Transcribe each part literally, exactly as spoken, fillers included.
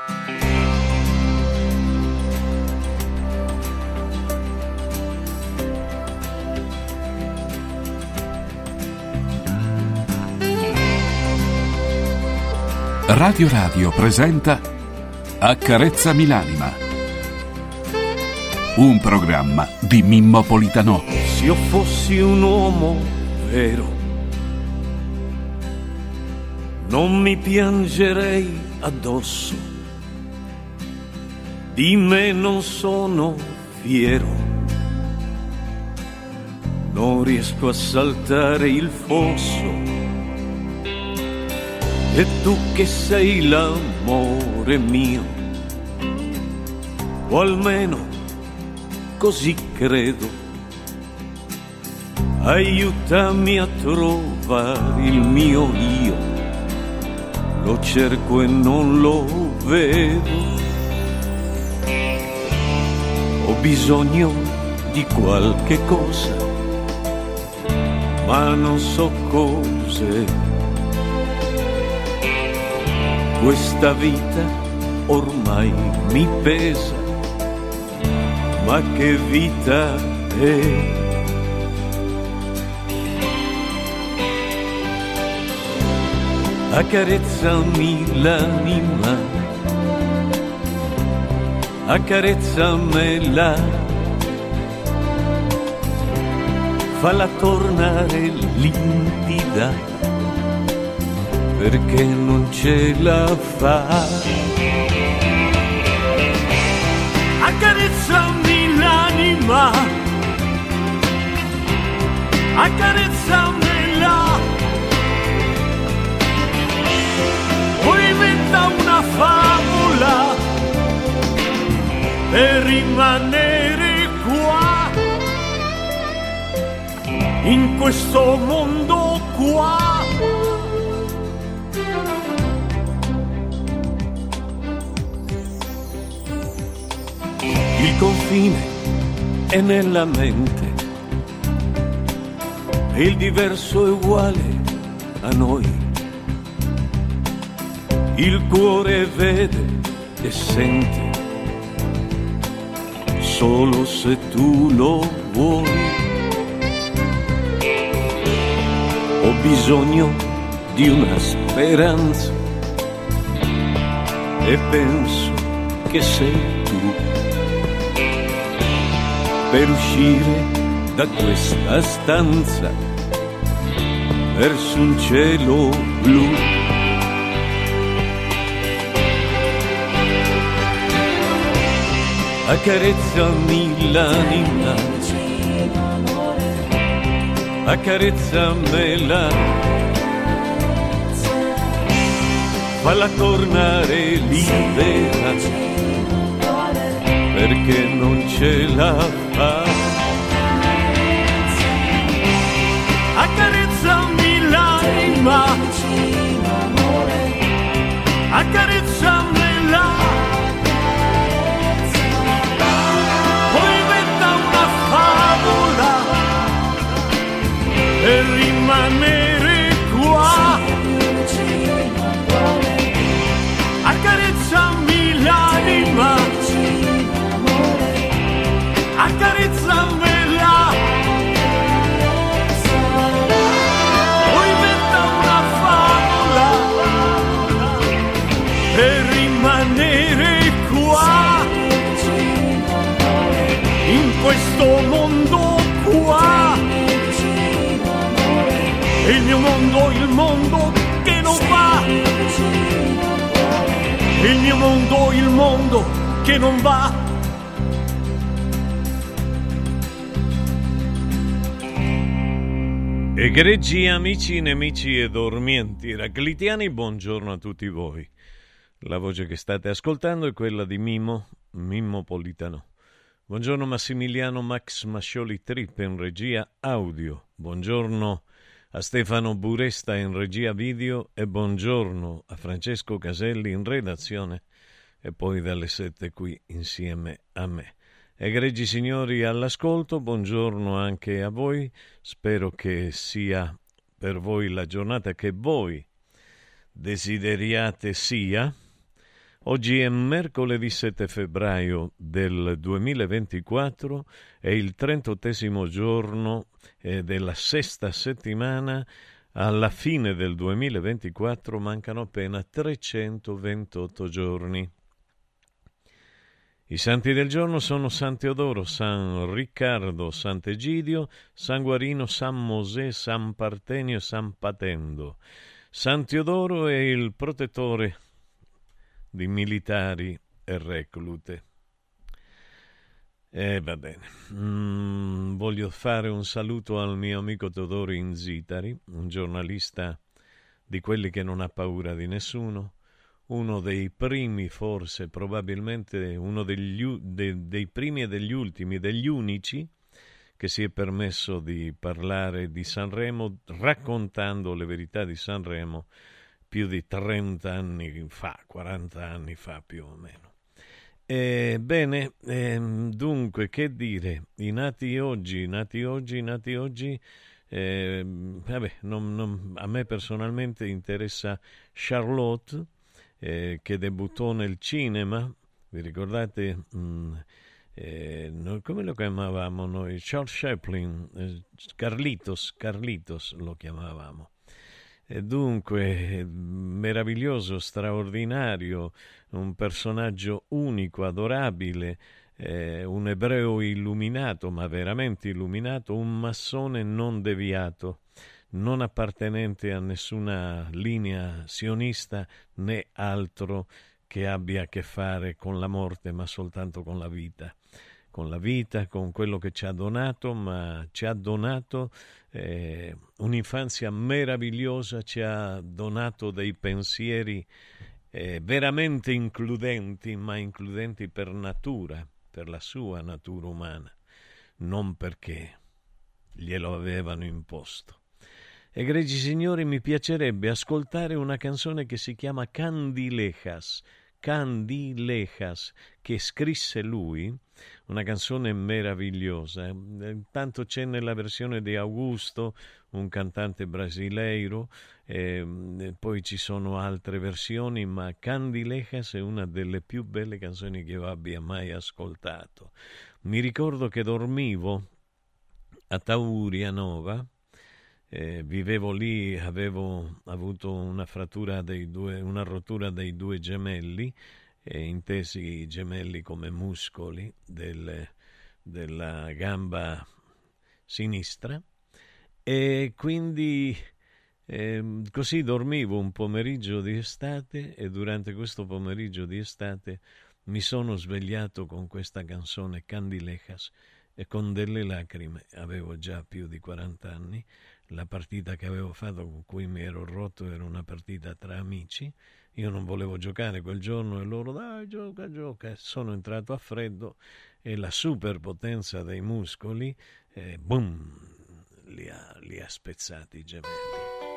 Radio Radio presenta Accarezzami l'anima, un programma di Mimmo Politano. Se io fossi un uomo vero, non mi piangerei addosso, di me non sono fiero, non riesco a saltare il fosso. E tu che sei l'amore mio, o almeno così credo, aiutami a trovare il mio io, lo cerco e non lo vedo. Ho bisogno di qualche cosa, ma non so cos'è. Questa vita ormai mi pesa, ma che vita è? Accarezzami l'anima, accarezzamela, falla tornare limpida, perché non ce la fa. Accarezzami l'anima, accarezzamela, o inventa una favola per rimanere qua, in questo mondo qua. Il confine è nella mente e il diverso è uguale a noi. Il cuore vede e sente solo se tu lo vuoi. Ho bisogno di una speranza e penso che sei tu, per uscire da questa stanza verso un cielo blu. Accarezzami l'anima, accarezzamela, falla tornare libera, perché non ce la fa. Accarezzami l'anima, accarezzamela, poi inventa una favola per rimanere qua. Accarezzami l'anima, accarezzamela, poi inventa una favola per rimanere qua, in questo mondo qua. Il mio mondo, il mondo che non va, il mio mondo, il mondo che non va. Egregi amici, nemici e dormienti raclitiani, buongiorno a tutti voi. La voce che state ascoltando è quella di Mimmo, Mimmo Politano. Buongiorno Massimiliano Max Mascioli Trip in regia audio. Buongiorno a Stefano Buresta in regia video e buongiorno a Francesco Caselli in redazione e poi dalle sette qui insieme a me. Egregi signori all'ascolto, buongiorno anche a voi, spero che sia per voi la giornata che voi desideriate sia. Oggi è mercoledì sette febbraio del duemilaventiquattro, è il trentottesimo giorno eh, della sesta settimana. Alla fine del duemilaventiquattro mancano appena trecentoventotto giorni. I santi del giorno sono San Teodoro, San Riccardo, Sant'Egidio, San Guarino, San Mosè, San Partenio e San Patendo. San Teodoro è il protettore di militari e reclute. E eh, va bene. Mm, voglio fare un saluto al mio amico Teodoro Inzitari, un giornalista di quelli che non ha paura di nessuno, uno dei primi, forse, probabilmente uno degli, de, dei primi e degli ultimi, degli unici, che si è permesso di parlare di Sanremo raccontando le verità di Sanremo più di trenta anni fa, quaranta anni fa più o meno. Eh, bene, eh, dunque, che dire, i nati oggi, i nati oggi, i nati oggi, eh, vabbè, non, non, a me personalmente interessa Charlotte, eh, che debuttò nel cinema, vi ricordate, mh, eh, noi, come lo chiamavamo noi? Charles Chaplin, eh, Carlitos, Carlitos lo chiamavamo. E dunque, meraviglioso, straordinario, un personaggio unico, adorabile, eh, un ebreo illuminato, ma veramente illuminato, un massone non deviato, non appartenente a nessuna linea sionista né altro che abbia a che fare con la morte, ma soltanto con la vita. Con la vita, con quello che ci ha donato, ma ci ha donato eh, un'infanzia meravigliosa, ci ha donato dei pensieri eh, veramente includenti, ma includenti per natura, per la sua natura umana, non perché glielo avevano imposto. Egregi signori, mi piacerebbe ascoltare una canzone che si chiama Candilejas, Candilejas, che scrisse lui, una canzone meravigliosa. Tanto c'è nella versione di Augusto, un cantante brasileiro, e poi ci sono altre versioni, ma Candilejas è una delle più belle canzoni che io abbia mai ascoltato. Mi ricordo che dormivo a Taurianova, Eh, vivevo lì, avevo avuto una frattura dei due, una rottura dei due gemelli, eh, intesi gemelli come muscoli del, della gamba sinistra, e quindi eh, così dormivo un pomeriggio di estate, e durante questo pomeriggio di estate mi sono svegliato con questa canzone Candilejas e con delle lacrime. Avevo già più di quaranta anni. La partita che avevo fatto, con cui mi ero rotto, era una partita tra amici. Io non volevo giocare quel giorno e loro, dai, gioca, gioca. Sono entrato a freddo e la superpotenza dei muscoli, eh, boom, li ha, li ha spezzati i gemelli.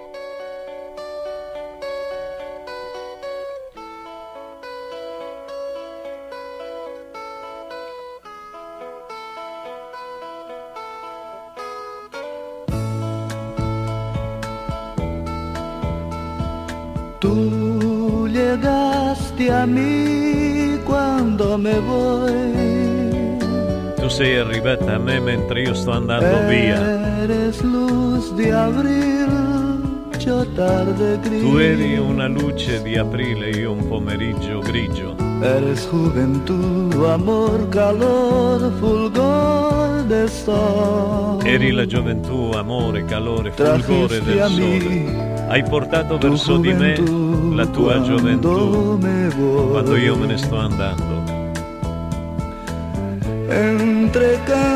Tú llegaste a mí quando me voy. Tu sei arrivata a me mentre io sto andando via. Eres luz de abril, yo tarde gris. Tu eri una luce di aprile, io un pomeriggio grigio. Eres juventud, amor, calor, fulgor del sol. Eri la gioventù, amore, calore, fulgore del sole. Hai portato verso di me la tua gioventù quando io me ne sto andando. Entre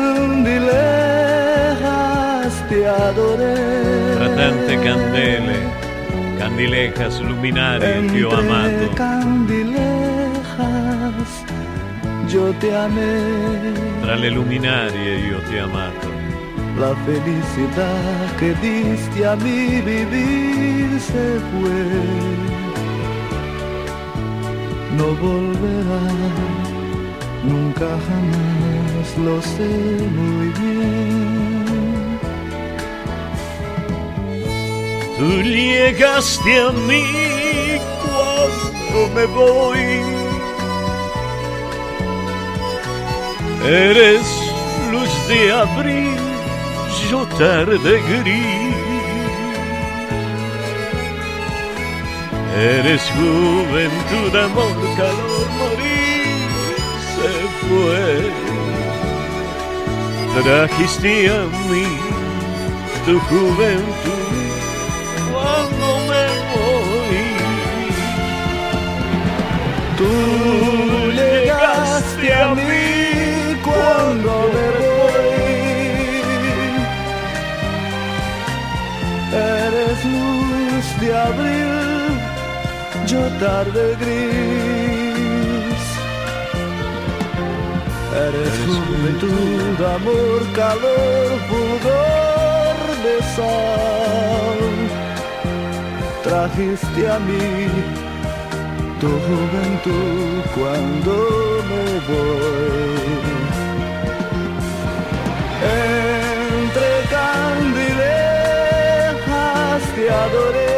candilejas ti adoré. Tra tante candele, candilejas luminari, ti ho amato. Candilejas yo te amé. Tra le luminarie io ti ho amato. La felicidad que diste a mi vivir se fue, no volverá, nunca jamás, lo sé muy bien. Tu llegaste a mí cuando me voy. Eres luz de abril, yo tarde gris. Eres juventud, amor, calor, morir se fue. Trajiste a mí tu juventud cuando me morí. Tú llegaste a mí cuando me voy. Eres luz de abril, yo tarde gris. Eres juventud, amor, calor, fulgor de sol. Trajiste a mí tu juventud cuando me voy. Entre candilejas te adoré.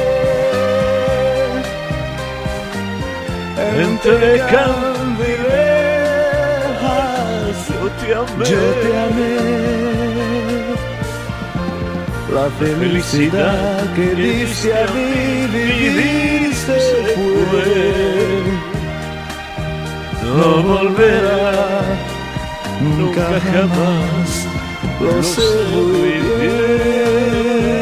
Entre candilejas yo te amé. Yo te amé. La felicidad que diste a mí vivir se fue. No volverá nunca jamás, lo sé muy bien.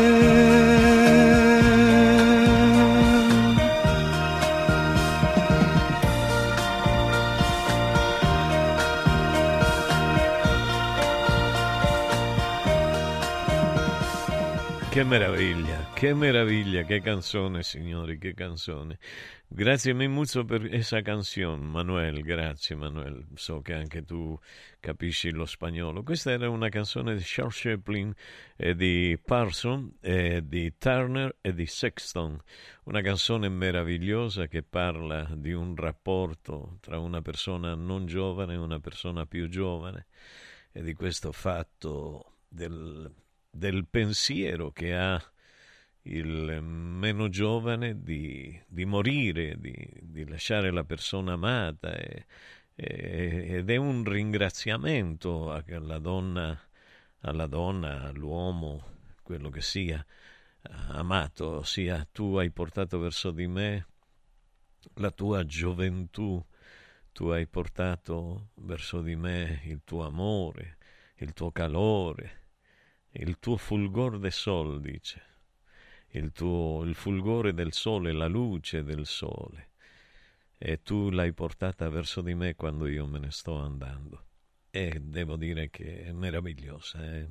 Che meraviglia, che meraviglia, che canzone, signori, che canzone. Grazie molto per esa canzone, Manuel, grazie Manuel, so che anche tu capisci lo spagnolo. Questa era una canzone di Charles Chaplin, e di Parson, e di Turner e di Sexton, una canzone meravigliosa che parla di un rapporto tra una persona non giovane e una persona più giovane, e di questo fatto del... del pensiero che ha il meno giovane di, di morire, di, di lasciare la persona amata, e, e, ed è un ringraziamento alla donna, alla donna, all'uomo, quello che sia, amato, sia tu hai portato verso di me la tua gioventù, tu hai portato verso di me il tuo amore, il tuo calore, il tuo fulgor de sol, dice, il tuo il fulgore del sole, la luce del sole, e tu l'hai portata verso di me quando io me ne sto andando. E devo dire che è meravigliosa, è,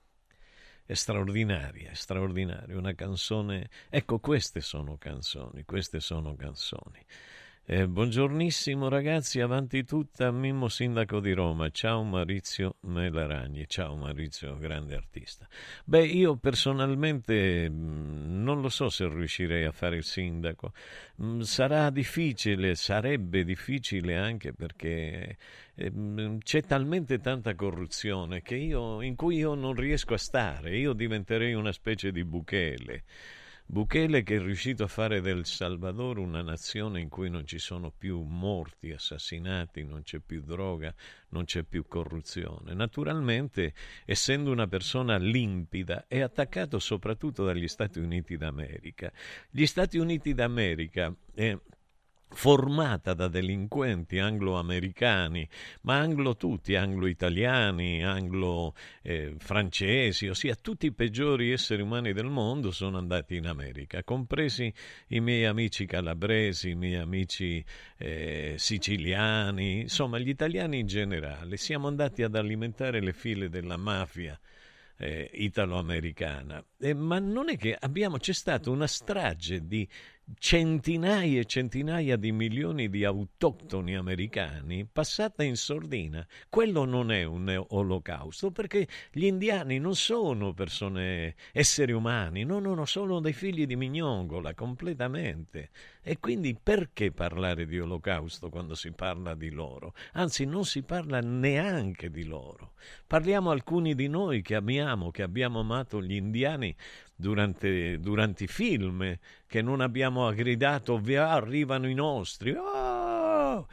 è straordinaria, è straordinaria, una canzone. Ecco, queste sono canzoni, queste sono canzoni. Eh, buongiornissimo ragazzi, avanti tutta, Mimmo sindaco di Roma. Ciao Maurizio Melaragni. Ciao Maurizio, grande artista. Beh, io personalmente mh, non lo so se riuscirei a fare il sindaco. Mh, sarà difficile, sarebbe difficile anche perché eh, mh, c'è talmente tanta corruzione che io, in cui io non riesco a stare. Io diventerei una specie di Bukele. Bukele che è riuscito a fare del Salvador una nazione in cui non ci sono più morti, assassinati, non c'è più droga, non c'è più corruzione. Naturalmente, essendo una persona limpida, è attaccato soprattutto dagli Stati Uniti d'America. Gli Stati Uniti d'America è formata da delinquenti anglo-americani, ma anglo tutti, anglo-italiani, anglo-francesi, eh, ossia tutti i peggiori esseri umani del mondo sono andati in America, compresi i miei amici calabresi, i miei amici eh, siciliani, insomma gli italiani in generale. Siamo andati ad alimentare le file della mafia eh, italo-americana, eh, ma non è che abbiamo, c'è stata una strage di centinaia e centinaia di milioni di autoctoni americani passata in sordina. Quello non è un olocausto, perché gli indiani non sono persone, esseri umani, no, no, no, sono dei figli di mignongola completamente. E quindi perché parlare di olocausto quando si parla di loro? Anzi, non si parla neanche di loro. Parliamo alcuni di noi che amiamo, che abbiamo amato gli indiani durante, durante i film, che non abbiamo gridato via, arrivano i nostri, oh!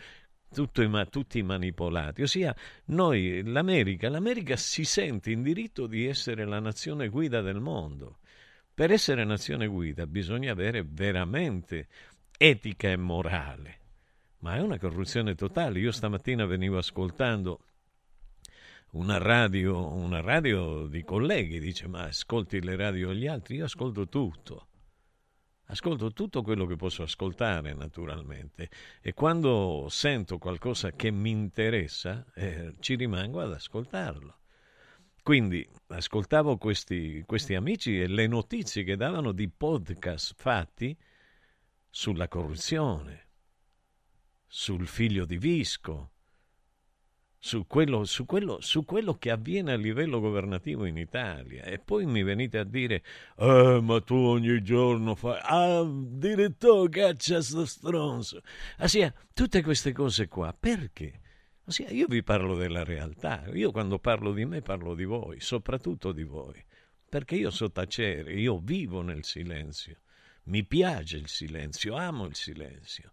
tutto, ma, tutti manipolati. Ossia, noi, l'America, l'America si sente in diritto di essere la nazione guida del mondo. Per essere nazione guida bisogna avere veramente etica e morale, ma è una corruzione totale. Io stamattina venivo ascoltando una radio, una radio di colleghi, dice: ma ascolti le radio degli altri? Io ascolto tutto. Ascolto tutto quello che posso ascoltare, naturalmente, e quando sento qualcosa che mi interessa, eh, ci rimango ad ascoltarlo. Quindi ascoltavo questi, questi amici e le notizie che davano di podcast fatti sulla corruzione, sul figlio di Visco, su quello, su quello, su quello che avviene a livello governativo in Italia, e poi mi venite a dire: eh, ma tu ogni giorno fai, ah, direttore, caccia sto stronzo. Ossia, tutte queste cose qua, perché? Ossia, io vi parlo della realtà, io quando parlo di me parlo di voi, soprattutto di voi, perché io so tacere, io vivo nel silenzio, mi piace il silenzio, amo il silenzio.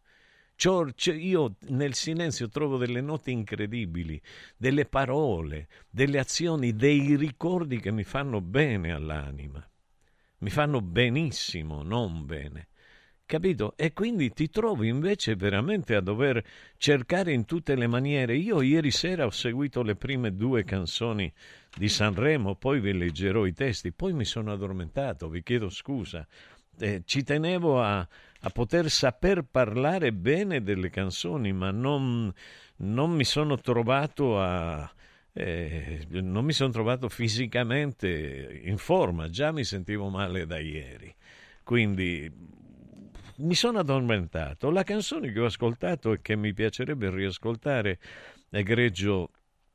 Io nel silenzio trovo delle note incredibili, delle parole, delle azioni, dei ricordi che mi fanno bene all'anima, mi fanno benissimo, non bene, capito? E quindi ti trovi invece veramente a dover cercare in tutte le maniere. Io ieri sera ho seguito le prime due canzoni di Sanremo, poi vi leggerò i testi, poi mi sono addormentato, vi chiedo scusa. Eh, ci tenevo a, a poter saper parlare bene delle canzoni, ma non, non mi sono trovato a eh, non mi sono trovato fisicamente in forma, già mi sentivo male da ieri, quindi mi sono addormentato. La canzone che ho ascoltato e che mi piacerebbe riascoltare, egregio,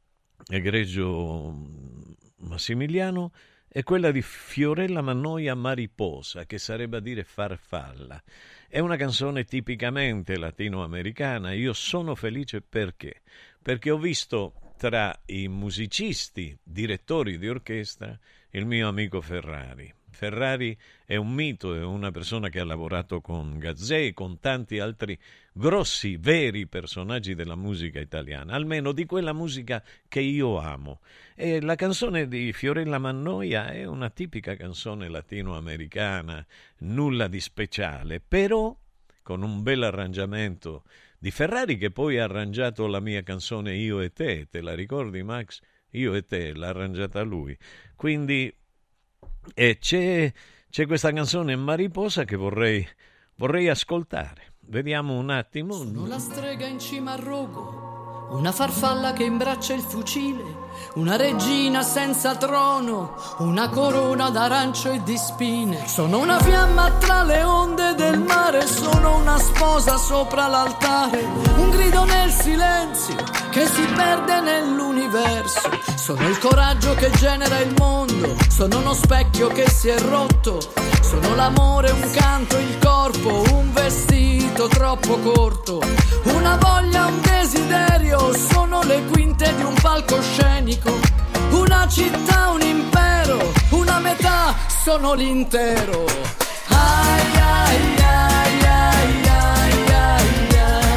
egregio Massimiliano, è quella di Fiorella Mannoia, Mariposa, che sarebbe a dire farfalla. È una canzone tipicamente latinoamericana. Io sono felice perché? Perché ho visto tra i musicisti, direttori di orchestra, il mio amico Ferrari. Ferrari è un mito, è una persona che ha lavorato con Gazzè e con tanti altri grossi, veri personaggi della musica italiana, almeno di quella musica che io amo. E la canzone di Fiorella Mannoia è una tipica canzone latinoamericana, nulla di speciale, però con un bel arrangiamento di Ferrari, che poi ha arrangiato la mia canzone Io e te, te la ricordi, Max? Io e te, l'ha arrangiata lui. Quindi e c'è, c'è questa canzone Mariposa che vorrei, vorrei ascoltare. Vediamo un attimo. Sono la strega in cima al rogo, una farfalla che imbraccia il fucile, una regina senza trono, una corona d'arancio e di spine. Sono una fiamma tra le onde del mare, sono una sposa sopra l'altare, un grido nel silenzio che si perde nell'universo. Sono il coraggio che genera il mondo, sono uno specchio che si è rotto, sono l'amore, un canto, il corpo, un vestito troppo corto, una voglia, un desiderio, sono le quinte di un palcoscenico, una città, un impero, una metà, sono l'intero. Ai ai ai ai ai ai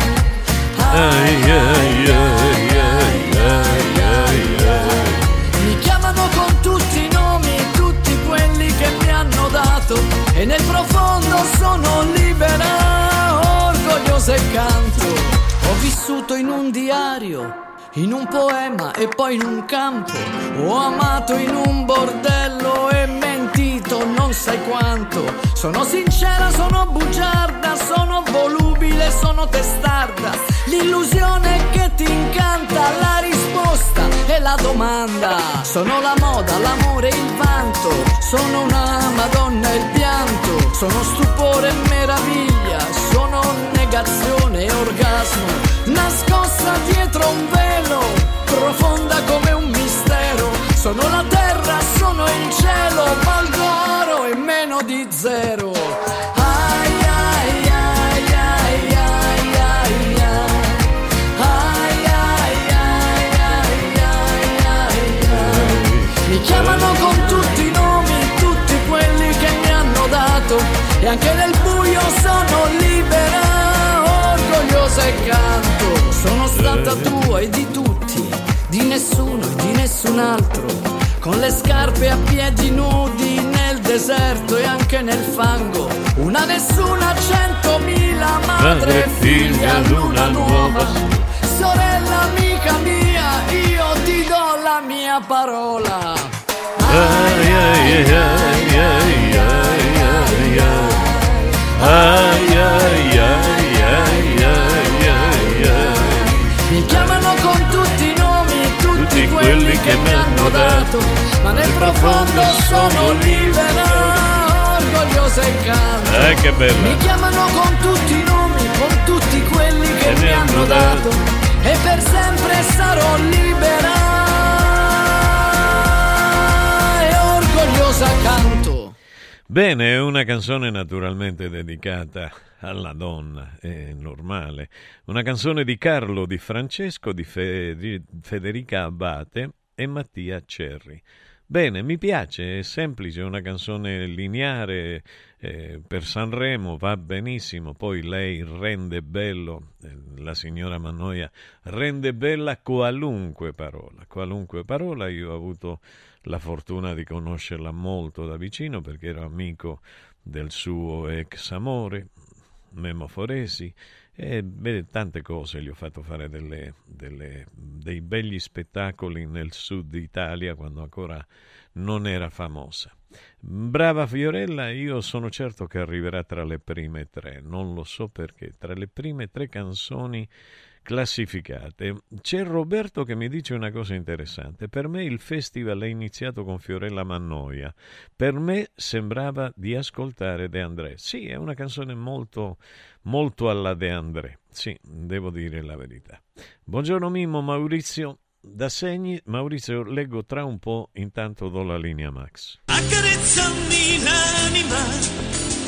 ai ai ai ai ai. Mi chiamano con tutti i nomi, tutti quelli che mi hanno dato, e nel profondo sono libera, orgogliosa e canto. Ho vissuto in un diario, in un poema e poi in un campo, ho amato in un bordello e mentito non sai quanto. Sono sincera, sono bugiarda, sono volubile, sono testarda, l'illusione che ti incanta, la risposta e la domanda. Sono la moda, l'amore e il vanto, sono una madonna e il pianto, sono stupore e meraviglia, sono negazione e orgasmo, nascosta dietro un velo, profonda come un mistero. Sono la terra, sono il cielo, valgo oro e meno di zero. Ai ai ai ai ai ai ai ai ai ai ai. Mi chiamano con tutti i nomi, tutti quelli che mi hanno dato, e anche nel buio sono libera, orgogliosa e canto. Sono un altro, con le scarpe a piedi nudi nel deserto e anche nel fango. Una nessuna, centomila, madre, figlia, luna nuova. Sorella amica mia, io ti do la mia parola. Ai ai ai ai ai ai ai ai ai ai ai ai. Mi chiamano con tutti i nomi, tutti quelli che mi hanno dato, ma nel profondo sono libera, orgogliosa e calda. Eh, che bella. Mi chiamano con tutti i nomi, con tutti quelli che mi hanno dato, e per sempre sarò libera e orgogliosa canto. Bene, è una canzone naturalmente dedicata alla donna, è normale. Una canzone di Carlo Di Francesco, di Fe- Federica Abbate e Mattia Cerri. Bene, mi piace, è semplice, è una canzone lineare, eh, per Sanremo va benissimo, poi lei rende bello, eh, la signora Mannoia rende bella qualunque parola, qualunque parola. Io ho avuto la fortuna di conoscerla molto da vicino perché ero amico del suo ex amore, Memo Foresi, e beh, tante cose, gli ho fatto fare delle, delle, dei begli spettacoli nel sud Italia quando ancora non era famosa. Brava Fiorella, io sono certo che arriverà tra le prime tre, non lo so perché, tra le prime tre canzoni classificate. C'è Roberto che mi dice una cosa interessante: per me il festival è iniziato con Fiorella Mannoia, per me sembrava di ascoltare De André. Sì, è una canzone molto molto alla De André, sì, devo dire la verità. Buongiorno Mimmo, Maurizio da Segni. Maurizio, leggo tra un po', intanto do la linea a Max. Accarezzami l'anima.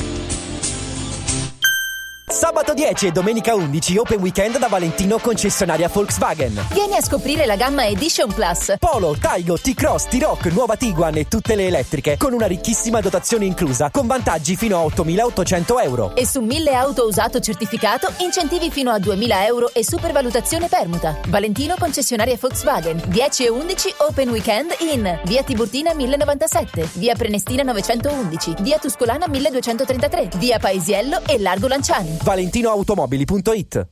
Sabato dieci e domenica undici Open Weekend da Valentino, concessionaria Volkswagen. Vieni a scoprire la gamma Edition Plus. Polo, Taigo, T-Cross, T-Roc, nuova Tiguan e tutte le elettriche con una ricchissima dotazione inclusa con vantaggi fino a ottomilaottocento euro. E su mille auto usato certificato incentivi fino a duemila euro e supervalutazione permuta. Valentino, concessionaria Volkswagen. dieci e undici Open Weekend in via Tiburtina mille novantasette, via Prenestina novecentoundici, via Tuscolana milleduecentotrentatré, via Paesiello e Largo Lanciani. valentinoautomobili punto it.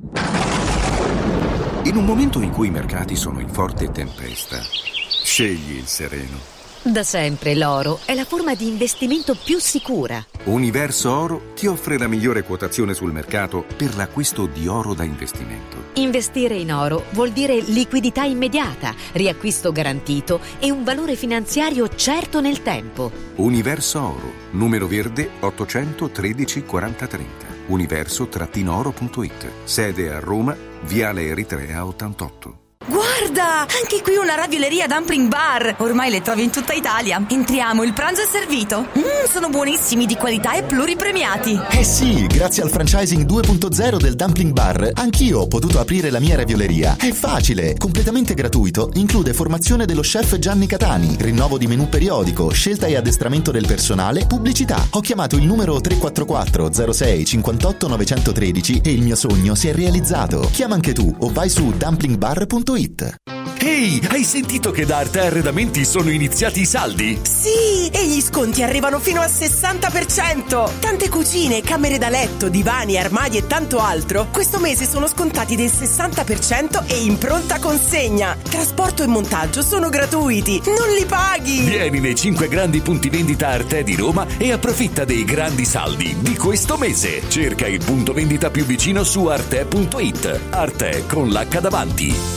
In un momento in cui i mercati sono in forte tempesta, scegli il sereno. Da sempre l'oro è la forma di investimento più sicura. Universo Oro ti offre la migliore quotazione sul mercato per l'acquisto di oro da investimento. Investire in oro vuol dire liquidità immediata, riacquisto garantito e un valore finanziario certo nel tempo. Universo Oro, numero verde ottocentotredici quaranta trenta. universo oro punto it. Sede a Roma, Viale Eritrea ottantotto. Guarda, anche qui una ravioleria Dumpling Bar. Ormai le trovi in tutta Italia. Entriamo, il pranzo è servito. Mmm, sono buonissimi, di qualità e pluripremiati. Eh sì, grazie al franchising due punto zero del Dumpling Bar, anch'io ho potuto aprire la mia ravioleria. È facile, completamente gratuito, include formazione dello chef Gianni Catani, rinnovo di menù periodico, scelta e addestramento del personale, pubblicità. Ho chiamato il numero tre quattro quattro zero sei cinquantotto novecentotredici e il mio sogno si è realizzato. Chiama anche tu o vai su dumpling bar punto it. Ehi, hai sentito che da Arte Arredamenti sono iniziati i saldi? Sì, e gli sconti arrivano fino al sessanta per cento. Tante cucine, camere da letto, divani, armadi e tanto altro questo mese sono scontati del sessanta per cento e in pronta consegna. Trasporto e montaggio sono gratuiti, non li paghi. Vieni nei cinque grandi punti vendita Arte di Roma e approfitta dei grandi saldi di questo mese. Cerca il punto vendita più vicino su arte punto it. Arte con l'H davanti.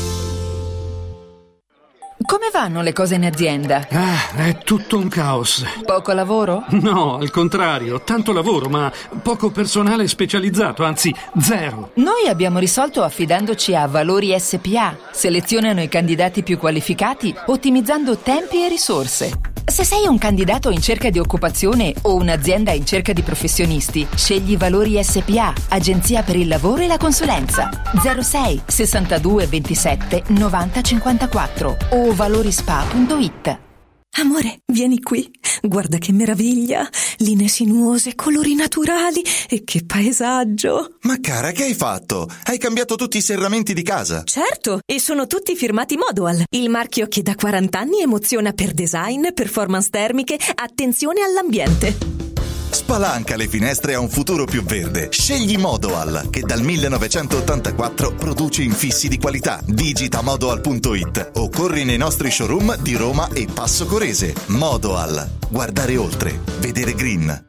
Come vanno le cose in azienda? Ah, è tutto un caos. Poco lavoro? No, al contrario, tanto lavoro, ma poco personale specializzato, anzi zero. Noi abbiamo risolto affidandoci a Valori S P A. Selezionano i candidati più qualificati, ottimizzando tempi e risorse. Se sei un candidato in cerca di occupazione o un'azienda in cerca di professionisti, scegli Valori S P A, agenzia per il lavoro e la consulenza. zero sei sessantadue ventisette novanta cinquantaquattro o valorispa punto it. Amore, vieni qui. Guarda che meraviglia. Linee sinuose, colori naturali e che paesaggio. Ma cara, che hai fatto? Hai cambiato tutti i serramenti di casa? Certo, e sono tutti firmati Modoal, il marchio che da quaranta anni emoziona per design, performance termiche, attenzione all'ambiente. Spalanca le finestre a un futuro più verde. Scegli Modoal, che dal millenovecentottantaquattro produce infissi di qualità. Digita modoal punto it o corri nei nostri showroom di Roma e Passo Corese. Modoal. Guardare oltre. Vedere green.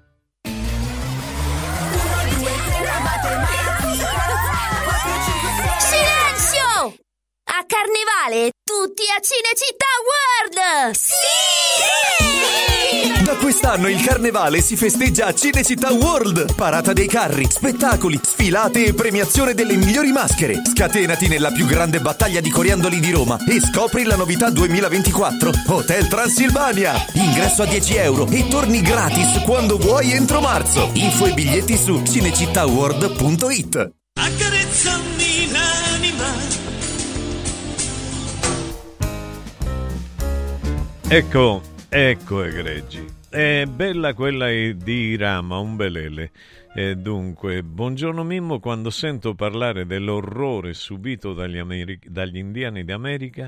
Silenzio! A Carnevale tutti a Cinecittà World! Sì! Da quest'anno il Carnevale si festeggia a Cinecittà World. Parata dei carri, spettacoli, sfilate e premiazione delle migliori maschere. Scatenati nella più grande battaglia di coriandoli di Roma e scopri la novità duemilaventiquattro Hotel Transilvania. Ingresso a dieci euro e torni gratis quando vuoi entro marzo. Info e biglietti su cinecittà world punto it. Accarezzami l'anima. Ecco, ecco egregi. È bella quella di Rama, un belele. E dunque, buongiorno Mimmo, quando sento parlare dell'orrore subito dagli, Ameri- dagli indiani d'America,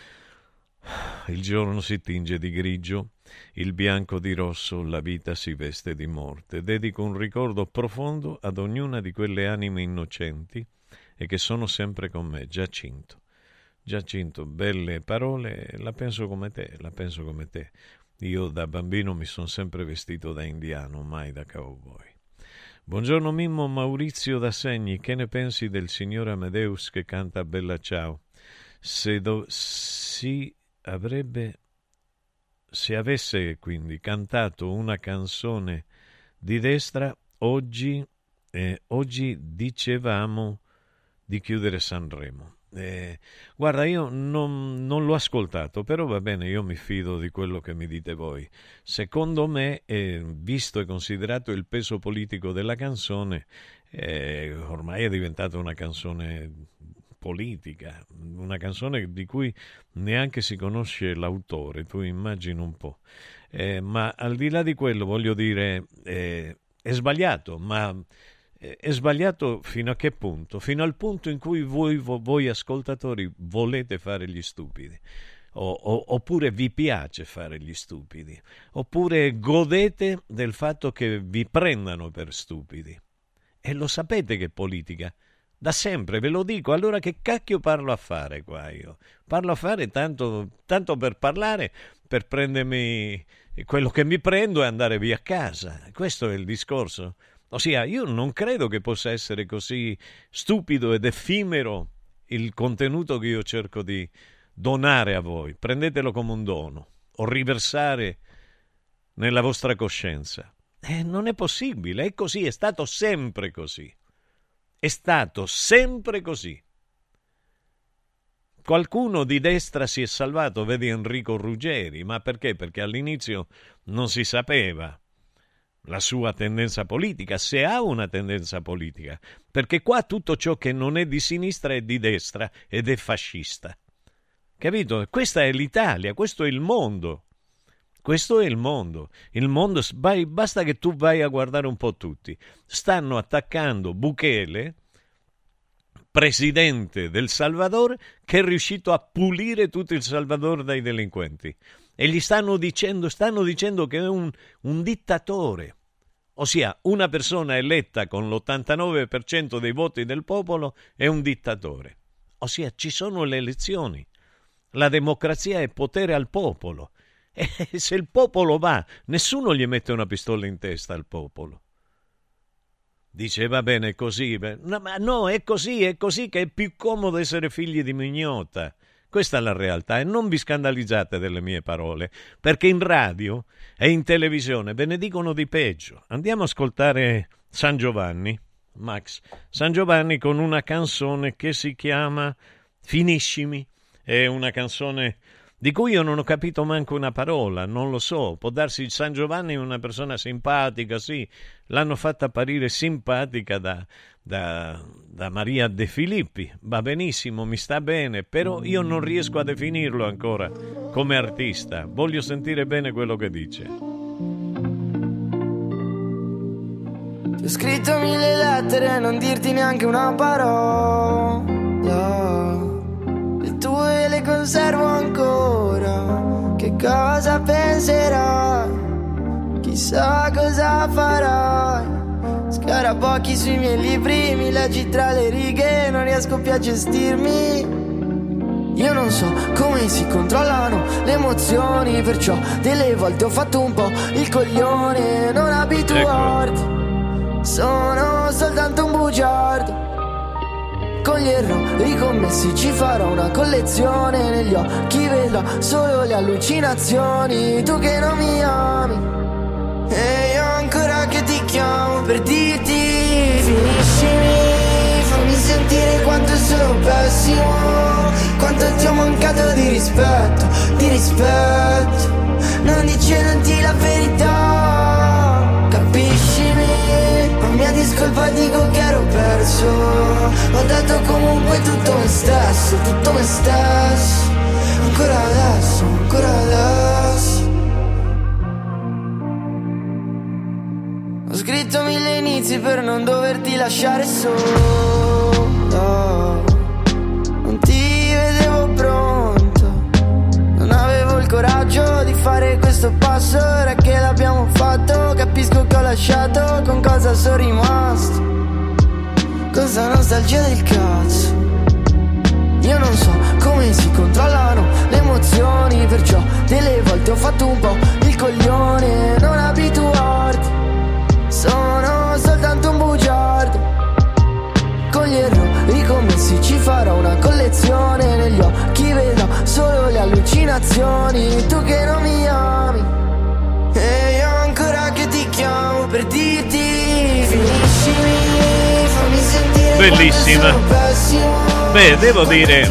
il giorno si tinge di grigio, il bianco di rosso, la vita si veste di morte. Dedico un ricordo profondo ad ognuna di quelle anime innocenti e che sono sempre con me, Giacinto. Giacinto, belle parole, la penso come te, la penso come te. Io da bambino mi sono sempre vestito da indiano, mai da cowboy. Buongiorno Mimmo, Maurizio da Segni, che ne pensi del signor Amadeus che canta Bella Ciao? Se do- si avrebbe, se avesse quindi cantato una canzone di destra, oggi, eh, oggi dicevamo di chiudere Sanremo. Eh, guarda, io non, non l'ho ascoltato, però va bene, io mi fido di quello che mi dite voi. Secondo me, eh, visto e considerato il peso politico della canzone, eh, ormai è diventata una canzone politica, una canzone di cui neanche si conosce l'autore, tu immagini un po'. Eh, ma al di là di quello voglio dire, eh, è sbagliato, ma... È sbagliato fino a che punto? Fino al punto in cui voi, voi ascoltatori volete fare gli stupidi, o, o, oppure vi piace fare gli stupidi, oppure godete del fatto che vi prendano per stupidi. E lo sapete che politica? Da sempre, ve lo dico, allora che cacchio parlo a fare qua io? Parlo a fare tanto, tanto per parlare, per prendermi quello che mi prendo e andare via a casa. Questo è il discorso. Ossia, io non credo che possa essere così stupido ed effimero il contenuto che io cerco di donare a voi. Prendetelo come un dono o riversare nella vostra coscienza. Eh, non è possibile, è così, è stato sempre così. È stato sempre così. Qualcuno di destra si è salvato, vedi Enrico Ruggeri, ma perché? Perché all'inizio non si sapeva la sua tendenza politica, se ha una tendenza politica, perché qua tutto ciò che non è di sinistra è di destra ed è fascista. Capito? Questa è l'Italia, questo è il mondo. Questo è il mondo. Il mondo, basta che tu vai a guardare un po' tutti. Stanno attaccando Bukele, presidente del Salvador, che è riuscito a pulire tutto il Salvador dai delinquenti. E gli stanno dicendo, stanno dicendo che è un, un dittatore. Ossia, una persona eletta con l'ottantanove per cento dei voti del popolo è un dittatore. Ossia, ci sono le elezioni. La democrazia è potere al popolo. E se il popolo va, nessuno gli mette una pistola in testa al popolo. Dice, va bene, è così. No, ma no, è così, è così che è più comodo essere figli di mignota. Questa è la realtà e non vi scandalizzate delle mie parole, perché in radio e in televisione ve ne dicono di peggio. Andiamo a ascoltare San Giovanni, Max, San Giovanni con una canzone che si chiama Finiscimi, è una canzone di cui io non ho capito manco una parola, non lo so. Può darsi San Giovanni è una persona simpatica, sì, l'hanno fatta apparire simpatica da, da, da Maria De Filippi, va benissimo, mi sta bene, però io non riesco a definirlo ancora come artista. Voglio sentire bene quello che dice. Ti ho scritto mille lettere e non dirti neanche una parola. Le tue le conservo ancora. Che cosa penserai? Chissà cosa farai. Scarabocchi sui miei libri, mi leggi tra le righe, non riesco più a gestirmi. Io non so come si controllano le emozioni, perciò delle volte ho fatto un po' il coglione. Non abituarti, ecco. Sono soltanto un bugiardo. Con gli errori commessi ci farò una collezione. Negli occhi vedrò solo le allucinazioni. Tu che non mi ami e io ancora che ti chiamo per dirti finiscimi, fammi sentire quanto sono pessimo, quanto ti ho mancato di rispetto, di rispetto. Non dicendoti la verità, capiscimi, non mi discolpa, dico che ero perso. Ho dato comunque tutto me stesso, tutto me stesso. Ancora adesso, ancora adesso. Ho scritto mille inizi per non doverti lasciare solo. Non ti vedevo pronto, non avevo il coraggio di fare questo passo. Ora che l'abbiamo fatto, capisco che ho lasciato. Con cosa sono rimasto? Cosa nostalgia del cazzo. Io non so come si controllano le emozioni, perciò delle volte ho fatto un po' il coglione. Non abituarti, sono soltanto un bugiardo. Con gli errori commessi ci farò una collezione. Negli occhi vedrò solo le allucinazioni. Tu che non mi ami e io ancora che ti chiamo per dirti finiscimi, fammi sentire. Bellissima. Beh, devo dire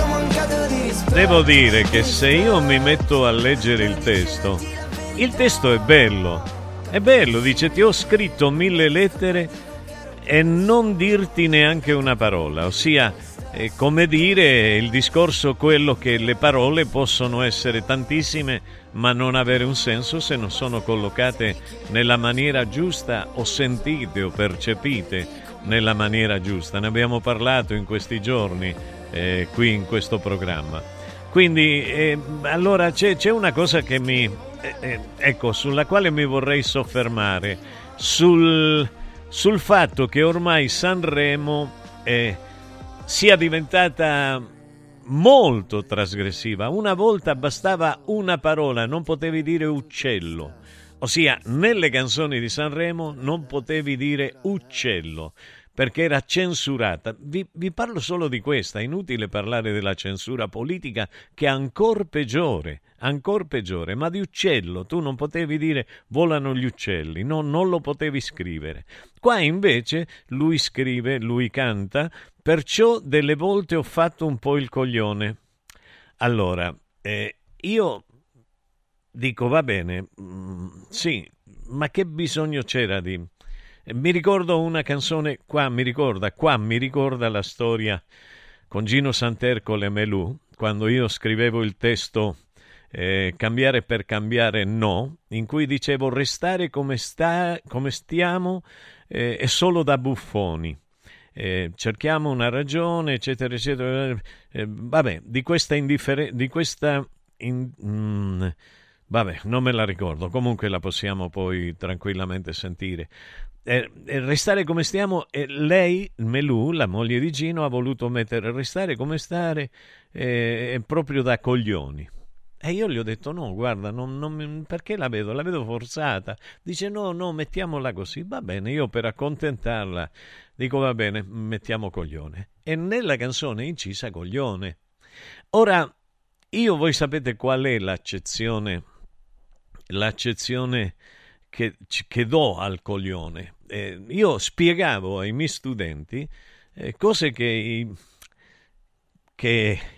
devo dire che se io mi metto a leggere il testo, il testo è bello. È bello, dice: ti ho scritto mille lettere e non dirti neanche una parola. Ossia, è come dire il discorso quello che le parole possono essere tantissime ma non avere un senso se non sono collocate nella maniera giusta o sentite o percepite nella maniera giusta. Ne abbiamo parlato in questi giorni eh, qui in questo programma. Quindi eh, allora c'è, c'è una cosa che mi eh, eh, ecco, sulla quale mi vorrei soffermare, sul, sul fatto che ormai Sanremo eh, sia diventata molto trasgressiva. Una volta bastava una parola, non potevi dire uccello. Ossia, nelle canzoni di Sanremo non potevi dire uccello, perché era censurata. Vi, vi parlo solo di questa, inutile parlare della censura politica, che è ancora peggiore, ancora peggiore, ma di uccello tu non potevi dire volano gli uccelli, no, non lo potevi scrivere. Qua invece lui scrive, lui canta, perciò delle volte ho fatto un po' il coglione. Allora, eh, io dico va bene, mh, sì, ma che bisogno c'era di... Mi ricordo una canzone, qua mi ricorda, qua mi ricorda la storia con Gino Santercole e Melù, quando io scrivevo il testo eh, Cambiare per cambiare no, in cui dicevo restare come, sta, come stiamo eh, è solo da buffoni. Eh, cerchiamo una ragione, eccetera, eccetera. Eh, vabbè, di questa indifferenza, di questa... In, mm, vabbè, non me la ricordo, comunque la possiamo poi tranquillamente sentire. Eh, restare come stiamo, e lei, Melù, la moglie di Gino, ha voluto mettere restare come stare eh, proprio da coglioni. E io gli ho detto no, guarda, non, non, perché la vedo? La vedo forzata. Dice no, no, mettiamola così. Va bene, io per accontentarla dico va bene, mettiamo coglione. E nella canzone è incisa coglione. Ora, io voi sapete qual è l'accezione, l'accezione che, che do al coglione. Eh, io spiegavo ai miei studenti eh, cose che, che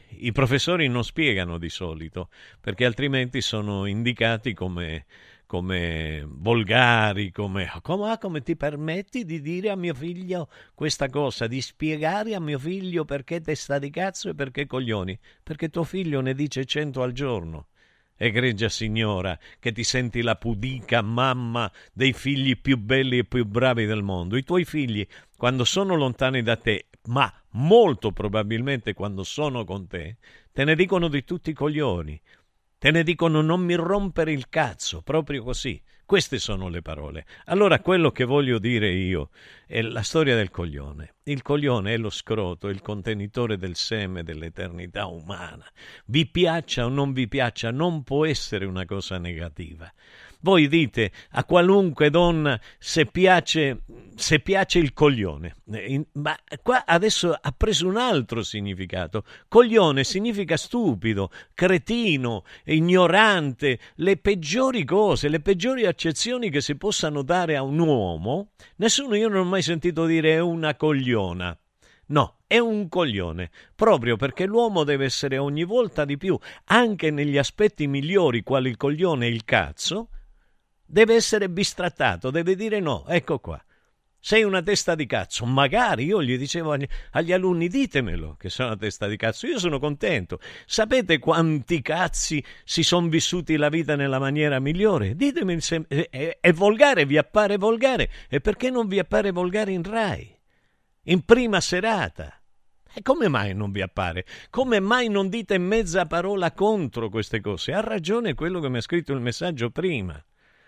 i professori non spiegano di solito, perché altrimenti sono indicati come, come volgari, come, come, come ti permetti di dire a mio figlio questa cosa, di spiegare a mio figlio perché testa di cazzo e perché coglioni, perché tuo figlio ne dice cento al giorno. Egregia signora, che ti senti la pudica mamma dei figli più belli e più bravi del mondo. I tuoi figli, quando sono lontani da te, ma molto probabilmente quando sono con te, te ne dicono di tutti i coglioni. Te ne dicono non mi rompere il cazzo, proprio così. Queste sono le parole. Allora quello che voglio dire io è la storia del coglione. Il coglione è lo scroto, è il contenitore del seme dell'eternità umana. Vi piaccia o non vi piaccia, non può essere una cosa negativa. Voi dite a qualunque donna se piace, se piace il coglione, ma qua adesso ha preso un altro significato. Coglione significa stupido, cretino, ignorante, le peggiori cose, le peggiori accezioni che si possano dare a un uomo. Nessuno, io non ho mai sentito dire è una cogliona. No, è un coglione, proprio perché l'uomo deve essere ogni volta di più, anche negli aspetti migliori, quali il coglione e il cazzo, deve essere bistrattato, deve dire no, ecco qua. Sei una testa di cazzo, magari, io gli dicevo agli, agli alunni, ditemelo che sono una testa di cazzo, io sono contento. Sapete quanti cazzi si sono vissuti la vita nella maniera migliore? Ditemi se è, è, è volgare, vi appare volgare, e perché non vi appare volgare in Rai? In prima serata. E come mai non vi appare? Come mai non dite mezza parola contro queste cose? Ha ragione quello che mi ha scritto il messaggio prima.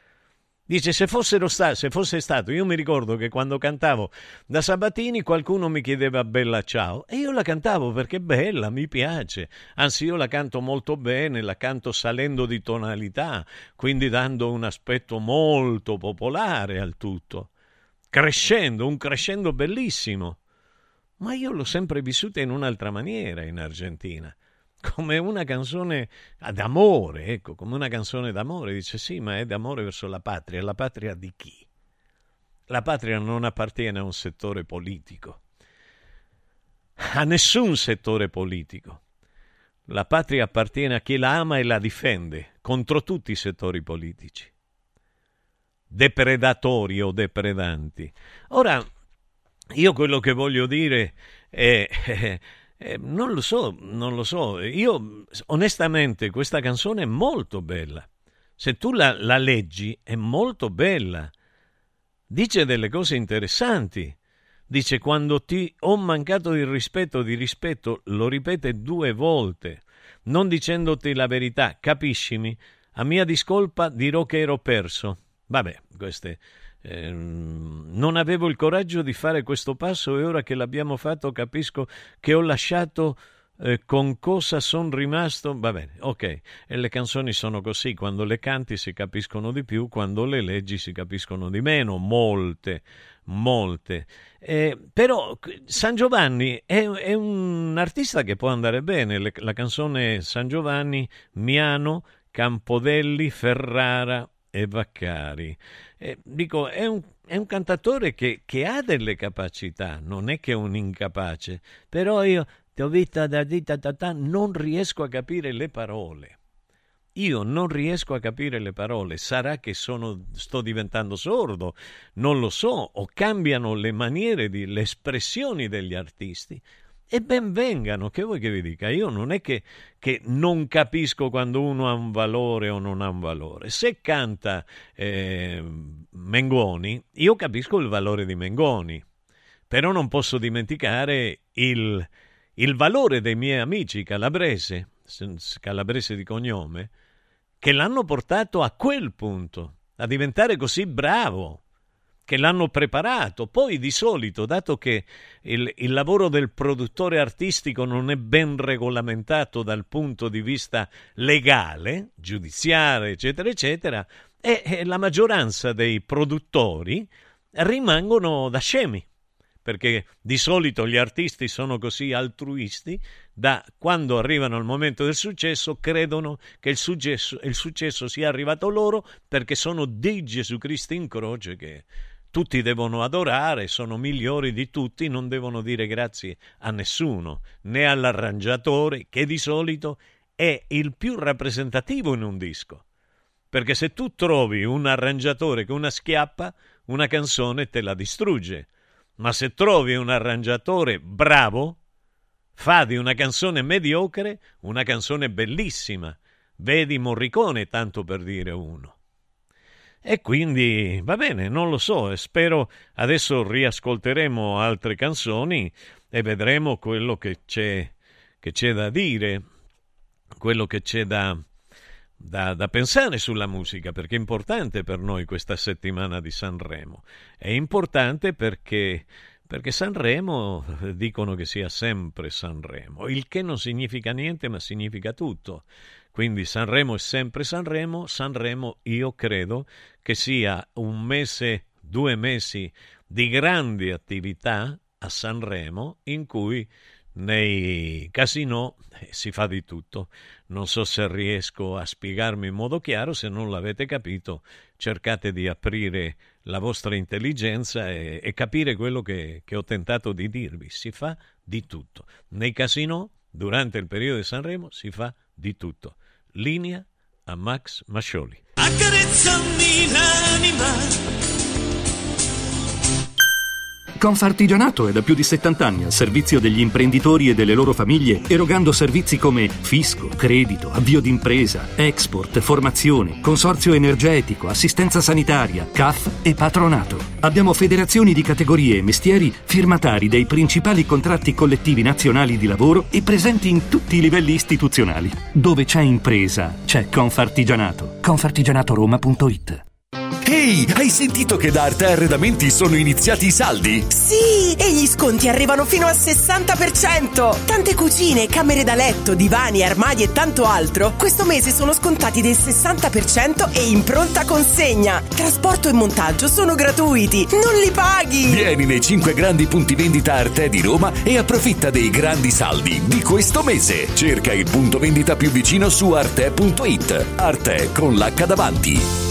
Dice, se fossero sta- se fosse stato, io mi ricordo che quando cantavo da Sabatini qualcuno mi chiedeva Bella ciao e io la cantavo perché è bella, mi piace, anzi io la canto molto bene, la canto salendo di tonalità, quindi dando un aspetto molto popolare al tutto, crescendo, un crescendo bellissimo, ma io l'ho sempre vissuta in un'altra maniera in Argentina. Come una canzone d'amore, ecco, come una canzone d'amore. Dice sì, ma è d'amore verso la patria. La patria di chi? La patria non appartiene a un settore politico, a nessun settore politico. La patria appartiene a chi la ama e la difende contro tutti i settori politici, depredatori o depredanti. Ora, io quello che voglio dire è... è Eh, non lo so, non lo so. Io, onestamente, questa canzone è molto bella. Se tu la, la leggi, è molto bella. Dice delle cose interessanti. Dice, quando ti ho mancato il rispetto di rispetto, lo ripete due volte, non dicendoti la verità, capiscimi? A mia discolpa dirò che ero perso. Vabbè, queste... Eh, non avevo il coraggio di fare questo passo e ora che l'abbiamo fatto capisco che ho lasciato eh, con cosa son rimasto. Va bene, ok, e le canzoni sono così, quando le canti si capiscono di più, quando le leggi si capiscono di meno, molte, molte. Eh, però San Giovanni è, è un artista che può andare bene, le, la canzone San Giovanni, Miano, Campodelli, Ferrara e Vaccari. Eh, dico, è un, è un cantatore che, che ha delle capacità, non è che è un incapace, però io ti ho visto da di ta ta ta, non riesco a capire le parole. Io non riesco a capire le parole. Sarà che sono, sto diventando sordo, non lo so, o cambiano le maniere, di, le espressioni degli artisti. E ben vengano, che vuoi che vi dica? Io non è che, che non capisco quando uno ha un valore o non ha un valore. Se canta eh, Mengoni, io capisco il valore di Mengoni, però non posso dimenticare il, il valore dei miei amici calabresi, calabrese di cognome, che l'hanno portato a quel punto, a diventare così bravo, che l'hanno preparato. Poi di solito, dato che il, il lavoro del produttore artistico non è ben regolamentato dal punto di vista legale, giudiziario, eccetera, eccetera, e, e la maggioranza dei produttori rimangono da scemi, perché di solito gli artisti sono così altruisti da quando arrivano al momento del successo credono che il successo, il successo sia arrivato loro perché sono dei Gesù Cristo in croce che tutti devono adorare, sono migliori di tutti, non devono dire grazie a nessuno, né all'arrangiatore, che di solito è il più rappresentativo in un disco. Perché se tu trovi un arrangiatore con una schiappa, una canzone te la distrugge. Ma se trovi un arrangiatore bravo, fa di una canzone mediocre una canzone bellissima. Vedi Morricone, tanto per dire uno. E quindi, va bene, non lo so, e spero adesso riascolteremo altre canzoni e vedremo quello che c'è, che c'è da dire, quello che c'è da... Da, da pensare sulla musica, perché è importante per noi questa settimana di Sanremo. È importante perché, perché Sanremo dicono che sia sempre Sanremo, il che non significa niente ma significa tutto. Quindi Sanremo è sempre Sanremo. Sanremo io credo che sia un mese, due mesi di grandi attività a Sanremo, in cui nei casinò si fa di tutto. Non so se riesco a spiegarmi in modo chiaro, se non l'avete capito cercate di aprire la vostra intelligenza e, e capire quello che, che ho tentato di dirvi. Si fa di tutto. Nei casinò, durante il periodo di Sanremo, si fa di tutto. Linea a Max Mascioli. Accarezzami l'anima. Confartigianato è da più di settanta anni al servizio degli imprenditori e delle loro famiglie, erogando servizi come fisco, credito, avvio d'impresa, export, formazione, consorzio energetico, assistenza sanitaria, C A F e patronato. Abbiamo federazioni di categorie e mestieri firmatari dei principali contratti collettivi nazionali di lavoro e presenti in tutti i livelli istituzionali. Dove c'è impresa, c'è Confartigianato. confartigianatoroma punto it. Ehi, hai sentito che da Arte Arredamenti sono iniziati i saldi? Sì, e gli sconti arrivano fino al sessanta per cento. Tante cucine, camere da letto, divani, armadi e tanto altro questo mese sono scontati del sessanta per cento e in pronta consegna. Trasporto e montaggio sono gratuiti, non li paghi. Vieni nei cinque grandi punti vendita Arte di Roma e approfitta dei grandi saldi di questo mese. Cerca il punto vendita più vicino su arte punto it. Arte con l'H davanti.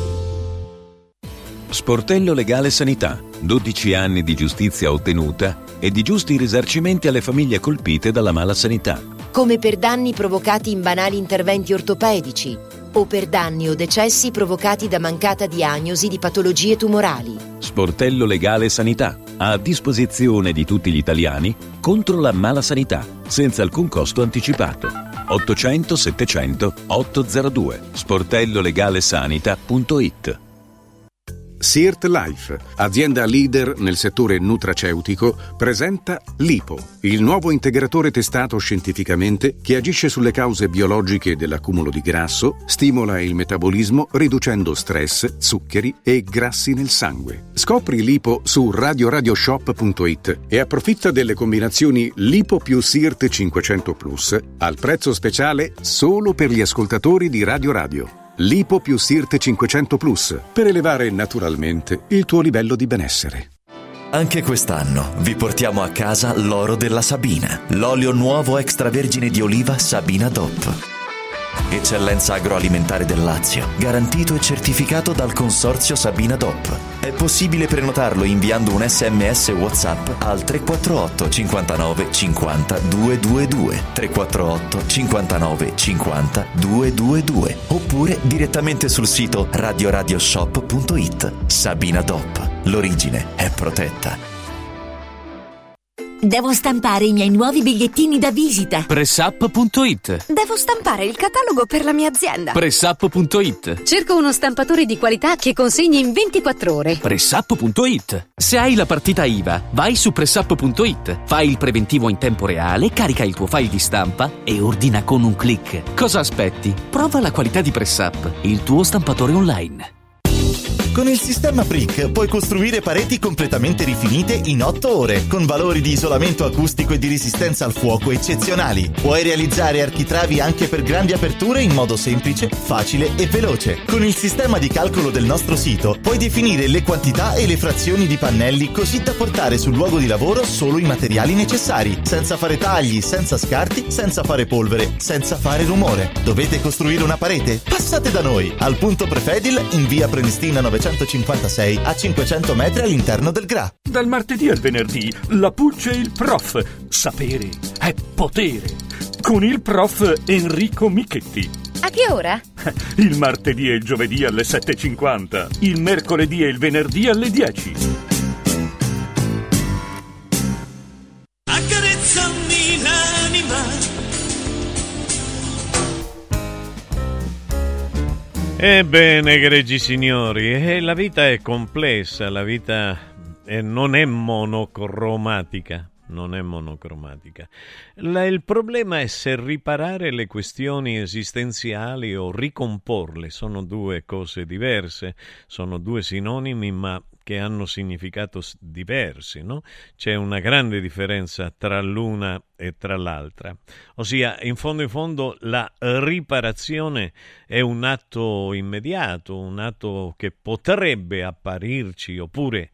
Sportello Legale Sanità. dodici anni di giustizia ottenuta e di giusti risarcimenti alle famiglie colpite dalla mala sanità. Come per danni provocati in banali interventi ortopedici o per danni o decessi provocati da mancata diagnosi di patologie tumorali. Sportello Legale Sanità. A disposizione di tutti gli italiani contro la mala sanità, senza alcun costo anticipato. ottocento settecento ottocentodue. sportello legale sanità punto it. Sirt Life, azienda leader nel settore nutraceutico, presenta Lipo, il nuovo integratore testato scientificamente che agisce sulle cause biologiche dell'accumulo di grasso, stimola il metabolismo riducendo stress, zuccheri e grassi nel sangue. Scopri Lipo su radio radio shop punto it e approfitta delle combinazioni Lipo più Sirt cinquecento plus al prezzo speciale solo per gli ascoltatori di Radio Radio. Lipo più Sirt cinquecento plus per elevare naturalmente il tuo livello di benessere. Anche quest'anno vi portiamo a casa l'oro della Sabina, l'olio nuovo extravergine di oliva Sabina D O P. Eccellenza agroalimentare del Lazio, garantito e certificato dal consorzio Sabina D O P. È possibile prenotarlo inviando un sms WhatsApp al tre quattro otto cinquantanove cinquanta duecentoventidue, tre quattro otto cinquantanove cinquanta duecentoventidue, oppure direttamente sul sito radio radio shop punto it. Sabina D O P, l'origine è protetta. Devo stampare i miei nuovi bigliettini da visita. Pressup punto it. Devo stampare il catalogo per la mia azienda. Pressup punto it. Cerco uno stampatore di qualità che consegni in ventiquattro ore. Pressup punto it. Se hai la partita I V A, vai su Pressup punto it. Fai il preventivo in tempo reale, carica il tuo file di stampa e ordina con un click. Cosa aspetti? Prova la qualità di Pressup, il tuo stampatore online. Con il sistema Brick puoi costruire pareti completamente rifinite in otto ore, con valori di isolamento acustico e di resistenza al fuoco eccezionali. Puoi realizzare architravi anche per grandi aperture in modo semplice, facile e veloce. Con il sistema di calcolo del nostro sito puoi definire le quantità e le frazioni di pannelli così da portare sul luogo di lavoro solo i materiali necessari, senza fare tagli, senza scarti, senza fare polvere, senza fare rumore. Dovete costruire una parete? Passate da noi, al punto Prefedil in via Prenestina novecento duecentocinquantasei a cinquecento metri all'interno del G R A. Dal martedì al venerdì, la Pulce e il prof. Sapere è potere. Con il prof Enrico Michetti. A che ora? Il martedì e il giovedì alle sette e cinquanta. Il mercoledì e il venerdì alle dieci. Accarezzami l'anima. Ebbene, egregi signori, eh, la vita è complessa, la vita è, non è monocromatica. Non è monocromatica. La, il problema è se riparare le questioni esistenziali o ricomporle. Sono due cose diverse, sono due sinonimi ma che hanno significato diversi, no? C'è una grande differenza tra l'una e tra l'altra. Ossia, in fondo in fondo la riparazione è un atto immediato, un atto che potrebbe apparirci oppure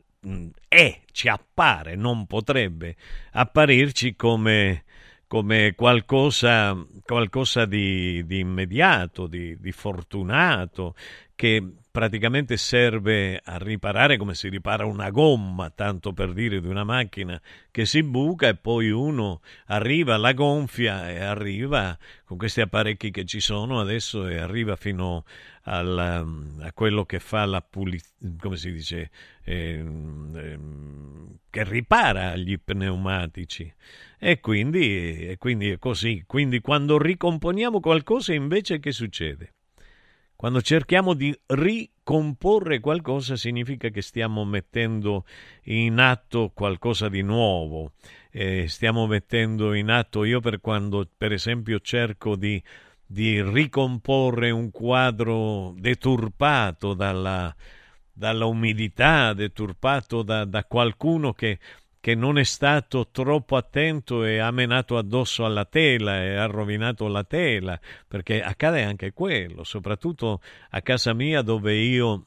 è, ci appare, non potrebbe apparirci come, come qualcosa, qualcosa di, di immediato, di, di fortunato, che praticamente serve a riparare come si ripara una gomma, tanto per dire, di una macchina che si buca e poi uno arriva, la gonfia e arriva con questi apparecchi che ci sono adesso e arriva fino alla, a quello che fa la pulizia, come si dice, eh, eh, che ripara gli pneumatici. E quindi, e quindi è così. Quindi quando ricomponiamo qualcosa invece che succede? Quando cerchiamo di ricomporre qualcosa significa che stiamo mettendo in atto qualcosa di nuovo, eh, stiamo mettendo in atto, io per quando per esempio cerco di, di ricomporre un quadro deturpato dalla, dalla umidità, deturpato da, da qualcuno che che non è stato troppo attento e ha menato addosso alla tela e ha rovinato la tela, perché accade anche quello, soprattutto a casa mia dove io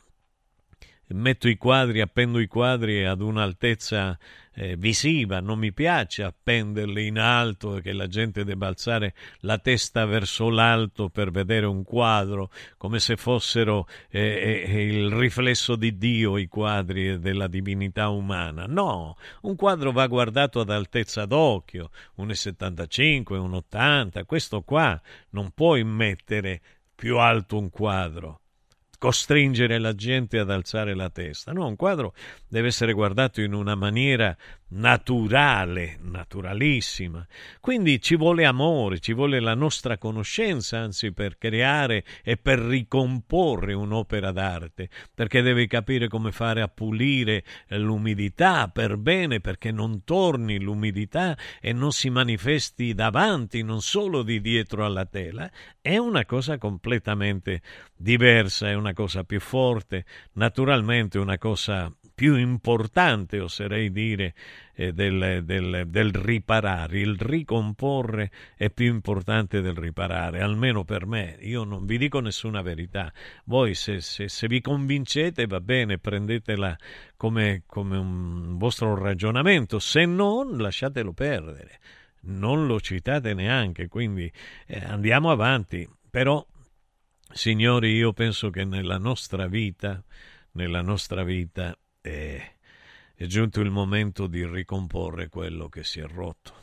metto i quadri, appendo i quadri ad un'altezza eh, visiva, non mi piace appenderli in alto e che la gente debba alzare la testa verso l'alto per vedere un quadro, come se fossero eh, eh, il riflesso di Dio i quadri e della divinità umana. No, un quadro va guardato ad altezza d'occhio, uno virgola settantacinque, uno virgola ottanta, questo qua non puoi mettere più alto un quadro, costringere la gente ad alzare la testa. No, un quadro deve essere guardato in una maniera naturale, naturalissima. Quindi ci vuole amore, ci vuole la nostra conoscenza, anzi, per creare e per ricomporre un'opera d'arte, perché devi capire come fare a pulire l'umidità per bene, perché non torni l'umidità e non si manifesti davanti, non solo di dietro alla tela. È una cosa completamente diversa, è una cosa più forte, naturalmente una cosa più importante, oserei dire, eh, del, del, del riparare. Il ricomporre è più importante del riparare, almeno per me. Io non vi dico nessuna verità. Voi se, se, se vi convincete va bene, prendetela come, come un vostro ragionamento, se non lasciatelo perdere, non lo citate neanche. Quindi eh, andiamo avanti. Però, signori, io penso che nella nostra vita, nella nostra vita è, è giunto il momento di ricomporre quello che si è rotto.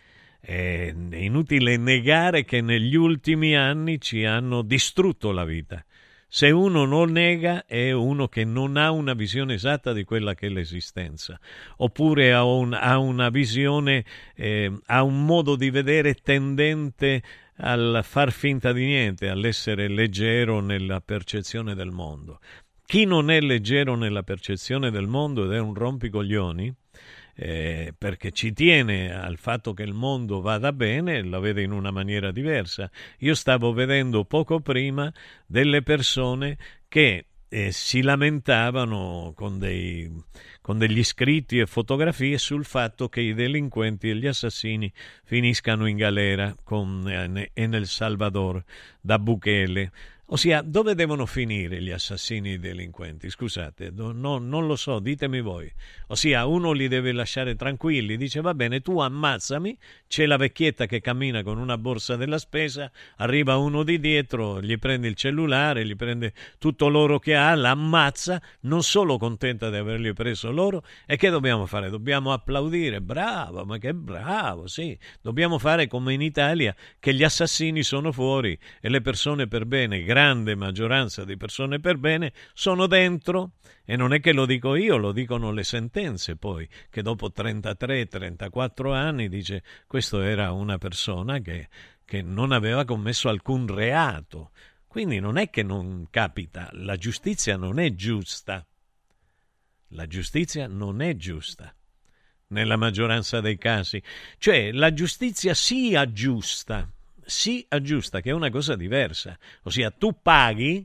È inutile negare che negli ultimi anni ci hanno distrutto la vita. Se uno non nega è uno che non ha una visione esatta di quella che è l'esistenza, oppure ha, un, ha una visione, eh, ha un modo di vedere tendente al far finta di niente, all'essere leggero nella percezione del mondo. Chi non è leggero nella percezione del mondo ed è un rompicoglioni, eh, perché ci tiene al fatto che il mondo vada bene, la vede in una maniera diversa. Io stavo vedendo poco prima delle persone che eh, si lamentavano con, dei, con degli scritti e fotografie sul fatto che i delinquenti e gli assassini finiscano in galera con, eh, e nel Salvador da Bukele. Ossia, dove devono finire gli assassini e i delinquenti? Scusate, no, no, non lo so, ditemi voi. Ossia, uno li deve lasciare tranquilli, dice va bene, tu ammazzami, c'è la vecchietta che cammina con una borsa della spesa, arriva uno di dietro, gli prende il cellulare, gli prende tutto l'oro che ha, l'ammazza, non solo contenta di avergli preso l'oro, e che dobbiamo fare? Dobbiamo applaudire, bravo, ma che bravo, sì. Dobbiamo fare come in Italia, che gli assassini sono fuori e le persone per bene, grande maggioranza di persone per bene, sono dentro. E non è che lo dico io, lo dicono le sentenze poi, che dopo trentatré trentaquattro anni dice questo era una persona che, che non aveva commesso alcun reato. Quindi non è che non capita, la giustizia non è giusta. La giustizia non è giusta nella maggioranza dei casi. Cioè la giustizia si aggiusta, si aggiusta, che è una cosa diversa. Ossia, tu paghi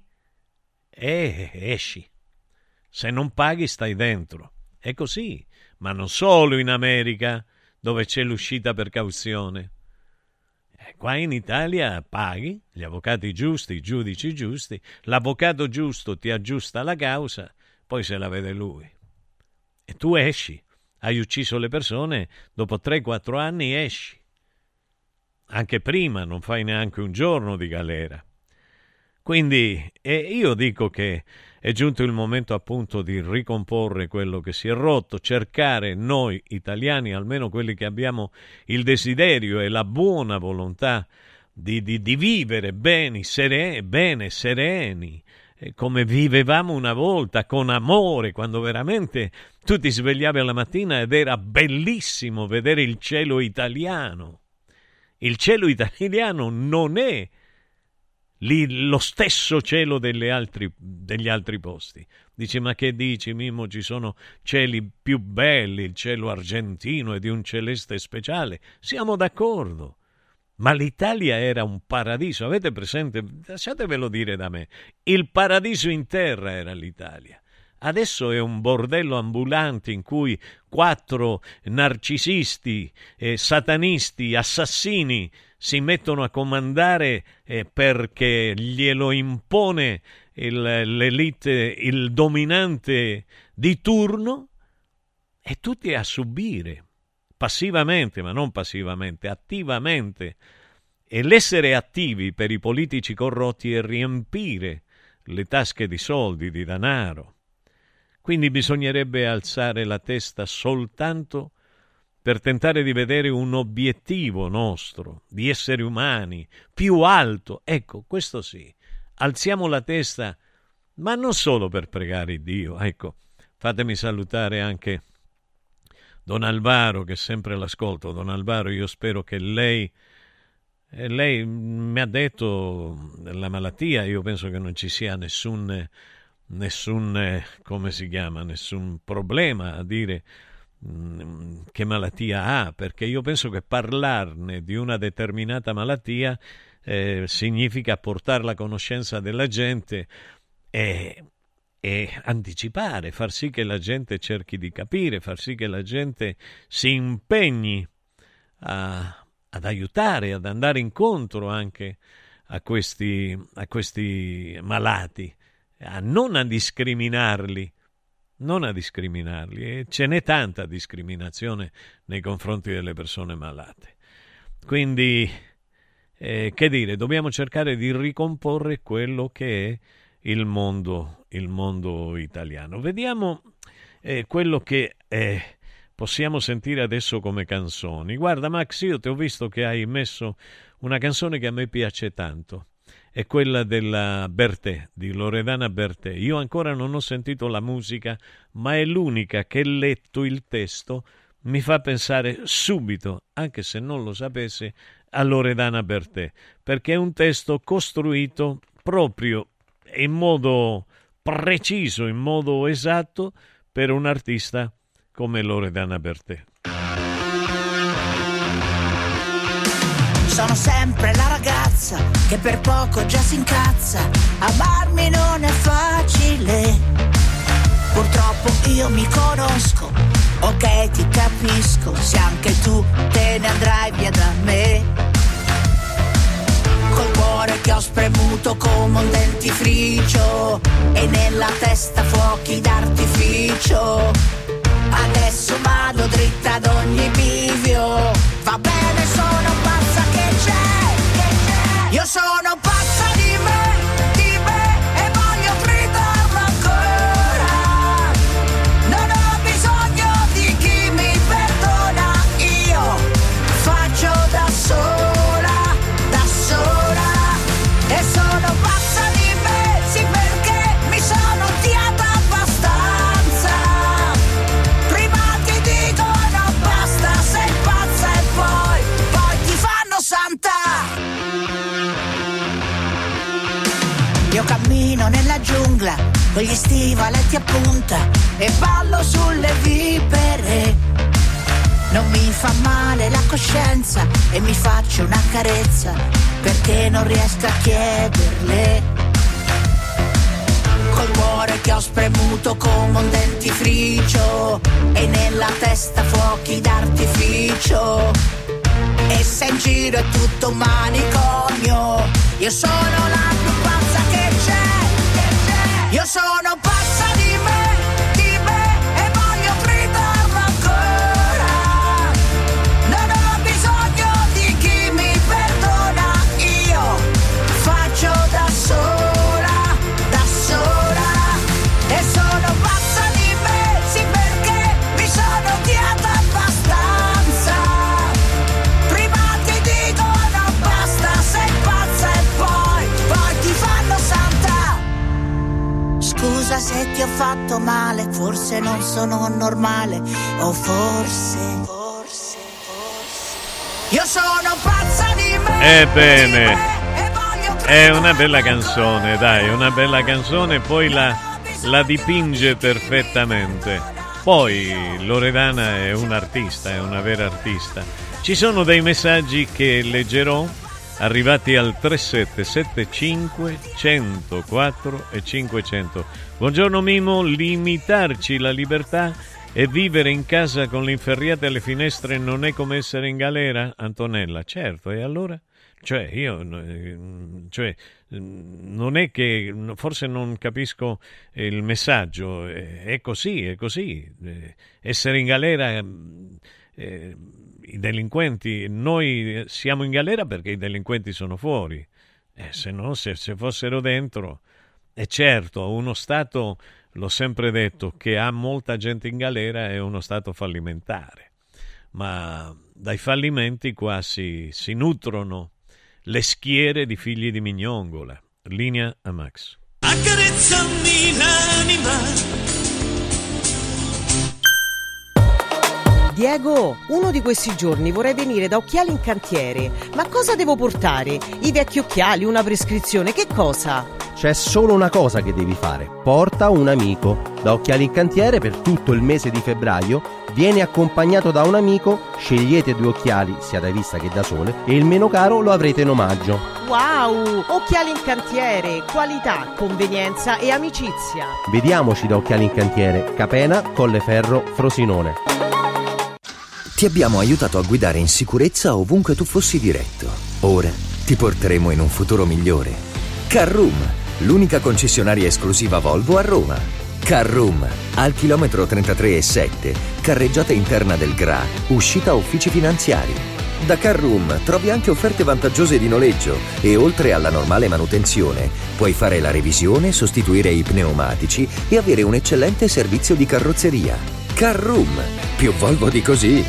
e esci. Se non paghi stai dentro. È così. Ma non solo in America, dove c'è l'uscita per cauzione. E qua in Italia paghi, gli avvocati giusti, i giudici giusti, l'avvocato giusto ti aggiusta la causa, poi se la vede lui. E tu esci. Hai ucciso le persone, dopo tre quattro anni esci. Anche prima non fai neanche un giorno di galera. Quindi eh, io dico che è giunto il momento appunto di ricomporre quello che si è rotto, cercare noi italiani, almeno quelli che abbiamo il desiderio e la buona volontà di, di, di vivere bene, sereni, bene, sereni, eh, come vivevamo una volta, con amore, quando veramente tu ti svegliavi alla mattina ed era bellissimo vedere il cielo italiano. Il cielo italiano non è lì lo stesso cielo delle altri, degli altri posti. Dice, ma che dici, Mimmo, ci sono cieli più belli, il cielo argentino è di un celeste speciale. Siamo d'accordo, ma l'Italia era un paradiso. Avete presente, lasciatevelo dire da me, il paradiso in terra era l'Italia. Adesso è un bordello ambulante in cui quattro narcisisti, eh, satanisti, assassini si mettono a comandare eh, perché glielo impone il, l'elite, il dominante di turno, e tutti a subire, passivamente, ma non passivamente, attivamente. E l'essere attivi per i politici corrotti è riempire le tasche di soldi, di denaro. Quindi bisognerebbe alzare la testa soltanto per tentare di vedere un obiettivo nostro, di esseri umani, più alto. Ecco, questo sì. Alziamo la testa, ma non solo per pregare Dio. Ecco, fatemi salutare anche Don Alvaro, che sempre l'ascolto. Don Alvaro, io spero che lei... Eh, lei mi ha detto la malattia, io penso che non ci sia nessun... nessun, come si chiama, nessun problema a dire mh, che malattia ha, perché io penso che parlarne di una determinata malattia eh, significa portare la conoscenza della gente e, e anticipare, far sì che la gente cerchi di capire, far sì che la gente si impegni a, ad aiutare, ad andare incontro anche a questi, a questi malati, a non a discriminarli, non a discriminarli. E ce n'è tanta discriminazione nei confronti delle persone malate. Quindi, eh, che dire, dobbiamo cercare di ricomporre quello che è il mondo, il mondo italiano. Vediamo eh, quello che eh, possiamo sentire adesso come canzoni. Guarda, Max, io ti ho visto che hai messo una canzone che a me piace tanto. È quella della Bertè, di Loredana Bertè. Io ancora non ho sentito la musica, ma è l'unica che, letto il testo, mi fa pensare subito, anche se non lo sapesse, a Loredana Bertè, perché è un testo costruito proprio in modo preciso, in modo esatto, per un artista come Loredana Bertè. Sono sempre la ragazza che per poco già si incazza. Amarmi non è facile. Purtroppo io mi conosco. Ok, ti capisco. Se anche tu te ne andrai via da me. Col cuore che ho spremuto come un dente nella testa fuochi d'artificio. Adesso vado dritta ad ogni bivio. Va bene, sono pazza, che c'è, che c'è? Io sono pazza di me, di me, e voglio gridarlo ancora. Non ho bisogno di chi mi perdona, io faccio da sola, da sola. E sono pazza di me, sì, perché mi sono odiata abbastanza. Prima ti dicono basta, sei pazza, e poi, poi ti fanno santa. Io cammino nella giungla con gli stivaletti a punta e ballo sulle vipere. Non mi fa male la coscienza e mi faccio una carezza perché non riesco a chiederle. Col cuore che ho spremuto come un dentifricio e nella testa fuochi d'artificio. E se in giro è tutto un manicomio, io sono la più pazza che c'è, che c'è. Io sono pazza di me, di me, e voglio gridarlo ancora. Non ho bisogno di chi mi perdona, io faccio da sola, da sola. E sono pazza di me, sì, perché mi sono odiata abbastanza. Prima ti dicono basta, sei pazza, e poi, poi ti fanno santa. Scusa se ti ho fatto male, forse non sono normale, o forse, forse, forse. Io sono pazza di me. Ebbene, è una bella canzone, dai, una bella canzone, poi la, la dipinge perfettamente. Poi Loredana è un artista, è una vera artista. Ci sono dei messaggi che leggerò, arrivati al tre sette sette cinque uno zero quattro e cinquecento. Buongiorno Mimo, limitarci la libertà e vivere in casa con l'inferriata alle finestre non è come essere in galera? Antonella, certo, e allora? Cioè, io, cioè, non è che, forse non capisco il messaggio, è così, è così. Essere in galera, eh, i delinquenti, noi siamo in galera perché i delinquenti sono fuori, eh, se no, se, se fossero dentro, è certo, uno Stato, l'ho sempre detto, che ha molta gente in galera è uno Stato fallimentare, ma dai fallimenti qua si, si nutrono le schiere di figli di mignongola. Linea a Max. Accarezzami l'anima. Diego, uno di questi giorni vorrei venire da Occhiali in Cantiere. Ma cosa devo portare? I vecchi occhiali, una prescrizione, che cosa? C'è solo una cosa che devi fare. Porta un amico. Da Occhiali in Cantiere per tutto il mese di febbraio vieni accompagnato da un amico, scegliete due occhiali, sia da vista che da sole, e il meno caro lo avrete in omaggio. Wow! Occhiali in Cantiere, qualità, convenienza e amicizia. Vediamoci da Occhiali in Cantiere, Capena, Colleferro, Frosinone. Ti abbiamo aiutato a guidare in sicurezza ovunque tu fossi diretto. Ora ti porteremo in un futuro migliore. Carroom, l'unica concessionaria esclusiva Volvo a Roma. Carroom, al chilometro trentatré e sette, carreggiata interna del Gra, uscita uffici finanziari. Da Carroom trovi anche offerte vantaggiose di noleggio e oltre alla normale manutenzione puoi fare la revisione, sostituire i pneumatici e avere un eccellente servizio di carrozzeria. Carroom, più Volvo di così.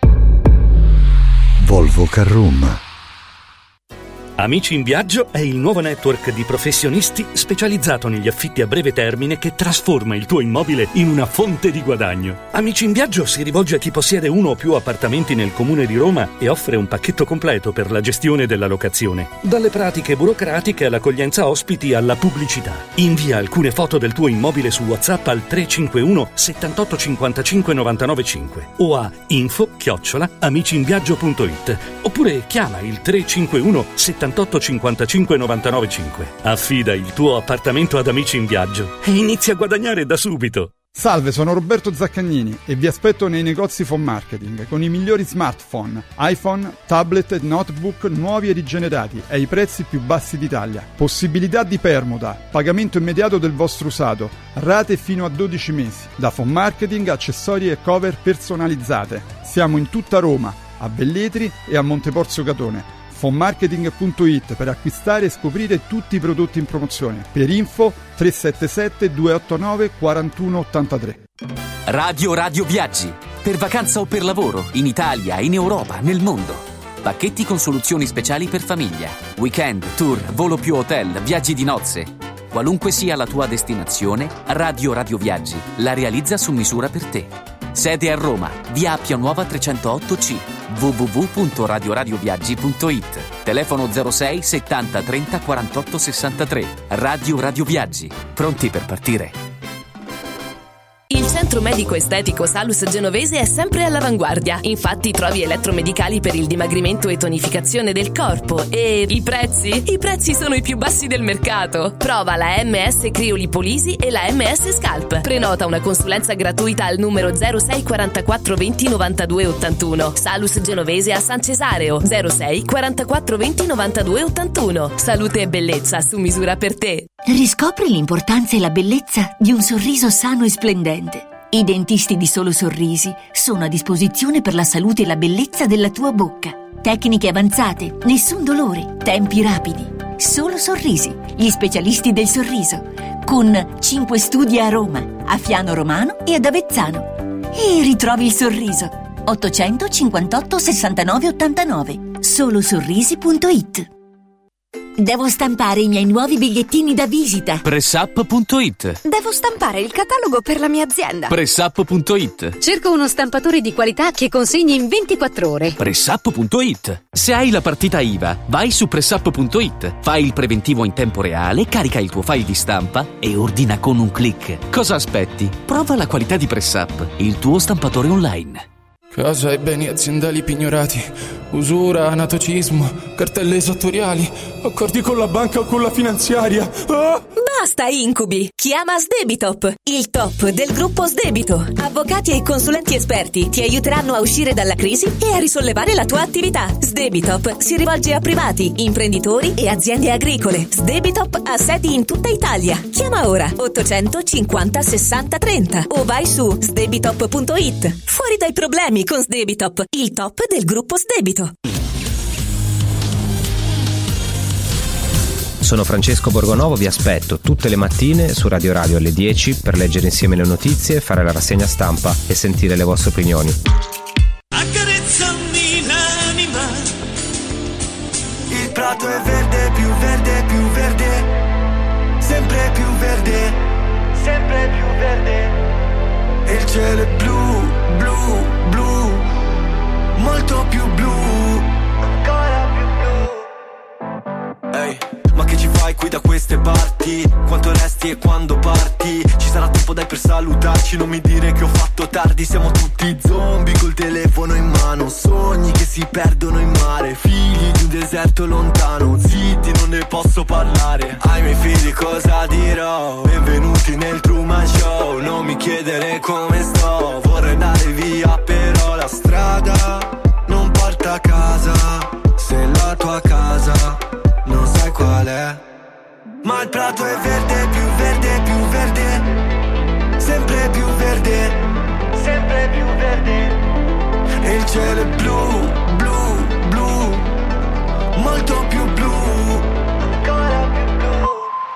Volvo Carroom. Amici in Viaggio è il nuovo network di professionisti specializzato negli affitti a breve termine che trasforma il tuo immobile in una fonte di guadagno. Amici in Viaggio si rivolge a chi possiede uno o più appartamenti nel comune di Roma e offre un pacchetto completo per la gestione della locazione. Dalle pratiche burocratiche all'accoglienza ospiti alla pubblicità. Invia alcune foto del tuo immobile su WhatsApp al tre cinque uno settantotto cinquantacinque novantanove cinque o a info chiocciola amiciinviaggio punto it oppure chiama il tre cinque uno settantotto cinquantacinque novantanove cinque. Affida il tuo appartamento ad Amici in Viaggio e inizia a guadagnare da subito. Salve, sono Roberto Zaccagnini e vi aspetto nei negozi Phone Marketing con i migliori smartphone, iPhone, tablet e notebook nuovi e rigenerati ai prezzi più bassi d'Italia. Possibilità di permuta, pagamento immediato del vostro usato, rate fino a dodici mesi. Da Phone Marketing, accessori e cover personalizzate. Siamo in tutta Roma, a Velletri e a Monteporzio Catone. phone marketing punto it per acquistare e scoprire tutti i prodotti in promozione. Per info tre sette sette due otto nove quattro uno otto tre. Radio Radio Viaggi. Per vacanza o per lavoro, in Italia, in Europa, nel mondo. Pacchetti con soluzioni speciali per famiglia. Weekend, tour, volo più hotel, viaggi di nozze. Qualunque sia la tua destinazione, Radio Radio Viaggi la realizza su misura per te. Sede a Roma, via Appia Nuova trecentootto C, w w w punto radio radio viaggi punto it. Telefono zero sei settanta trenta quarantotto sessantatré. Radio Radio Viaggi, pronti per partire. Il centro medico estetico Salus Genovese è sempre all'avanguardia. Infatti trovi elettromedicali per il dimagrimento e tonificazione del corpo. E i prezzi? I prezzi sono i più bassi del mercato. Prova la M S Criolipolisi e la M S Scalp. Prenota una consulenza gratuita al numero zero sei quarantaquattro venti novantadue ottantuno. Salus Genovese a San Cesareo zero sei quarantaquattro venti novantadue ottantuno. Salute e bellezza su misura per te. Riscopri l'importanza e la bellezza di un sorriso sano e splendente. I dentisti di Solo Sorrisi sono a disposizione per la salute e la bellezza della tua bocca. Tecniche avanzate, nessun dolore, tempi rapidi. Solo Sorrisi, gli specialisti del sorriso, con cinque studi a Roma, a Fiano Romano e ad Avezzano. E ritrovi il sorriso. ottocentocinquantotto sessantanove ottantanove. solo sorrisi punto it. Devo stampare i miei nuovi bigliettini da visita. Pressup punto it. Devo stampare il catalogo per la mia azienda. Pressup punto it. Cerco uno stampatore di qualità che consegni in ventiquattro ore. Pressup punto it. Se hai la partita I V A, vai su Pressup punto it. Fai il preventivo in tempo reale, carica il tuo file di stampa e ordina con un click. Cosa aspetti? Prova la qualità di Pressup, il tuo stampatore online. Casa e beni aziendali pignorati, usura, anatocismo, cartelle esattoriali, accordi con la banca o con la finanziaria. Ah! Basta incubi! Chiama Sdebitop, il top del gruppo Sdebito. Avvocati e consulenti esperti ti aiuteranno a uscire dalla crisi e a risollevare la tua attività. Sdebitop si rivolge a privati, imprenditori e aziende agricole. Sdebitop ha sedi in tutta Italia. Chiama ora ottocentocinquanta sessanta trenta o vai su sdebitop punto it. Fuori dai problemi con Sdebitop, il top del gruppo Sdebito. Sono Francesco Borgonovo, vi aspetto tutte le mattine su Radio Radio alle dieci per leggere insieme le notizie, fare la rassegna stampa e sentire le vostre opinioni. Accarezzami l'anima. Il prato è verde, più verde, più verde, sempre più verde, sempre più verde. E il cielo è blu, blu, blu, molto più blu, ancora più blu. Ehi, ma che ci fai qui da queste parti? Quanto resti e quando parti? Ci sarà tempo dai per salutarci, non mi dire che ho fatto tardi. Siamo tutti zombie col telefono in mano, sogni che si perdono in mare, figli di un deserto lontano. Zitti, non ne posso parlare, ai miei figli cosa dirò? Benvenuti nel Truman Show, non mi chiedere come sto. Vorrei andare via però la strada non porta a casa. Se la tua casa non sai qual è, ma il prato è verde, più verde, più verde, sempre più verde, sempre più verde. E il cielo è blu, blu, blu, molto più blu, ancora più blu.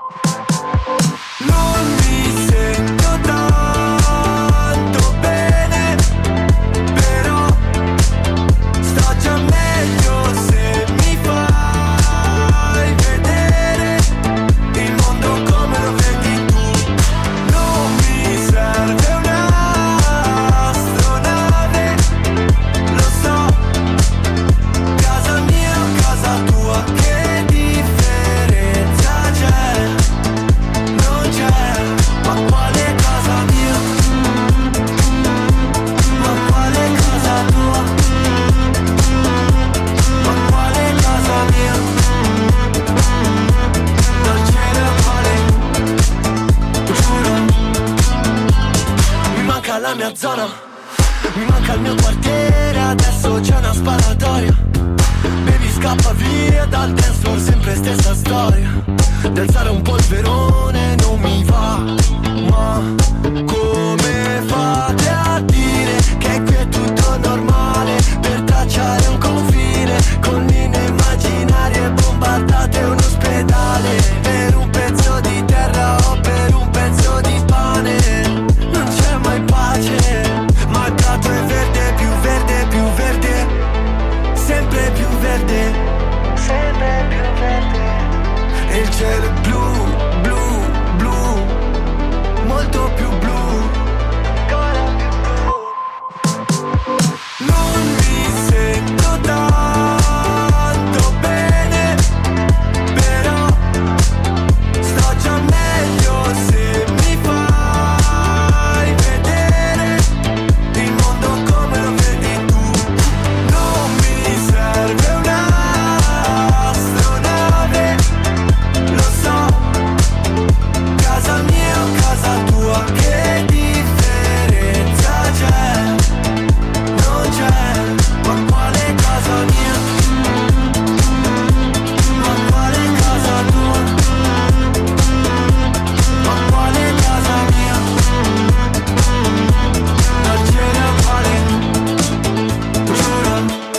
Non mi sento tanto bene, però sto già meglio se mi fai vedere il mondo come lo vedi tu. Non mi serve un'astronave, lo so, zona. Mi manca il mio quartiere, adesso c'è una sparatoria. Baby scappa via dal dance floor, sempre stessa storia. D'alzare un polverone non mi va, ma come fate a dire che qui è tutto normale? Per tracciare un confine con linee immaginarie bombardate un ospedale. Per un pezzo di terra o per un pezzo di pane non c'è mai pace, ma il prato è verde, più verde, più verde, sempre più verde, sempre più verde. E il cielo è blu, blu, blu, molto più blu, ancora più blu. Non mi sento tanto bene, però sto già meglio se mi fai vedere il mondo come lo vedi tu. Non mi serve un'astronave, lo so, casa mia o casa tua, che differenza c'è? Non c'è, ma quale casa mia? Ma quale casa tua? Ma quale casa mia? Non ce ne vale, giuro.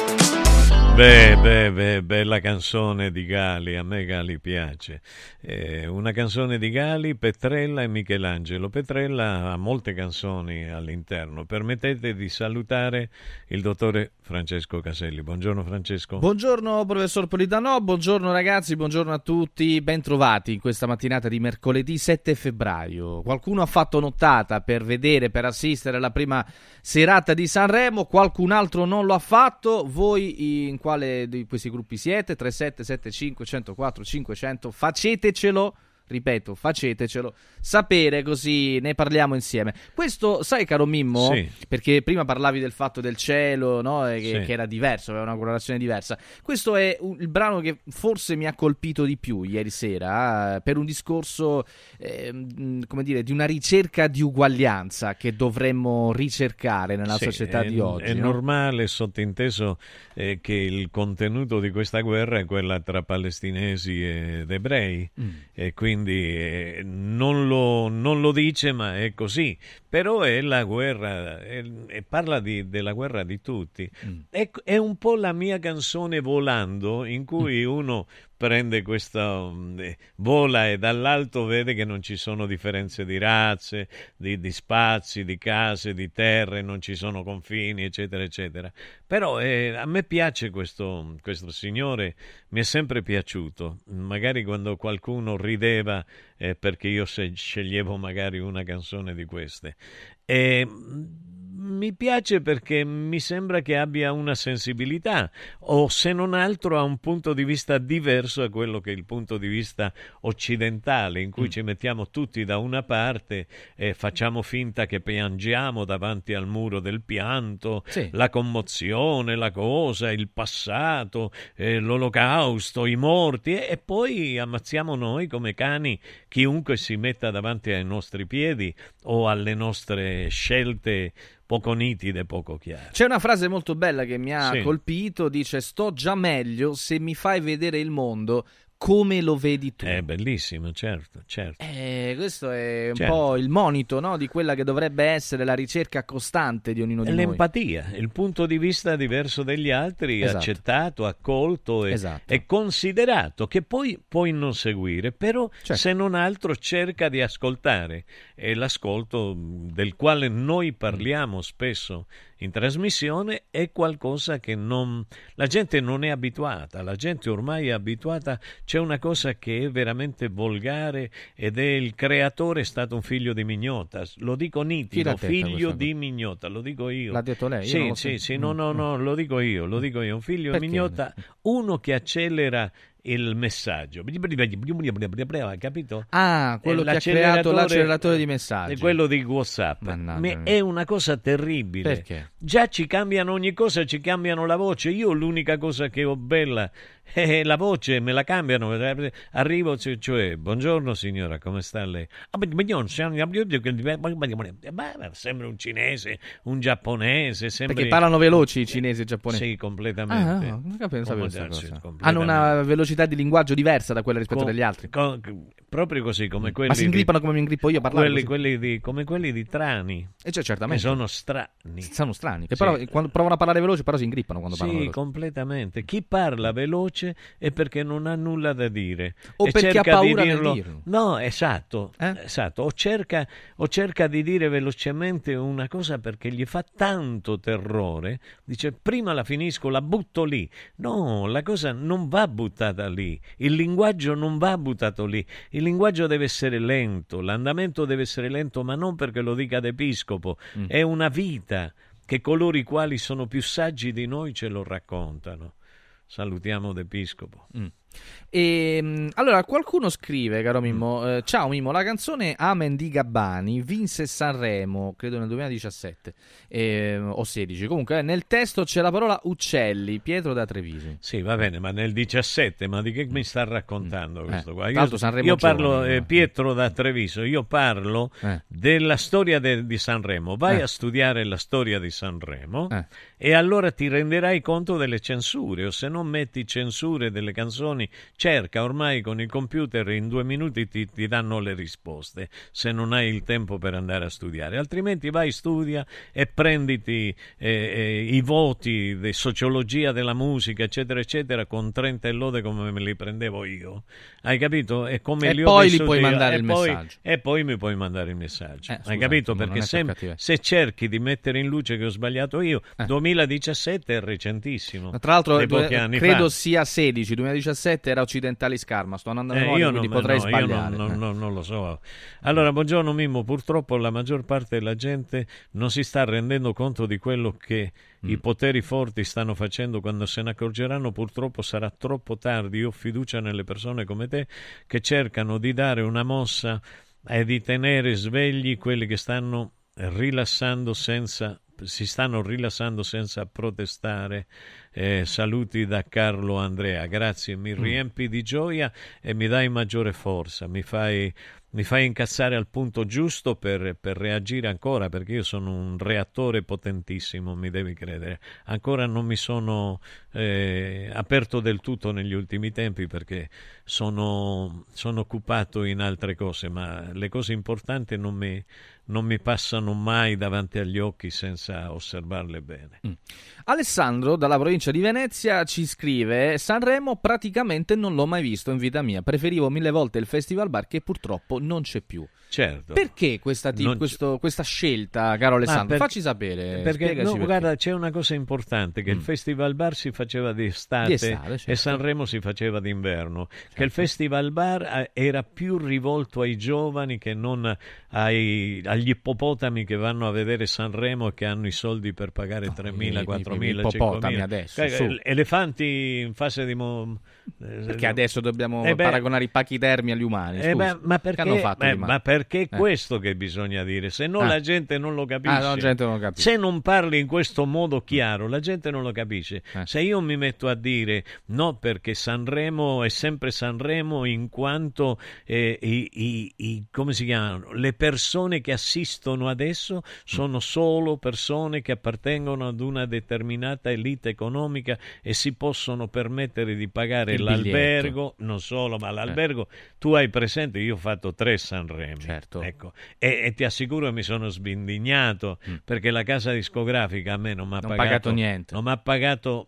Beh, beh, beh, bella canzone di Gali, a me Gali piace. Eh, una canzone di Gali, Petrella e Michelangelo. Petrella ha molte canzoni all'interno. Permettete di salutare il dottore Francesco Caselli. Buongiorno Francesco. Buongiorno professor Politano, buongiorno ragazzi, buongiorno a tutti, ben trovati in questa mattinata di mercoledì sette febbraio. Qualcuno ha fatto nottata per vedere, per assistere alla prima serata di Sanremo, qualcun altro non lo ha fatto. Voi in quale di questi gruppi siete? tre sette sette cinque uno zero quattro cinquecento, facetecelo, ripeto, facetecelo sapere, così ne parliamo insieme. Questo, sai caro Mimmo, Sì. perché prima parlavi del fatto del cielo, no? E che, Sì. che era diverso, aveva una colorazione diversa. Questo è un- il brano che forse mi ha colpito di più ieri sera, eh, per un discorso, eh, mh, come dire, di una ricerca di uguaglianza che dovremmo ricercare nella Sì, società è, di oggi. È no? normale, sottinteso, eh, che il contenuto di questa guerra è quella tra palestinesi ed ebrei, Mm. e quindi eh, non, lo, non lo dice, ma è così. Però è la guerra, è- e parla di- della guerra di tutti. Mm. È, è un po' la mia canzone Volando, in cui uno prende questa, um, eh, vola e dall'alto vede che non ci sono differenze di razze, di, di spazi, di case, di terre, non ci sono confini, eccetera, eccetera. Però eh, a me piace questo, questo signore, mi è sempre piaciuto. Magari quando qualcuno rideva eh, perché io se- sceglievo magari una canzone di queste. E, mm, mi piace perché mi sembra che abbia una sensibilità, o se non altro ha un punto di vista diverso da quello che è il punto di vista occidentale, in cui Mm. ci mettiamo tutti da una parte e facciamo finta che piangiamo davanti al muro del pianto, Sì. la commozione, la cosa, il passato, eh, l'olocausto, i morti, e, e poi ammazziamo noi come cani chiunque si metta davanti ai nostri piedi o alle nostre scelte poco nitide, poco chiare. C'è una frase molto bella che mi ha Sì. colpito, dice: sto già meglio se mi fai vedere il mondo come lo vedi tu. È bellissimo, certo, certo. Eh, questo è un Certo. po' il monito, no, di quella che dovrebbe essere la ricerca costante di ognuno di noi. L'empatia, il punto di vista diverso degli altri, Esatto. accettato, accolto e, Esatto. e considerato, che poi puoi non seguire, però Certo. se non altro cerca di ascoltare. E l'ascolto, mh, del quale noi parliamo spesso in trasmissione, è qualcosa che non, la gente non è abituata, la gente ormai è abituata. C'è una cosa che è veramente volgare, ed è: il creatore è stato un figlio di Mignotta, lo dico Chi nitido, l'ha detta figlio questa di Mignotta, lo dico io. L'ha detto lei? Io Sì, non lo sì, so. sì, no, Mm, no, mm. no, lo dico io, lo dico io, un figlio di Perché? Mignotta, uno che accelera il messaggio, capito? Ah, quello Eh, che ha creato l'acceleratore di messaggi. È quello di WhatsApp. Mannaggia Mi- mia. è una cosa terribile. Perché? Già ci cambiano ogni cosa, ci cambiano la voce. Io l'unica cosa che ho bella E la voce me la cambiano, arrivo, cioè, buongiorno signora, come sta lei? Beh, sembra un cinese, un giapponese, sembri... Perché parlano veloci i cinesi e i giapponesi? Sì, completamente. Ah, no, non sapevo questa cosa. completamente. Hanno una velocità di linguaggio diversa da quella rispetto Co- agli altri. co- proprio così, come quelli Ma si ingrippano di, come mi ingrippo io a parlare quelli, così. quelli di, come quelli di Trani. E cioè, certamente. Che sono strani. Sono strani. Che Sì. però quando provano a parlare veloce, però si ingrippano quando parlano Sì, veloce. completamente. Chi parla veloce è perché non ha nulla da dire. O e perché cerca ha paura di nel dirlo. dirlo. No, esatto. Eh? esatto. O, cerca, o cerca di dire velocemente una cosa perché gli fa tanto terrore. Dice, prima la finisco, la butto lì. No, la cosa non va buttata lì. Il linguaggio non va buttato lì. Il linguaggio deve essere lento. L'andamento deve essere lento, ma non perché lo dica d'episcopo. Mm. È una vita che coloro i quali sono più saggi di noi ce lo raccontano. Salutiamo d'episcopo. Mm. E, allora qualcuno scrive, caro Mimmo, mm. eh, ciao Mimmo, la canzone Amen di Gabbani vinse Sanremo credo nel duemiladiciassette eh, o sedici, comunque eh, nel testo c'è la parola uccelli, Pietro da Treviso. Sì, va bene, ma nel diciassette, ma di che mi sta raccontando mm. questo qua? Io, Sanremo io parlo giovane, eh, Pietro da Treviso, io parlo eh. della storia de, di Sanremo. Vai eh. a studiare la storia di Sanremo eh. e allora ti renderai conto delle censure, o se non metti censure delle canzoni, cerca, ormai con il computer in due minuti ti, ti danno le risposte se non hai il tempo per andare a studiare, altrimenti vai, studia e prenditi eh, eh, i voti di sociologia della musica eccetera eccetera con trenta e lode come me li prendevo io, hai capito? E, come e li poi ho li puoi io. mandare e il poi, messaggio e poi mi puoi mandare il messaggio, eh, hai scusate, capito? Perché se, se cerchi di mettere in luce che ho sbagliato io, eh. duemiladiciassette è recentissimo, tra l'altro due, credo fa. sia sedici, duemiladiciassette era Occidentali Scarma, sto andando a eh, memoria, io quindi non, potrei no, sbagliare. Io non, eh. non, non lo so. Allora, buongiorno Mimmo, purtroppo la maggior parte della gente non si sta rendendo conto di quello che mm. i poteri forti stanno facendo. Quando se ne accorgeranno purtroppo sarà troppo tardi. Io ho fiducia nelle persone come te che cercano di dare una mossa e di tenere svegli quelli che stanno rilassando senza si stanno rilassando senza protestare. Eh, saluti da Carlo Andrea, grazie, mi mm. riempi di gioia e mi dai maggiore forza, mi fai, mi fai incazzare al punto giusto per, per reagire ancora, perché io sono un reattore potentissimo, mi devi credere. Ancora non mi sono eh, aperto del tutto negli ultimi tempi perché sono, sono occupato in altre cose, ma le cose importanti non mi, non mi passano mai davanti agli occhi senza osservarle bene. Mm. Alessandro dalla provincia di Venezia ci scrive: Sanremo praticamente non l'ho mai visto in vita mia, preferivo mille volte il Festival Bar che purtroppo non c'è più. Certo. Perché questa, t- questo, questa scelta, caro Alessandro? Per, Facci sapere. Perché, no, perché. Guarda, c'è una cosa importante, che mm. il Festival Bar si faceva d'estate, di estate, certo. e Sanremo si faceva d'inverno, certo. Che il Festival Bar era più rivolto ai giovani che non ai, agli ippopotami che vanno a vedere Sanremo e che hanno i soldi per pagare no, tremila, quattromila, cinquemila adesso, elefanti in fase di mo... perché adesso dobbiamo eh beh, paragonare i pachidermi agli umani, eh beh, ma perché, hanno fatto eh, ma perché è eh. questo che bisogna dire, se no ah. la gente non lo capisce. Ah, no, la gente non lo capisce. Se non parli in questo modo chiaro la gente non lo capisce. eh. Se io mi metto a dire no, perché Sanremo è sempre Sanremo in quanto eh, i, i, i, come si chiamano, le persone che assistono adesso sono solo persone che appartengono ad una determinata elite economica e si possono permettere di pagare il l'albergo, biglietto. non solo, ma l'albergo, eh. tu hai presente, io ho fatto tre Sanremi, certo. ecco, e, e ti assicuro che mi sono sbindignato mm. perché la casa discografica a me non mi ha pagato, pagato niente, non mi ha pagato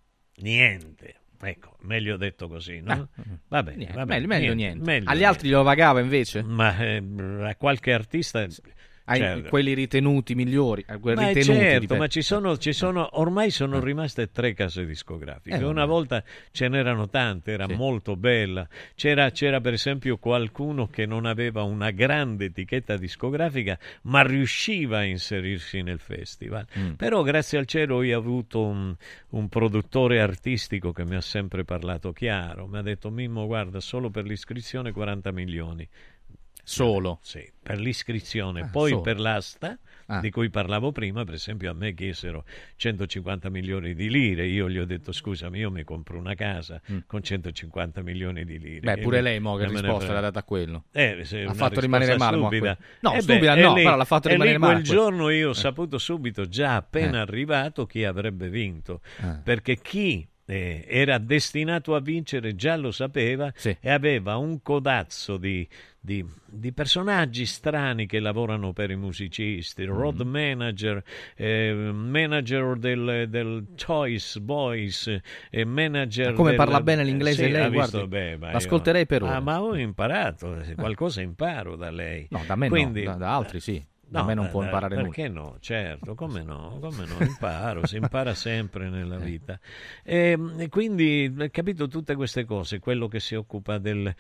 niente. Ecco, meglio detto così, no? Ah, va bene, niente, va bene, meglio, meglio niente. niente. Meglio Agli niente. altri lo pagava invece? Ma eh, a qualche artista... Ai, certo. quelli ritenuti migliori, ma ritenuti, certo, ma ci sono, ci sono ormai sono rimaste tre case discografiche. Eh, una volta ce n'erano tante, era sì. molto bella. C'era, c'era per esempio qualcuno che non aveva una grande etichetta discografica, ma riusciva a inserirsi nel festival. Mm. Però grazie al cielo io ho avuto un, un produttore artistico che mi ha sempre parlato chiaro. Mi ha detto: Mimmo, guarda, solo per l'iscrizione quaranta milioni. Solo? Sì, per l'iscrizione, Ah, poi solo. per l'asta, Ah. di cui parlavo prima, per esempio a me chiesero centocinquanta milioni di lire, io gli ho detto scusami, io mi compro una casa Mm. con centocinquanta milioni di lire. Beh, Che pure mi- lei mo che che me ne risposta frega. l'ha data a quello. Eh, se Ha una fatto risposta rimanere male mo a stupida. quello. No, Eh stupida beh, no, e lì- però l'ha fatto e lì rimanere male a quel quello. giorno io ho Eh. saputo subito, già appena Eh. arrivato, chi avrebbe vinto, Eh. perché chi eh, era destinato a vincere già lo sapeva e aveva un codazzo di, di, di personaggi strani che lavorano per i musicisti, road manager, eh, manager del, del Choice Boys, eh, manager Ma come del- parla bene l'inglese sì, lei, ha visto? guardi, Beh, ma io- l'ascolterei per ora. Ah, ma ho imparato, qualcosa imparo da lei. No, da me Quindi, no, da, da altri sì. Da no, me non da- può da- imparare nulla. perché no? Certo, come no? Come no? Imparo, si impara sempre nella vita. E, e quindi, eh, capito, tutte queste cose, quello che si occupa del,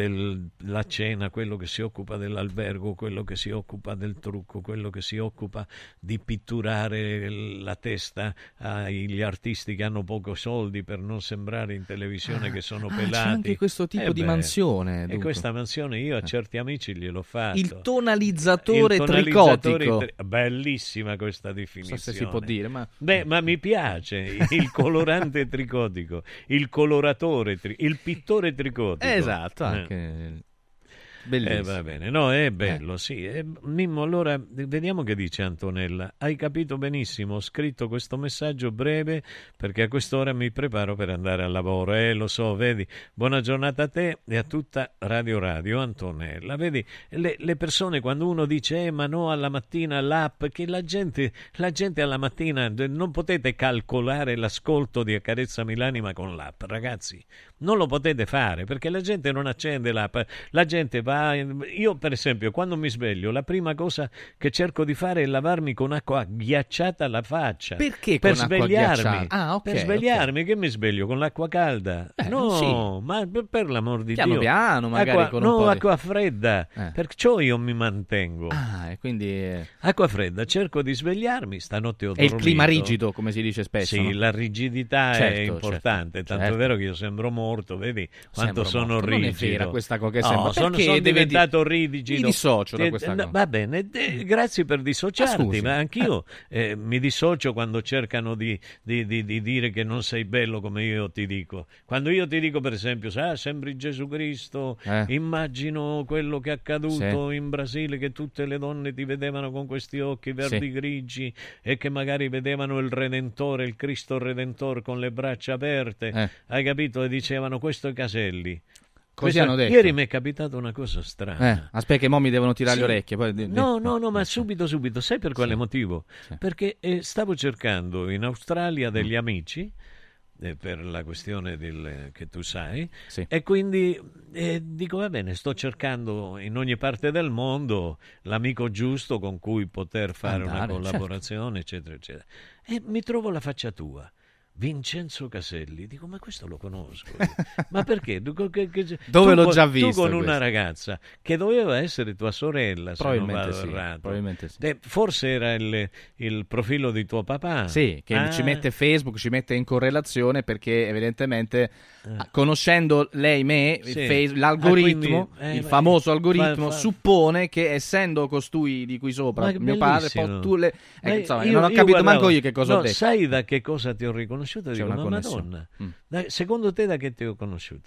della cena, quello che si occupa dell'albergo, quello che si occupa del trucco, quello che si occupa di pitturare la testa agli artisti che hanno poco soldi per non sembrare in televisione che sono ah, pelati. c'è anche questo tipo Eh di beh, mansione, E dunque. questa mansione io a certi amici gliel'ho fatto. Il tonalizzatore, Il tonalizzatore tricotico. tri- Bellissima questa definizione. Non so se si può dire, ma... Beh, ma mi piace il colorante tricotico, il coloratore, tri- il pittore tricotico. Esatto, Eh. anche... Eh, Bellissimo. va bene, no, è bello, sì. Eh, Mimmo, allora vediamo che dice Antonella. Hai capito benissimo, ho scritto questo messaggio breve perché a quest'ora mi preparo per andare al lavoro. Eh, lo so, vedi. Buona giornata a te e a tutta Radio Radio, Antonella. Vedi, le, le persone quando uno dice eh, ma no, alla mattina l'app, che la gente, la gente alla mattina non potete calcolare l'ascolto di Accarezzami l'anima con l'app, ragazzi. Non lo potete fare perché la gente non accende l'app, la gente va. Io, per esempio, quando mi sveglio, la prima cosa che cerco di fare è lavarmi con acqua ghiacciata la faccia. Perché per con acqua svegliarmi? ghiacciata? Ah, ok, per svegliarmi, che mi sveglio con l'acqua calda? Eh, no, sì. ma per, per l'amor di Piano Dio. piano, magari acqua, con un no, po' di- acqua fredda, Eh. perciò io mi mantengo. Ah, e quindi... eh, Acqua fredda, cerco di svegliarmi, stanotte ho È il dormito. clima rigido, come si dice spesso. Sì, no? la rigidità è Certo, importante, certo, tanto certo. è vero che io sembro morto, vedi quanto Sembro sono morto. Non è rigido. vera questa cosa che No, sembra. sono, Perché sono deve diventato dire- rigido. Mi dissocio da Eh, questa eh, cosa. Va bene, eh, grazie per dissociarti, Ah, scusi. ma anch'io eh, mi dissocio quando cercano di, di- di- di dire che non sei bello come io ti dico. Quando io ti dico, per esempio, ah, sembri Gesù Cristo, Eh. immagino quello che è accaduto in Brasile, che tutte le donne ti vedevano con questi occhi verdi Sì. grigi e che magari vedevano il Redentore, il Cristo Redentore con le braccia aperte, Eh. hai capito? E dicevano questo è Caselli. Così Questo- hanno detto. Ieri mi è capitata una cosa strana. Eh, aspetta che mo mi devono tirare Sì. le orecchie. Poi... di- di- No, no, no, ma subito, subito. Sai per quale motivo? Perché eh, stavo cercando in Australia Mm. degli amici, eh, per la questione del, che tu sai, Sì. e quindi eh, dico, va bene, sto cercando in ogni parte del mondo l'amico giusto con cui poter fare Andare, una collaborazione, eccetera, eccetera. E mi trovo la faccia tua. Vincenzo Caselli, dico ma questo lo conosco io. Ma perché? Tu, che, che, Dove tu l'ho con- già tu visto con una questo? ragazza che doveva essere tua sorella, se non Probabilmente vado sì, errato. probabilmente sì. Eh, forse era il, il profilo di tuo papà. Sì, che Ah, ci mette Facebook, ci mette in correlazione perché evidentemente Eh. conoscendo lei me, il Sì. face- l'algoritmo, Ah, quindi, eh, il ma- famoso algoritmo fa- fa- suppone che essendo costui di qui sopra, Ma mio padre, bellissimo. poi tu le... Ma eh, insomma, io- non ho io capito guardavo- manco io che cosa no, ho detto. Sai da che cosa ti ho riconosciuto? C'è Dico, una ma connessione. Madonna, Mm. dai, secondo te da che ti ho conosciuto?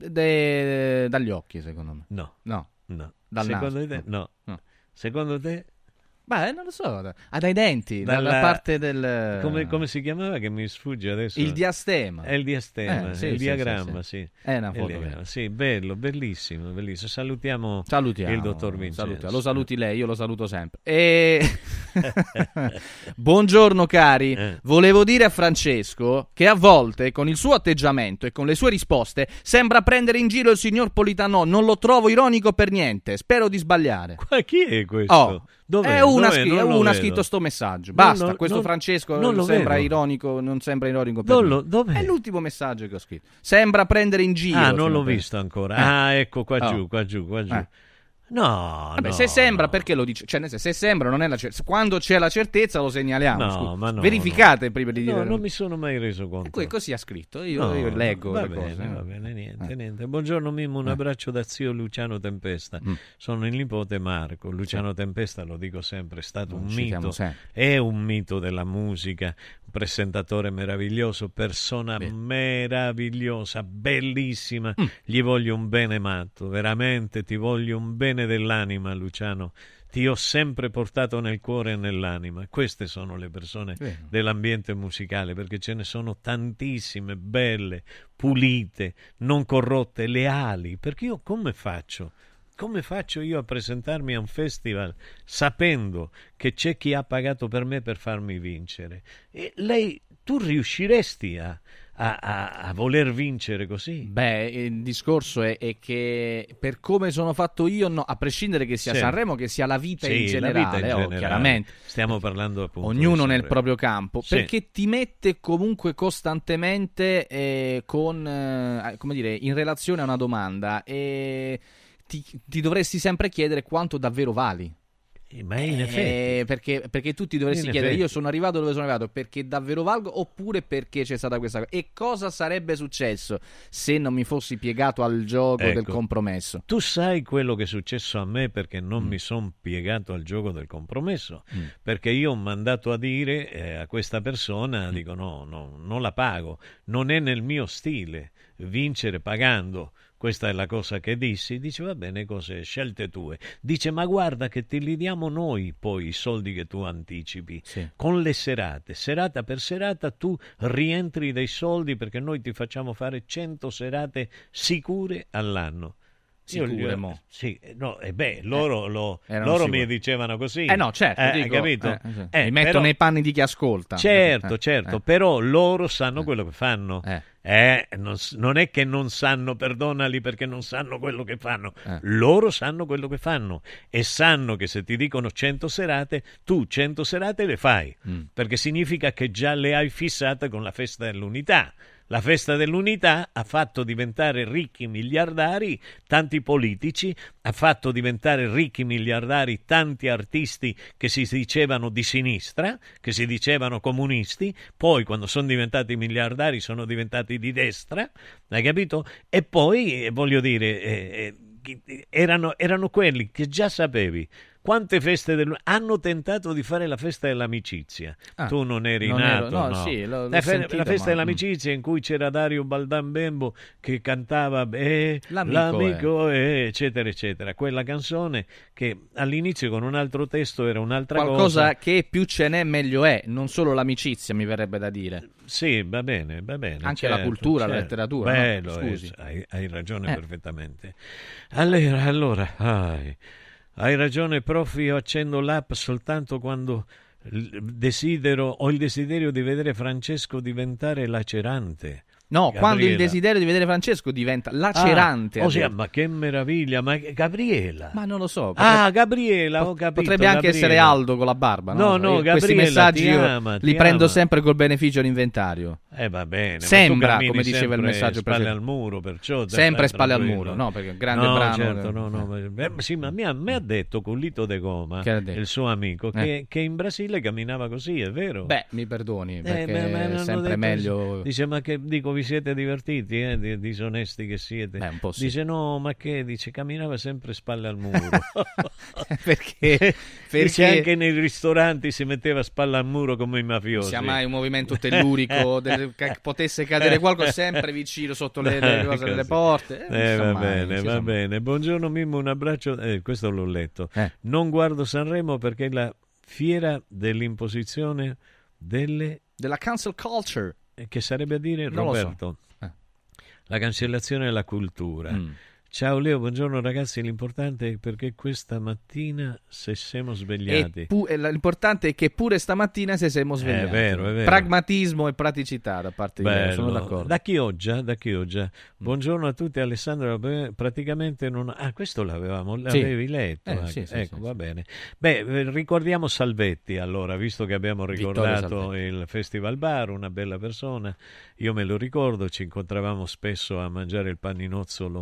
De- dagli occhi, secondo me. No. No. No. Dal Secondo naso. te? No. No. Secondo te? Beh, non lo so. da- Ah, dai denti, dalla, Dalla- parte del... Come, come si chiamava che mi sfugge adesso? Il diastema. È il diastema, Eh, sì, il sì, diagramma, sì, sì. sì. È una Il foto diagramma, vera. sì, bello, bellissimo, bellissimo. Salutiamo, Salutiamo il dottor Vincenzo. saluti- Lo saluti lei, io lo saluto sempre. E... Buongiorno cari, Eh. volevo dire a Francesco che a volte con il suo atteggiamento e con le sue risposte sembra prendere in giro il signor Politano, non lo trovo ironico per niente, spero di sbagliare. Ma chi è questo? Oh, Dov'è? è una, Dov'è? scri- Non lo una ha vedo. scritto sto messaggio. No, Basta, no, questo non- Francesco non lo sembra vedo. ironico, non sembra ironico per Non me. lo- dov'è? È l'ultimo messaggio che ho scritto. Sembra prendere in giro. Ah, non signor l'ho Pre- visto ancora. Eh. Ah, ecco qua Oh. giù, qua giù, qua giù. Eh. No, Vabbè, no, se sembra, no. perché lo dice? Cioè, nel senso, se sembra, non è la certezza. Quando c'è la certezza, lo segnaliamo. No, scusa. ma no, Verificate no. prima di No, dire. non mi sono mai reso conto. E poi così ha scritto. Io, No, io leggo va le bene, cose. va bene, niente. niente, niente. Buongiorno Mimmo, un Eh. abbraccio da zio Luciano Tempesta. Mm. Sono il nipote Marco. Luciano Tempesta, lo dico sempre, è stato Lo un citiamo mito, sempre. è un mito della musica, un presentatore meraviglioso, persona meravigliosa, bellissima. Mm. Gli voglio un bene matto, veramente ti voglio un bene dell'anima, Luciano. Ti ho sempre portato nel cuore e nell'anima. Queste sono le persone Vero. dell'ambiente musicale, perché ce ne sono tantissime, belle, pulite, non corrotte, leali. Perché io come faccio? Come faccio io a presentarmi a un festival sapendo che c'è chi ha pagato per me per farmi vincere? E lei, tu riusciresti a, a, a, a voler vincere così? Beh, il discorso è, è che per come sono fatto io, no, a prescindere che sia Sì. Sanremo, che sia la vita Sì, in la generale, vita in oh, generale. chiaramente. Stiamo parlando appunto Ognuno di nel Sanremo. proprio campo, Sì. perché ti mette comunque costantemente eh, con, eh, come dire, in relazione a una domanda e ti, ti dovresti sempre chiedere quanto davvero vali. Eh, ma in Eh, effetti perché, perché tu ti dovresti In chiedere: effetti. io sono arrivato dove sono arrivato perché davvero valgo, oppure perché c'è stata questa cosa? E cosa sarebbe successo se non mi fossi piegato al gioco Ecco. del compromesso? Tu sai quello che è successo a me perché non Mm. mi sono piegato al gioco del compromesso, Mm. perché io ho mandato a dire eh, a questa Mm. persona, dico no, no, non la pago, non è nel mio stile vincere pagando. Questa è la cosa che dissi. Dice va bene, cose scelte tue. Dice ma guarda che te li diamo noi poi i soldi che tu anticipi con le serate, serata per serata tu rientri dei soldi perché noi ti facciamo fare cento serate sicure all'anno. Io gli Sicure, ho- mo. Sì, no, e beh, loro, lo- erano loro sicure. mi dicevano così. Eh no, certo, Eh, dico, hai capito? eh, sì. Eh, mi metto però- nei panni di chi ascolta. Certo, Eh, certo, eh. però loro sanno quello che fanno. Eh. Eh, non, s- non è che non sanno, perdonali perché non sanno quello che fanno. Eh. Loro sanno quello che fanno e sanno che se ti dicono cento serate, tu cento serate le fai, Mm. perché significa che già le hai fissate con la festa dell'unità. La festa dell'unità ha fatto diventare ricchi miliardari tanti politici, ha fatto diventare ricchi miliardari tanti artisti che si dicevano di sinistra, che si dicevano comunisti, poi quando sono diventati miliardari sono diventati di destra, hai capito? E poi, eh, voglio dire, eh, eh, erano, erano quelli che già sapevi. Quante feste del... hanno tentato di fare la festa dell'amicizia. Ah, tu non eri non nato, ero- no, no? sì, l'ho- l'ho la, fe- sentito, la festa ma- dell'amicizia in cui c'era Dario Baldan Bembo che cantava eh, L'amico l'amico è, eccetera, eccetera. Quella canzone che all'inizio con un altro testo era un'altra Qualcosa cosa. che più ce n'è meglio è, non solo l'amicizia, mi verrebbe da dire. Sì, va bene, va bene. Anche la certo, cultura, la certo. letteratura, no? Bello, Scusi. eh, hai, hai ragione Eh. perfettamente. Allora, allora ai, hai ragione, prof, io accendo l'app soltanto quando l- desidero, ho il desiderio di vedere Francesco diventare lacerante. No, quando il Gabriela. desiderio di vedere Francesco diventa lacerante. Ah, ossia, addirittura. ma che meraviglia, ma Gabriela. Ma non lo so. Ah, Gabriela, ho capito. Potrebbe anche Gabriela. essere Aldo con la barba, no? No, no, Io Questi Gabriela, messaggi ti io ama, li ti prendo ama. sempre col beneficio dell'inventario. Eh, va bene. ma tu Sembra, cammini come diceva il sempre messaggio spalle precedente. al muro, perciò dai, Sempre dai, spalle al tranquillo. muro, no, perché è un grande no, brano. certo, no, no, ma- eh, sì, ma mi ha, mi ha detto Cullito de Goma, Che ha detto? il suo amico, che, Eh. che in Brasile camminava così, è vero? Beh, mi perdoni, Eh, perché ma- ma è hanno sempre detto- meglio... Dice, ma che dico, vi siete divertiti, eh, di- disonesti che siete? Eh, un po' sì. Dice, no, ma che? Dice, camminava sempre spalle al muro. perché, Dice, perché anche nei ristoranti si metteva spalle al muro come i mafiosi. sia mai un movimento tellurico del- che potesse cadere qualcosa sempre vicino sotto le, le cose delle Così. porte. Eh, non Eh, si sa va mai, bene, non si va sa mai. bene. Buongiorno Mimmo, un abbraccio. Eh, questo l'ho letto. Eh. Non guardo Sanremo perché è la fiera dell'imposizione delle... Della cancel culture. eh, Che sarebbe a dire, Non lo so. Roberto, Eh. la cancellazione della cultura. Mm. Ciao Leo, buongiorno ragazzi, l'importante è perché questa mattina se siamo svegliati. E pu- e la- l'importante è che pure stamattina se siamo svegliati. È vero, è vero. Pragmatismo e praticità da parte di me, Bello. sono d'accordo. Da Chioggia, da Chioggia. Buongiorno a tutti, Alessandro. beh, Praticamente non... Ah, questo l'avevamo, Sì. l'avevi letto. Eh, anche. sì, sì, ecco, sì, va sì. bene. Beh, eh, ricordiamo Salvetti allora, visto che abbiamo Vittorio ricordato Salvetti. il Festival Bar, una bella persona. Io me lo ricordo, ci incontravamo spesso a mangiare il paninozzolo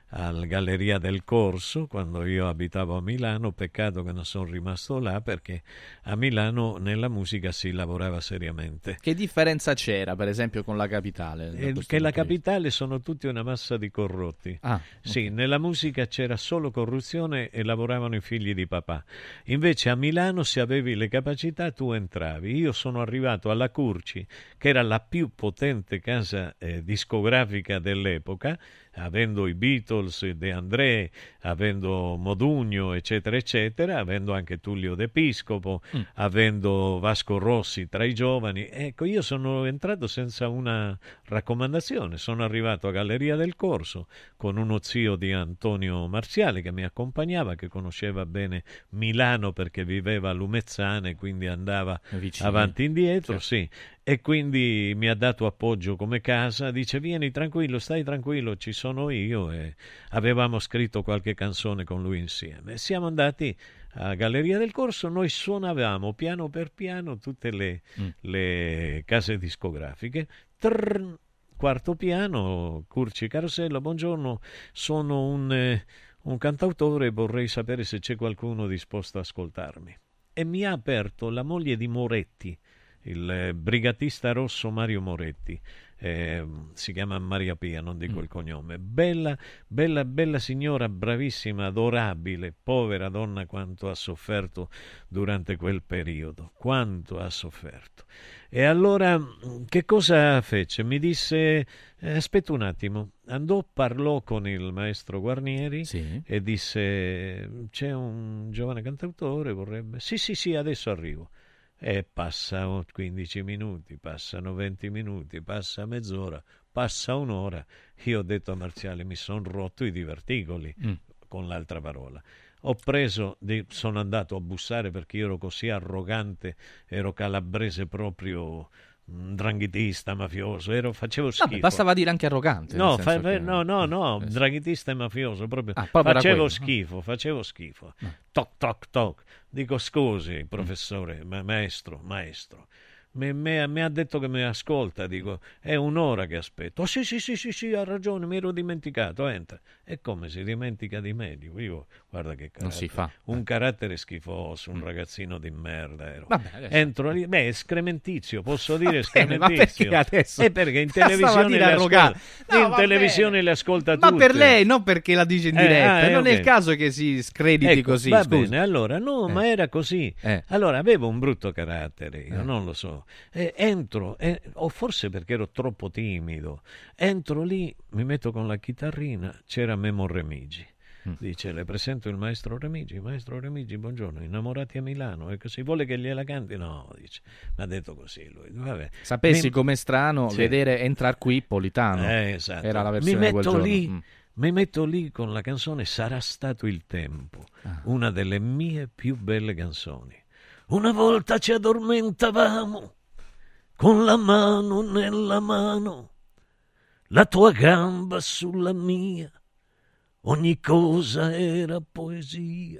al Galleria del Corso quando io abitavo a Milano. Peccato che non sono rimasto là, perché a Milano nella musica si lavorava seriamente. Che differenza c'era per esempio con la capitale? Eh, che la capitale sono tutti una massa di corrotti. Ah, sì, okay. Nella musica c'era solo corruzione e lavoravano i figli di papà. Invece a Milano, se avevi le capacità, tu entravi. Io sono arrivato alla Curci, che era la più potente casa eh, discografica dell'epoca, avendo i Beatles, De André, avendo Modugno, eccetera, eccetera, avendo anche Tullio De Piscopo, mm. avendo Vasco Rossi tra i giovani. Ecco, io sono entrato senza una raccomandazione, sono arrivato a Galleria del Corso con uno zio di Antonio Marziale che mi accompagnava, che conosceva bene Milano perché viveva a Lumezzane, quindi andava Vicini. avanti e indietro, sì. sì. E quindi mi ha dato appoggio come casa, dice vieni tranquillo, stai tranquillo, ci sono io, e avevamo scritto qualche canzone con lui insieme. Siamo andati a Galleria del Corso, noi suonavamo piano per piano tutte le, mm. le case discografiche. Trrr, quarto piano, Curci Carosello, buongiorno, sono un, eh, un cantautore e vorrei sapere se c'è qualcuno disposto a ascoltarmi. E mi ha aperto la moglie di Moretti, il brigatista rosso Mario Moretti, eh, si chiama Maria Pia, non dico mm. il cognome. Bella, bella, bella signora, bravissima, adorabile, povera donna, quanto ha sofferto durante quel periodo, quanto ha sofferto. E allora che cosa fece? Mi disse, eh, aspetta un attimo, andò, parlò con il maestro Guarnieri sì. e disse, c'è un giovane cantautore, vorrebbe... Sì, sì, sì, adesso arrivo. E passano quindici minuti, passano venti minuti, passa mezz'ora, passa un'ora. Io ho detto a Marziale, mi sono rotto i diverticoli, mm. con l'altra parola. Ho preso, di, sono andato a bussare perché io ero così arrogante, ero calabrese proprio, dranghitista, mafioso, ero, facevo schifo. Vabbè, bastava dire anche arrogante. No, fa, che... no, no, no, eh, dranghitista e mafioso, proprio, ah, proprio facevo schifo, facevo schifo. No. Toc, toc, toc. Dico, scusi, professore, ma maestro, maestro. Mi, mi, mi ha detto che mi ascolta, dico, è un'ora che aspetto. Oh, sì, sì, sì, sì, sì, ha ragione, mi ero dimenticato, entra. E come si dimentica di me? Dico, io, guarda che carattere. Non si fa. Un carattere schifoso, un ragazzino di merda ero. Vabbè, adesso... Entro lì, beh, escrementizio, posso dire escrementizio. Ma perché adesso? È perché in televisione, le ascolta, no, in televisione le ascolta tutte. Ma per lei, non perché la dice in diretta. Eh, ah, non okay. è il caso che si screditi ecco, così. Va scusi. bene, allora, no, eh. ma era così. Eh. Allora, avevo un brutto carattere, io eh. non lo so. Eh, entro, eh, o forse perché ero troppo timido, entro lì, mi metto con la chitarrina, c'era Memo Remigi. Mm. Dice, le presento il maestro Remigi. Maestro Remigi, buongiorno, innamorati a Milano, e così vuole che gliela canti? No, dice, mi ha detto così lui. Vabbè. Sapessi mi... com'è strano sì. vedere entrar qui Politano. Eh, esatto. Era la versione mi metto di quel lì, mm. mi metto lì con la canzone Sarà stato il tempo, ah. una delle mie più belle canzoni. Una volta ci addormentavamo con la mano nella mano, la tua gamba sulla mia, ogni cosa era poesia.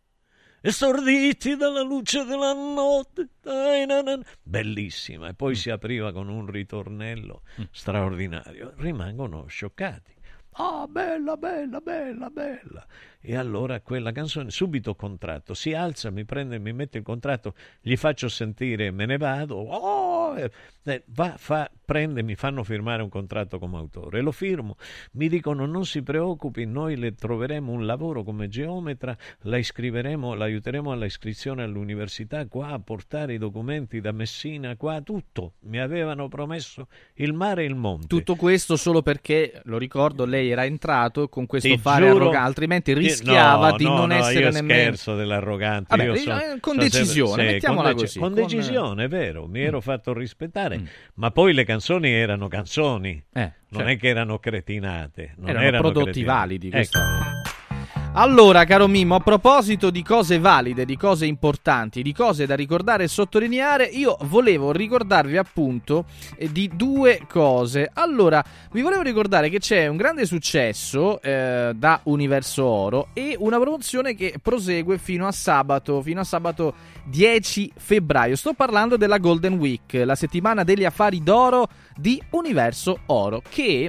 E storditi dalla luce della notte, bellissima. E poi mm. si apriva con un ritornello mm. straordinario. Rimangono scioccati. Ah, oh, bella, bella, bella, bella. E allora quella canzone, subito contratto, si alza, mi prende, mi mette il contratto, gli faccio sentire, me ne vado, oh, eh, va, fa, prende, mi fanno firmare un contratto come autore, lo firmo, mi dicono non si preoccupi, noi le troveremo un lavoro come geometra, la iscriveremo, la aiuteremo alla iscrizione all'università qua, a portare i documenti da Messina qua, tutto, mi avevano promesso il mare e il monte. Tutto questo solo perché, lo ricordo, lei era entrato con questo ti fare giuro, arrogante, altrimenti rischiava no, di no, non no, essere io nemmeno... scherzo dell'arrogante. Vabbè, io so, con so decisione, sempre, mettiamola sì, con così. Con con... decisione, è vero, mi ero mm. fatto rispettare, mm. ma poi le canzoni erano canzoni, eh, non certo. è che erano cretinate. Non erano, erano prodotti cretine. validi. Questo... Ecco. Allora, caro Mimmo, a proposito di cose valide, di cose importanti, di cose da ricordare e sottolineare, io volevo ricordarvi appunto eh, di due cose. Allora, vi volevo ricordare che c'è un grande successo eh, da Universo Oro e una promozione che prosegue fino a sabato, fino a sabato dieci febbraio. Sto parlando della Golden Week, la settimana degli affari d'oro di Universo Oro, che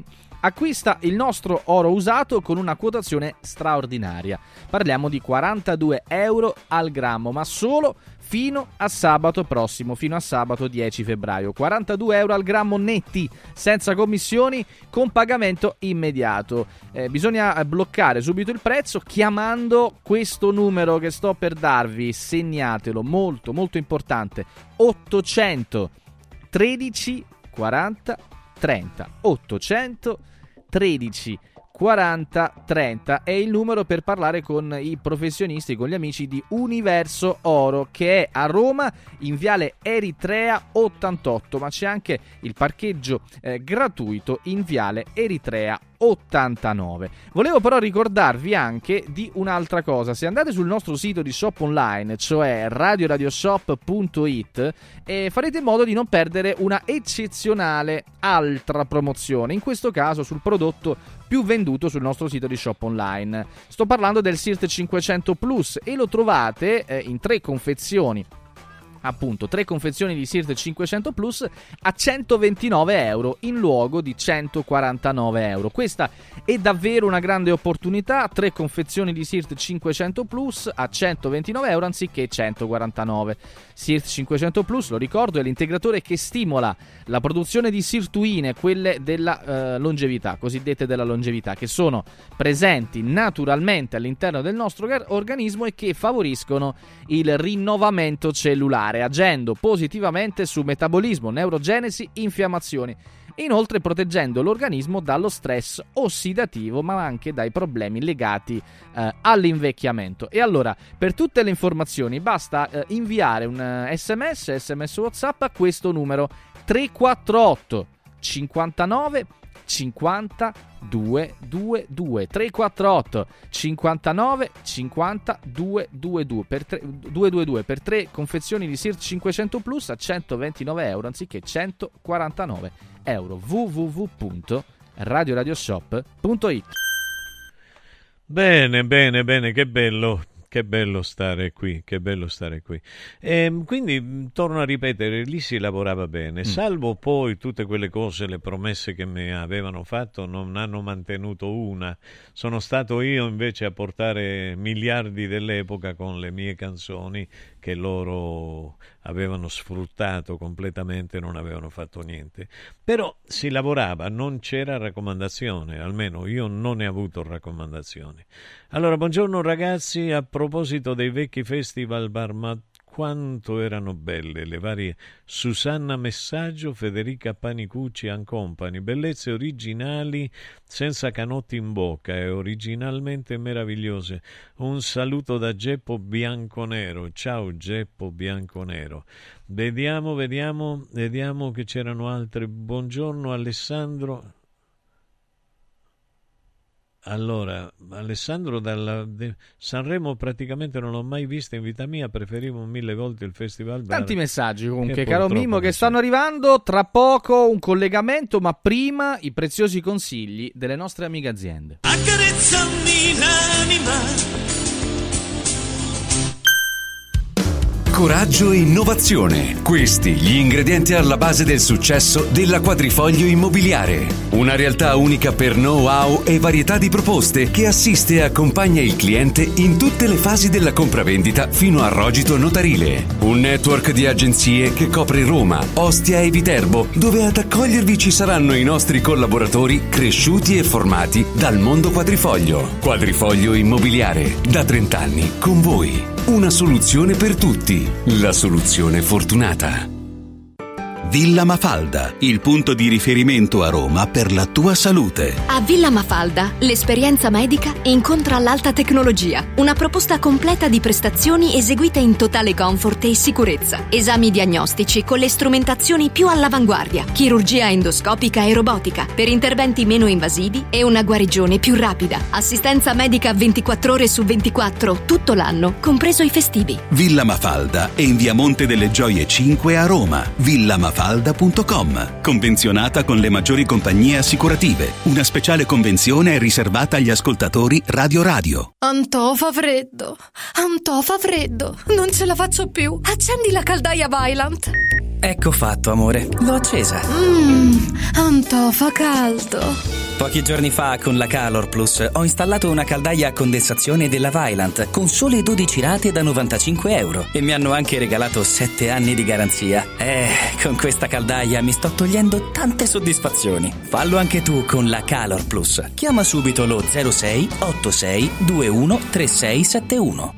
Acquista il nostro oro usato con una quotazione straordinaria. Parliamo di quarantadue euro al grammo, ma solo fino a sabato prossimo, fino a sabato dieci febbraio. quarantadue euro al grammo netti, senza commissioni, con pagamento immediato. Eh, bisogna bloccare subito il prezzo chiamando questo numero che sto per darvi, segnatelo, molto molto importante, ottocento tredici quaranta trenta, ottocento tredici quaranta trenta è il numero per parlare con i professionisti, con gli amici di Universo Oro, che è a Roma in Viale Eritrea ottantotto, ma c'è anche il parcheggio eh, gratuito in Viale Eritrea ottantanove. Volevo però ricordarvi anche di un'altra cosa. Se andate sul nostro sito di shop online, cioè radio radio shop punto it, eh, farete in modo di non perdere una eccezionale altra promozione, in questo caso sul prodotto più venduto sul nostro sito di shop online. Sto parlando del Sirt cinquecento Plus e lo trovate eh, in tre confezioni. Appunto, tre confezioni di Sirt cinquecento Plus a centoventinove euro in luogo di centoquarantanove euro. Questa è davvero una grande opportunità. Tre confezioni di Sirt cinquecento Plus a centoventinove euro anziché centoquarantanove. Sirt cinquecento Plus, lo ricordo, è l'integratore che stimola la produzione di sirtuine, quelle della eh, longevità, cosiddette della longevità, che sono presenti naturalmente all'interno del nostro organismo e che favoriscono il rinnovamento cellulare, agendo positivamente su metabolismo, neurogenesi, infiammazioni, e inoltre proteggendo l'organismo dallo stress ossidativo, ma anche dai problemi legati eh, all'invecchiamento. E allora, per tutte le informazioni basta eh, inviare un eh, sms, sms WhatsApp a questo numero tre quattro otto cinquantanove cinquanta duecentoventidue, tre quattro otto cinquantanove cinquanta duecentoventidue per tre, duecentoventidue per tre confezioni di Sirt cinquecento Plus a centoventinove euro anziché centoquarantanove euro. w w w punto radio radio shop punto it. Bene, bene, bene, che bello. Che bello stare qui, che bello stare qui. E quindi, torno a ripetere, lì si lavorava bene, mm. salvo poi tutte quelle cose, le promesse che mi avevano fatto, non hanno mantenuto una. Sono stato io invece a portare miliardi dell'epoca con le mie canzoni che loro avevano sfruttato completamente, non avevano fatto niente. Però si lavorava, non c'era raccomandazione, almeno io non ne ho avuto raccomandazioni. Allora, buongiorno ragazzi, a proposito dei vecchi festival bar, ma quanto erano belle le varie Susanna Messaggio, Federica Panicucci and Company, bellezze originali senza canotti in bocca e originalmente meravigliose. Un saluto da Geppo Bianconero. Ciao Geppo Bianconero. Vediamo, vediamo, vediamo che c'erano altre. Buongiorno Alessandro. Allora, Alessandro dalla de, Sanremo praticamente non l'ho mai vista in vita mia, preferivo mille volte il festival bar. Tanti messaggi comunque, caro Mimmo, che stanno arrivando. Tra poco un collegamento, ma prima i preziosi consigli delle nostre amiche aziende. Accarezzami l'anima. Coraggio e innovazione. Questi gli ingredienti alla base del successo della Quadrifoglio Immobiliare. Una realtà unica per know-how e varietà di proposte che assiste e accompagna il cliente in tutte le fasi della compravendita fino al rogito notarile. Un network di agenzie che copre Roma, Ostia e Viterbo, dove ad accogliervi ci saranno i nostri collaboratori cresciuti e formati dal mondo quadrifoglio. Quadrifoglio Immobiliare, da trenta anni con voi. Una soluzione per tutti, la soluzione fortunata. Villa Mafalda, il punto di riferimento a Roma per la tua salute. A Villa Mafalda, l'esperienza medica incontra l'alta tecnologia. Una proposta completa di prestazioni eseguite in totale comfort e sicurezza. Esami diagnostici con le strumentazioni più all'avanguardia. Chirurgia endoscopica e robotica per interventi meno invasivi e una guarigione più rapida. Assistenza medica ventiquattro ore su ventiquattro tutto l'anno, compreso i festivi. Villa Mafalda è in via Monte delle Gioie cinque a Roma. Villa Mafalda punto com. Convenzionata con le maggiori compagnie assicurative. Una speciale convenzione è riservata agli ascoltatori Radio Radio. Antò fa freddo, Antò fa freddo, non ce la faccio più. Accendi la caldaia Vaillant. Ecco fatto, amore, l'ho accesa. Mmm, Antò fa caldo. Pochi giorni fa con la Calor Plus ho installato una caldaia a condensazione della Vaillant con sole dodici rate da novantacinque euro e mi hanno anche regalato sette anni di garanzia. Eh, con questa caldaia mi sto togliendo tante soddisfazioni. Fallo anche tu con la Calor Plus. Chiama subito lo zero sei otto sei due uno tre sei sette uno.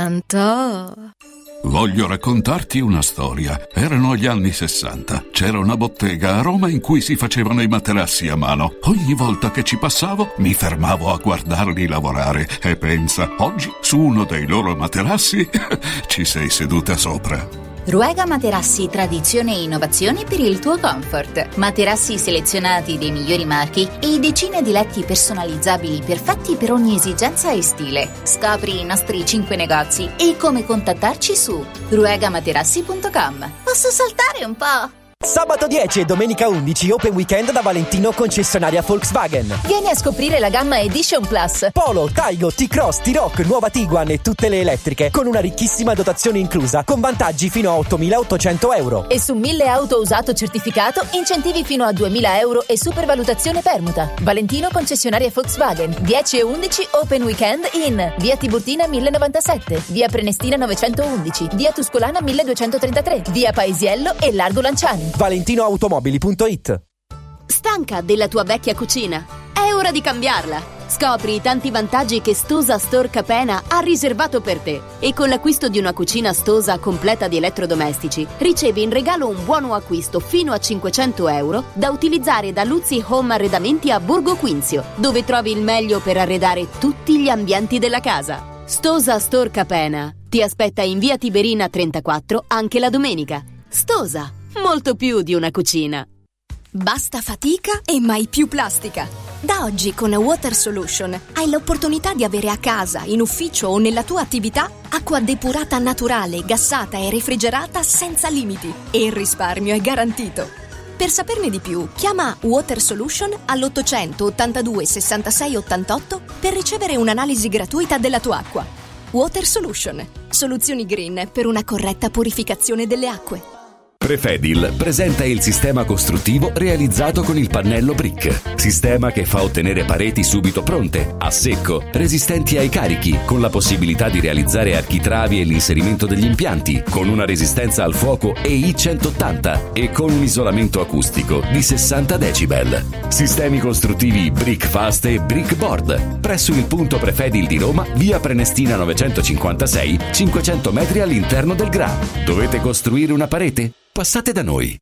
Antò. Voglio raccontarti una storia. Erano gli anni sessanta. C'era una bottega a Roma in cui si facevano i materassi a mano. Ogni volta che ci passavo mi fermavo a guardarli lavorare e pensa, oggi su uno dei loro materassi ci sei seduta sopra. Ruega Materassi, tradizione e innovazione per il tuo comfort. Materassi selezionati dei migliori marchi e decine di letti personalizzabili perfetti per ogni esigenza e stile. Scopri i nostri cinque negozi e come contattarci su ruega materassi punto com. Posso saltare un po'? Sabato dieci e domenica undici Open Weekend da Valentino concessionaria Volkswagen. Vieni a scoprire la gamma Edition Plus. Polo, Taigo, T-Cross, T-Roc, nuova Tiguan e tutte le elettriche con una ricchissima dotazione inclusa con vantaggi fino a ottomilaottocento euro. E su mille auto usato certificato incentivi fino a duemila euro e supervalutazione permuta. Valentino concessionaria Volkswagen. dieci e undici Open Weekend in via Tiburtina mille novantasette, via Prenestina novecentoundici, via Tuscolana milleduecentotrentatré, via Paesiello e Largo Lanciani. valentinoautomobili punto it. Stanca della tua vecchia cucina? È ora di cambiarla! Scopri i tanti vantaggi che Stosa Store Capena ha riservato per te. E con l'acquisto di una cucina Stosa completa di elettrodomestici, ricevi in regalo un buono acquisto fino a cinquecento euro da utilizzare da Luzzi Home Arredamenti a Borgo Quinzio, dove trovi il meglio per arredare tutti gli ambienti della casa. Stosa Store Capena ti aspetta in via Tiberina trentaquattro anche la domenica. Stosa, molto più di una cucina. Basta fatica e mai più plastica. Da oggi con Water Solution hai l'opportunità di avere a casa, in ufficio o nella tua attività acqua depurata naturale, gassata e refrigerata senza limiti. E il risparmio è garantito. Per saperne di più, chiama Water Solution all'ottocento ottantadue sessantasei ottantotto per ricevere un'analisi gratuita della tua acqua. Water Solution, soluzioni green per una corretta purificazione delle acque. Prefedil presenta il sistema costruttivo realizzato con il pannello brick. Sistema che fa ottenere pareti subito pronte, a secco, resistenti ai carichi, con la possibilità di realizzare architravi e l'inserimento degli impianti, con una resistenza al fuoco E I centottanta e con un isolamento acustico di sessanta decibel. Sistemi costruttivi Brick Fast e Brick Board. Presso il punto Prefedil di Roma, via Prenestina novecentocinquantasei, cinquecento metri all'interno del Gra. Dovete costruire una parete? Passate da noi.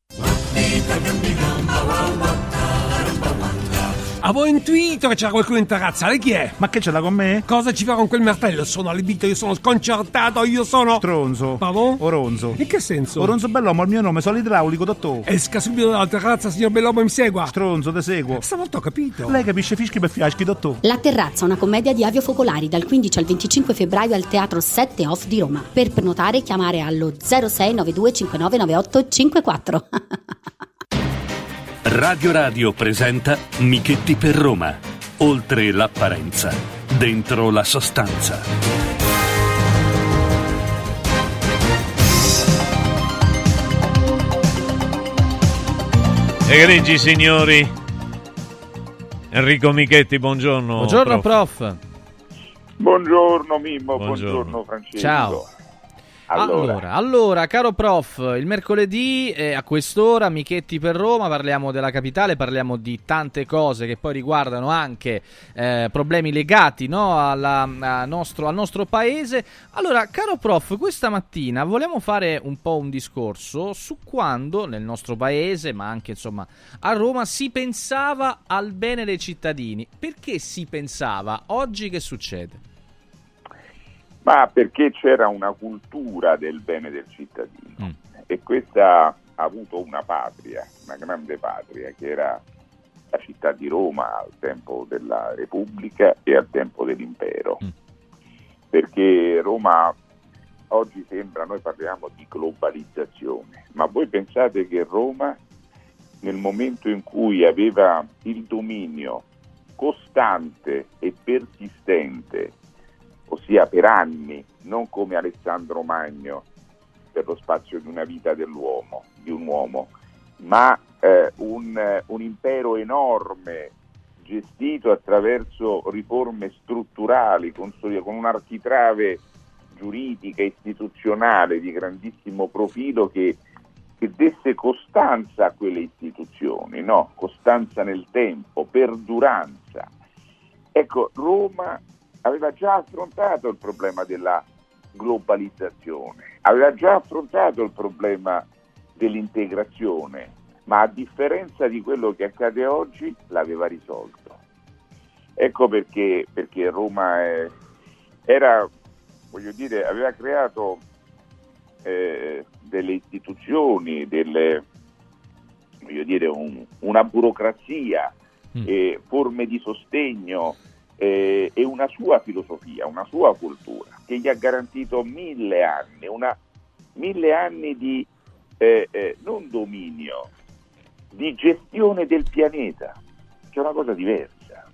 Avevo intuito che c'era qualcuno in terrazza, lei chi è? Ma che ce l'ha con me? Cosa ci fa con quel martello? Sono allibito, io sono sconcertato, io sono... Tronzo. Pardon? Oronzo. In che senso? Oronzo Bellomo, il mio nome, sono l'idraulico, dottore. Esca subito dalla terrazza, signor Bellomo, e mi segua. Stronzo, te seguo. Stavolta ho capito. Lei capisce fischi per fiaschi, dottore. La Terrazza, una commedia di Avio Focolari, dal quindici al venticinque febbraio al Teatro sette Off di Roma. Per prenotare chiamare allo zero sei nove due cinque nove nove otto cinque quattro. Radio Radio presenta Michetti per Roma. Oltre l'apparenza, dentro la sostanza. Egregi signori, Enrico Michetti, buongiorno. Buongiorno prof. prof. Buongiorno Mimmo, buongiorno, Buongiorno. Francesco. Ciao. Allora, Allora, allora, caro prof, il mercoledì eh, a quest'ora Michetti per Roma, parliamo della capitale, parliamo di tante cose che poi riguardano anche eh, problemi legati, no, alla, a nostro, al nostro paese. Allora, caro prof, questa mattina vogliamo fare un po' un discorso su quando nel nostro paese, ma anche insomma a Roma, si pensava al bene dei cittadini. Perché si pensava? Oggi che succede? ma perché c'era una cultura del bene del cittadino mm. e questa ha avuto una patria, una grande patria, che era la città di Roma al tempo della Repubblica e al tempo dell'Impero, mm. perché Roma oggi sembra, noi parliamo di globalizzazione, ma voi pensate che Roma nel momento in cui aveva il dominio costante e persistente, ossia per anni, non come Alessandro Magno per lo spazio di una vita dell'uomo, di un uomo, ma eh, un, un impero enorme, gestito attraverso riforme strutturali, con, con un architrave giuridica, istituzionale di grandissimo profilo che, che desse costanza a quelle istituzioni, no? Costanza nel tempo, perduranza. Ecco, Roma aveva già affrontato il problema della globalizzazione, aveva già affrontato il problema dell'integrazione, ma a differenza di quello che accade oggi l'aveva risolto. Ecco perché, perché Roma è, era, voglio dire, aveva creato eh, delle istituzioni, delle, voglio dire, un, una burocrazia, mm. eh, forme di sostegno eh, e una sua filosofia, una sua cultura che gli ha garantito mille anni, una, mille anni di eh, eh, non dominio, di gestione del pianeta, che è una cosa diversa.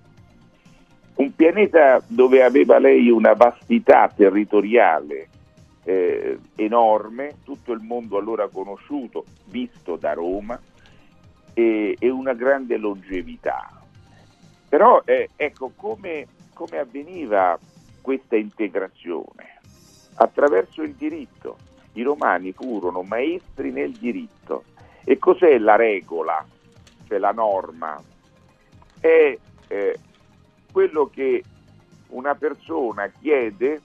Un pianeta dove aveva lei una vastità territoriale eh, enorme, tutto il mondo allora conosciuto, visto da Roma, e, e una grande longevità. Però eh, ecco come, come avveniva questa integrazione? Attraverso il diritto. I romani furono maestri nel diritto. E cos'è la regola, cioè la norma? È eh, quello che una persona chiede,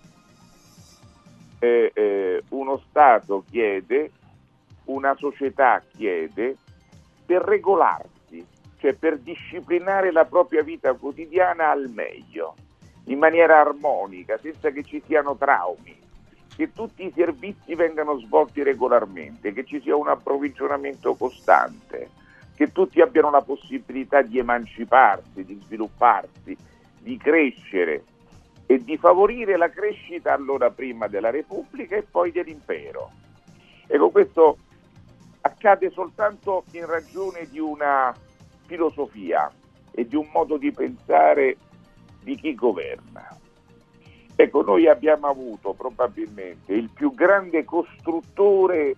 eh, eh, uno Stato chiede, una società chiede per regolarsi, cioè per disciplinare la propria vita quotidiana al meglio, in maniera armonica, senza che ci siano traumi, che tutti i servizi vengano svolti regolarmente, che ci sia un approvvigionamento costante, che tutti abbiano la possibilità di emanciparsi, di svilupparsi, di crescere e di favorire la crescita allora prima della Repubblica e poi dell'impero. Ecco, questo accade soltanto in ragione di una filosofia e di un modo di pensare di chi governa. Ecco, noi abbiamo avuto probabilmente il più grande costruttore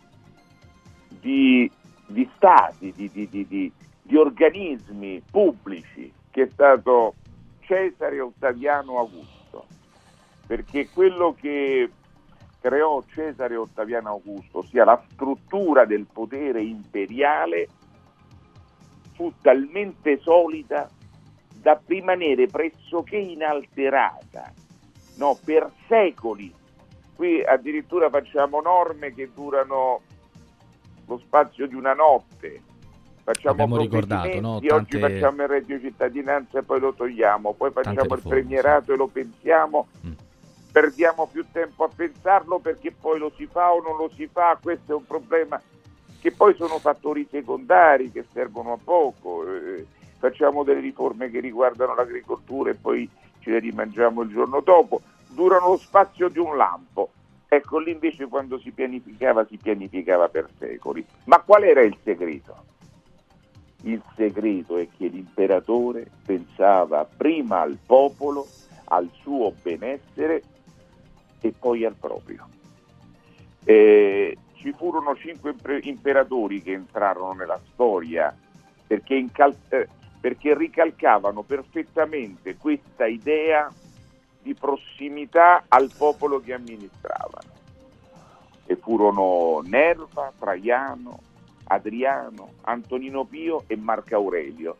di, di stati, di, di, di, di, di organismi pubblici, che è stato Cesare Ottaviano Augusto, perché quello che creò Cesare Ottaviano Augusto, ossia la struttura del potere imperiale, fu talmente solida da rimanere pressoché inalterata, no, per secoli. Qui addirittura facciamo norme che durano lo spazio di una notte. Facciamo Abbiamo ricordato, no? Tante... Oggi facciamo il reddito di cittadinanza e poi lo togliamo, poi facciamo il riforme, premierato sì. e lo pensiamo, mm. perdiamo più tempo a pensarlo perché poi lo si fa o non lo si fa. Questo è un problema che poi sono fattori secondari che servono a poco. Eh, facciamo delle riforme che riguardano l'agricoltura e poi ce le rimangiamo il giorno dopo, durano lo spazio di un lampo. Ecco, lì invece quando si pianificava, si pianificava per secoli. Ma qual era il segreto? Il segreto è che l'imperatore pensava prima al popolo, al suo benessere e poi al proprio. Eh, ci furono cinque imperatori che entrarono nella storia perché, incal- eh, perché ricalcavano perfettamente questa idea di prossimità al popolo che amministravano. E furono Nerva, Traiano, Adriano, Antonino Pio e Marco Aurelio.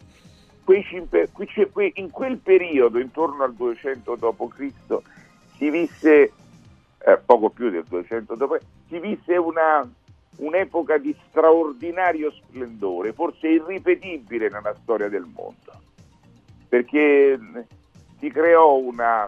In quel periodo, intorno al duecento dopo Cristo, si visse, eh, poco più del duecento dopo, si visse una, un'epoca di straordinario splendore, forse irripetibile nella storia del mondo, perché si creò una,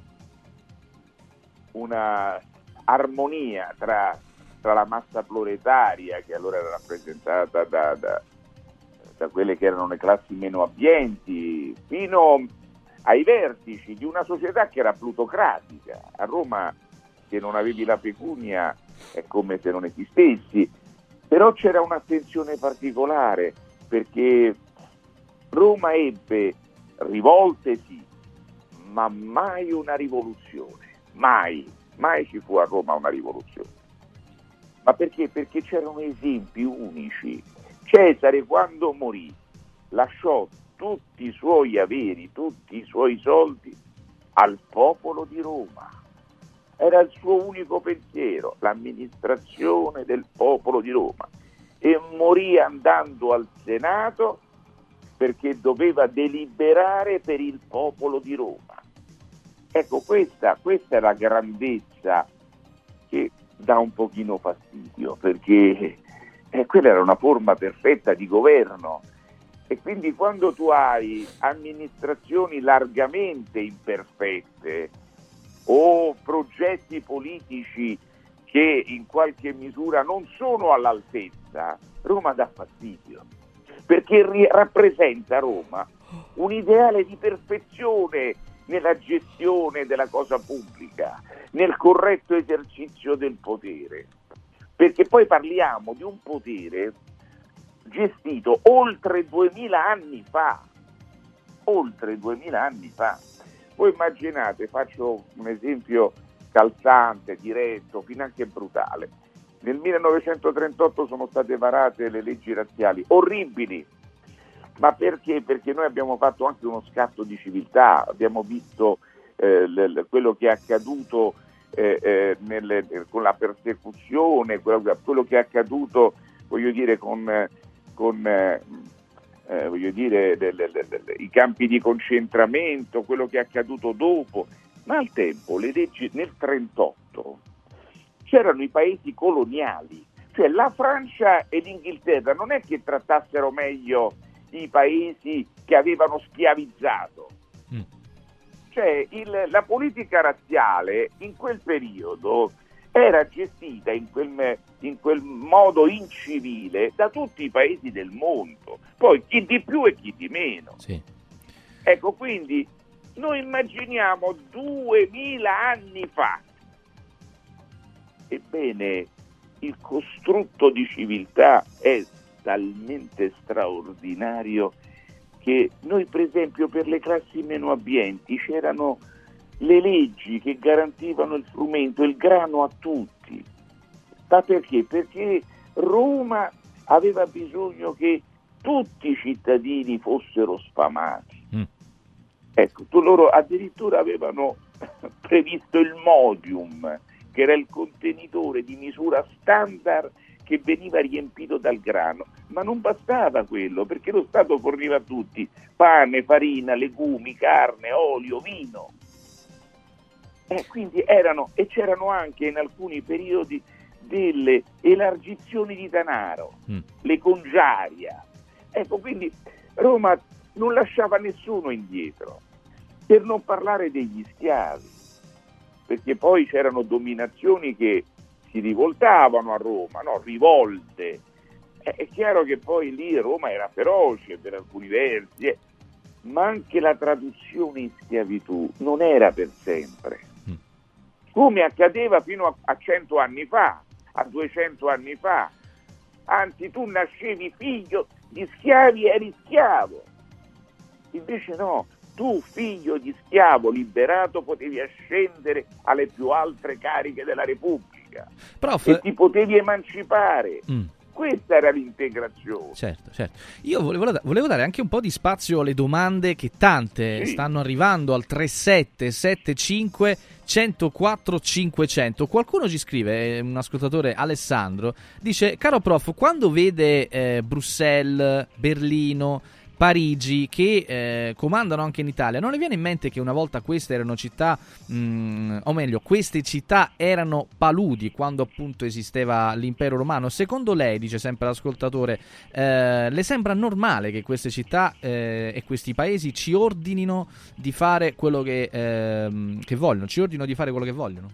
una armonia tra tra la massa proletaria, che allora era rappresentata da, da, da quelle che erano le classi meno abbienti, fino ai vertici di una società che era plutocratica. A Roma, se non avevi la pecunia, è come se non esistessi. Però c'era un'attenzione particolare, perché Roma ebbe rivolte, sì, ma mai una rivoluzione. Mai, mai ci fu a Roma una rivoluzione. Ma perché? Perché c'erano esempi unici. Cesare, quando morì, lasciò tutti i suoi averi, tutti i suoi soldi al popolo di Roma. Era il suo unico pensiero, l'amministrazione del popolo di Roma, e morì andando al Senato perché doveva deliberare per il popolo di Roma. Ecco, questa, questa è la grandezza che dà un pochino fastidio, perché eh, quella era una forma perfetta di governo, e quindi quando tu hai amministrazioni largamente imperfette o progetti politici che in qualche misura non sono all'altezza, Roma dà fastidio, perché ri- rappresenta Roma un ideale di perfezione nella gestione della cosa pubblica, nel corretto esercizio del potere, perché poi parliamo di un potere gestito oltre duemila anni fa, oltre duemila anni fa. Voi immaginate, faccio un esempio calzante, diretto, finanche brutale. Nel millenovecentotrentotto sono state varate le leggi razziali, orribili. Ma perché? Perché noi abbiamo fatto anche uno scatto di civiltà, abbiamo visto eh, l- quello che è accaduto eh, eh, nelle, con la persecuzione, quello, quello che è accaduto, voglio dire, con, con eh, eh, voglio dire, le, le, le, le, i campi di concentramento, quello che è accaduto dopo. Ma al tempo, le leggi nel trentotto, c'erano i paesi coloniali, cioè la Francia e l'Inghilterra non è che trattassero meglio i paesi che avevano schiavizzato. Mm. Cioè il, la politica razziale in quel periodo era gestita in quel, in quel modo incivile da tutti i paesi del mondo, poi chi di più e chi di meno. Sì. Ecco, quindi noi immaginiamo duemila anni fa. Ebbene, il costrutto di civiltà è talmente straordinario che noi, per esempio, per le classi meno abbienti c'erano le leggi che garantivano il frumento, il grano a tutti. Ma perché? Perché Roma aveva bisogno che tutti i cittadini fossero sfamati. Mm. Ecco, tu, loro addirittura avevano previsto il modium, che era il contenitore di misura standard che veniva riempito dal grano, ma non bastava quello, perché lo Stato forniva a tutti pane, farina, legumi, carne, olio, vino. E quindi erano, e c'erano anche in alcuni periodi delle elargizioni di denaro, mm. le congiaria. Ecco, quindi Roma non lasciava nessuno indietro, per non parlare degli schiavi, perché poi c'erano dominazioni che si rivoltavano a Roma, no? Rivolte. È chiaro che poi lì Roma era feroce per alcuni versi, eh. ma anche la traduzione in schiavitù non era per sempre, mm. come accadeva fino a, a cento anni fa, a duecento anni fa. Anzi, tu nascevi figlio di schiavi, eri schiavo. Invece no, tu figlio di schiavo liberato potevi ascendere alle più alte cariche della Repubblica. Prof, e ti potevi emancipare. Mm. Questa era l'integrazione. Certo, certo. Io volevo, volevo dare anche un po' di spazio alle domande che tante sì. stanno arrivando al tre sette sette cinque uno zero quattro cinquecento. Qualcuno ci scrive, un ascoltatore Alessandro, dice: caro prof, quando vede eh, Bruxelles, Berlino, Parigi che eh, comandano anche in Italia, non le viene in mente che una volta queste erano città, mh, o meglio, queste città erano paludi quando appunto esisteva l'impero romano? Secondo lei, dice sempre l'ascoltatore, eh, le sembra normale che queste città eh, e questi paesi ci ordinino di fare quello che, eh, che vogliono, ci ordinino di fare quello che vogliono?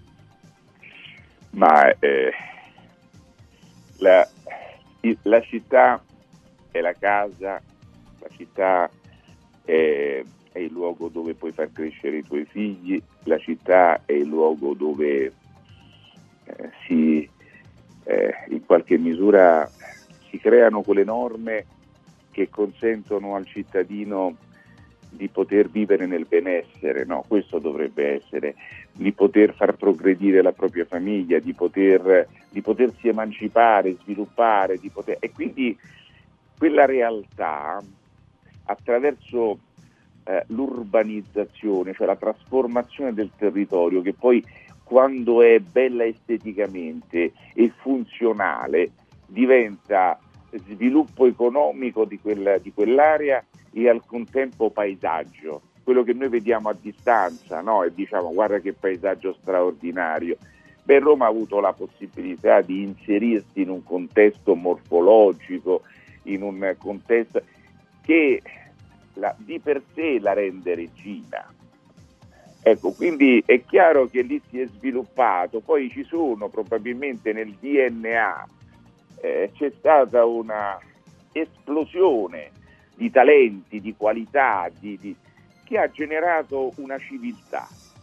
Ma eh, la, la città è la casa. La città è, è il luogo dove puoi far crescere i tuoi figli, la città è il luogo dove eh, si, eh, in qualche misura si creano quelle norme che consentono al cittadino di poter vivere nel benessere, no? Questo dovrebbe essere, di poter far progredire la propria famiglia, di poter di potersi emancipare, sviluppare, di poter, e quindi quella realtà attraverso eh, l'urbanizzazione, cioè la trasformazione del territorio, che poi quando è bella esteticamente e funzionale diventa sviluppo economico di, quella, di quell'area e al contempo paesaggio, quello che noi vediamo a distanza, no? E diciamo guarda che paesaggio straordinario. Beh, Roma ha avuto la possibilità di inserirsi in un contesto morfologico, in un contesto che la, di per sé la rende regina. Ecco, quindi è chiaro che lì si è sviluppato, poi ci sono probabilmente nel D N A, eh, c'è stata una esplosione di talenti, di qualità, di, di, che ha generato una civiltà.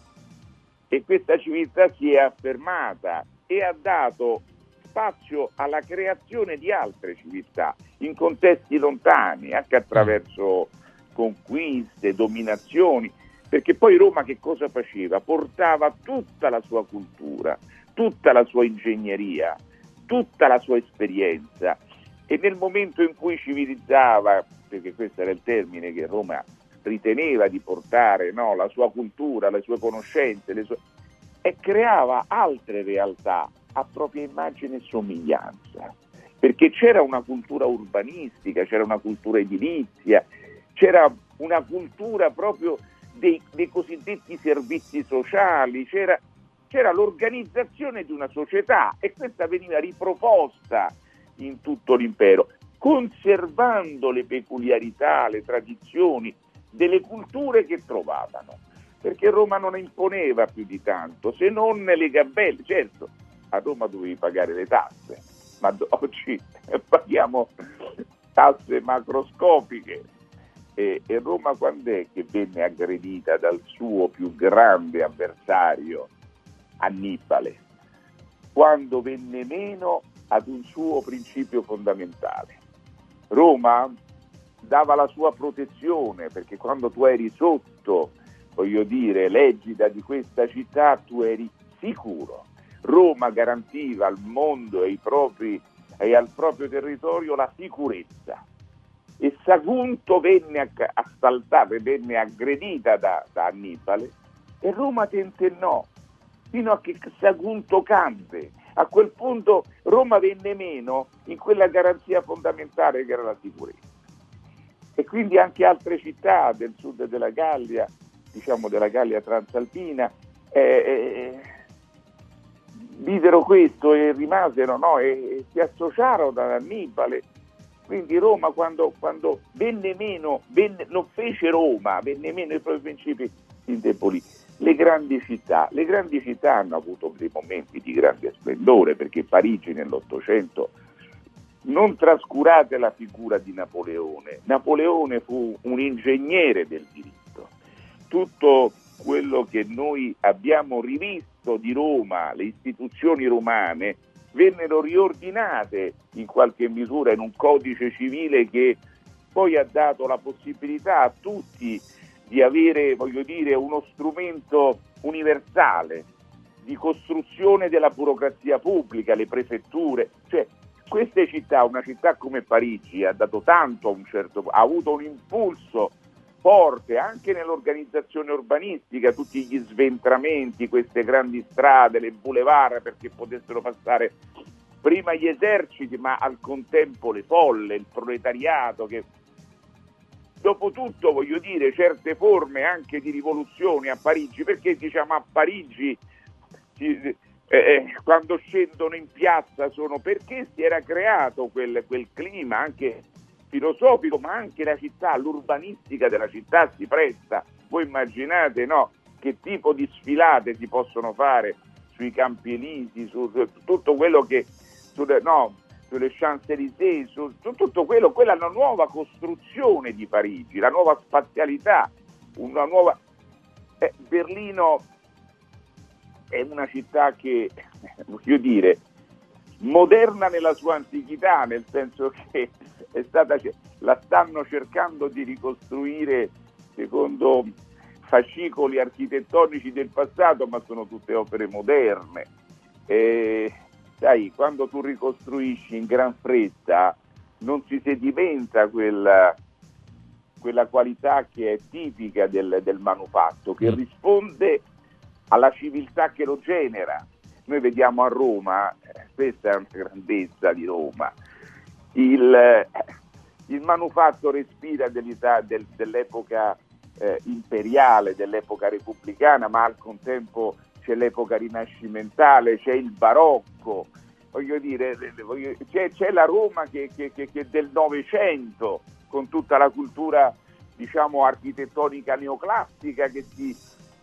E questa civiltà si è affermata e ha dato spazio alla creazione di altre civiltà in contesti lontani, anche attraverso conquiste, dominazioni, perché poi Roma che cosa faceva? Portava tutta la sua cultura, tutta la sua ingegneria, tutta la sua esperienza, e nel momento in cui civilizzava, perché questo era il termine che Roma riteneva di portare, no, la sua cultura, le sue conoscenze, le sue... e creava altre realtà a propria immagine e somiglianza, perché c'era una cultura urbanistica, c'era una cultura edilizia, c'era una cultura proprio dei, dei cosiddetti servizi sociali, c'era, c'era l'organizzazione di una società, e questa veniva riproposta in tutto l'impero, conservando le peculiarità, le tradizioni delle culture che trovavano, perché Roma non imponeva più di tanto, se non le gabelle. Certo, a Roma dovevi pagare le tasse, ma oggi paghiamo tasse macroscopiche. E, e Roma quando è che venne aggredita dal suo più grande avversario, Annibale? Quando venne meno ad un suo principio fondamentale. Roma dava la sua protezione, perché quando tu eri sotto, voglio dire, l'egida di questa città, tu eri sicuro. Roma garantiva al mondo e ai propri, e al proprio territorio la sicurezza. E Sagunto venne assaltata, venne aggredita da, da Annibale, e Roma tentennò fino a che Sagunto cadde. A quel punto Roma venne meno in quella garanzia fondamentale che era la sicurezza. E quindi anche altre città del sud della Gallia, diciamo della Gallia transalpina, eh, eh, videro questo e rimasero, no? E, e si associarono ad Annibale. Quindi Roma quando, quando venne meno, venne, non fece Roma, venne meno i propri principi, si indebolì. Le grandi città, le grandi città hanno avuto dei momenti di grande splendore, perché Parigi nell'Ottocento, non trascurate la figura di Napoleone. Napoleone fu un ingegnere del diritto. Tutto quello che noi abbiamo rivisto di Roma, le istituzioni romane, vennero riordinate in qualche misura in un codice civile che poi ha dato la possibilità a tutti di avere, voglio dire, uno strumento universale di costruzione della burocrazia pubblica, le prefetture. Cioè, queste città, una città come Parigi ha dato tanto a un certo, ha avuto un impulso forte anche nell'organizzazione urbanistica, tutti gli sventramenti, queste grandi strade, le boulevard, perché potessero passare prima gli eserciti, ma al contempo le folle, il proletariato, che dopotutto, voglio dire, certe forme anche di rivoluzione a Parigi, perché diciamo a Parigi eh, eh, quando scendono in piazza sono perché si era creato quel, quel clima anche filosofico, ma anche la città, l'urbanistica della città si presta. Voi immaginate, no, che tipo di sfilate si possono fare sui Campi Elisi, su, su tutto quello che su, no, sulle Champs-Élysées, su, su tutto quello, quella è la nuova costruzione di Parigi, la nuova spazialità, una nuova eh, Berlino è una città che, voglio dire, moderna nella sua antichità, nel senso che è stata, la stanno cercando di ricostruire secondo fascicoli architettonici del passato, ma sono tutte opere moderne. E, sai, quando tu ricostruisci in gran fretta non si sedimenta quel, quella qualità che è tipica del, del manufatto, che mm. risponde alla civiltà che lo genera. Noi vediamo a Roma, questa è una grandezza di Roma, il, il manufatto respira dell'età, del, dell'epoca eh, imperiale, dell'epoca repubblicana, ma al contempo c'è l'epoca rinascimentale, c'è il barocco, voglio dire, voglio, c'è, c'è la Roma che, che, che, che del Novecento, con tutta la cultura, diciamo, architettonica neoclassica che si...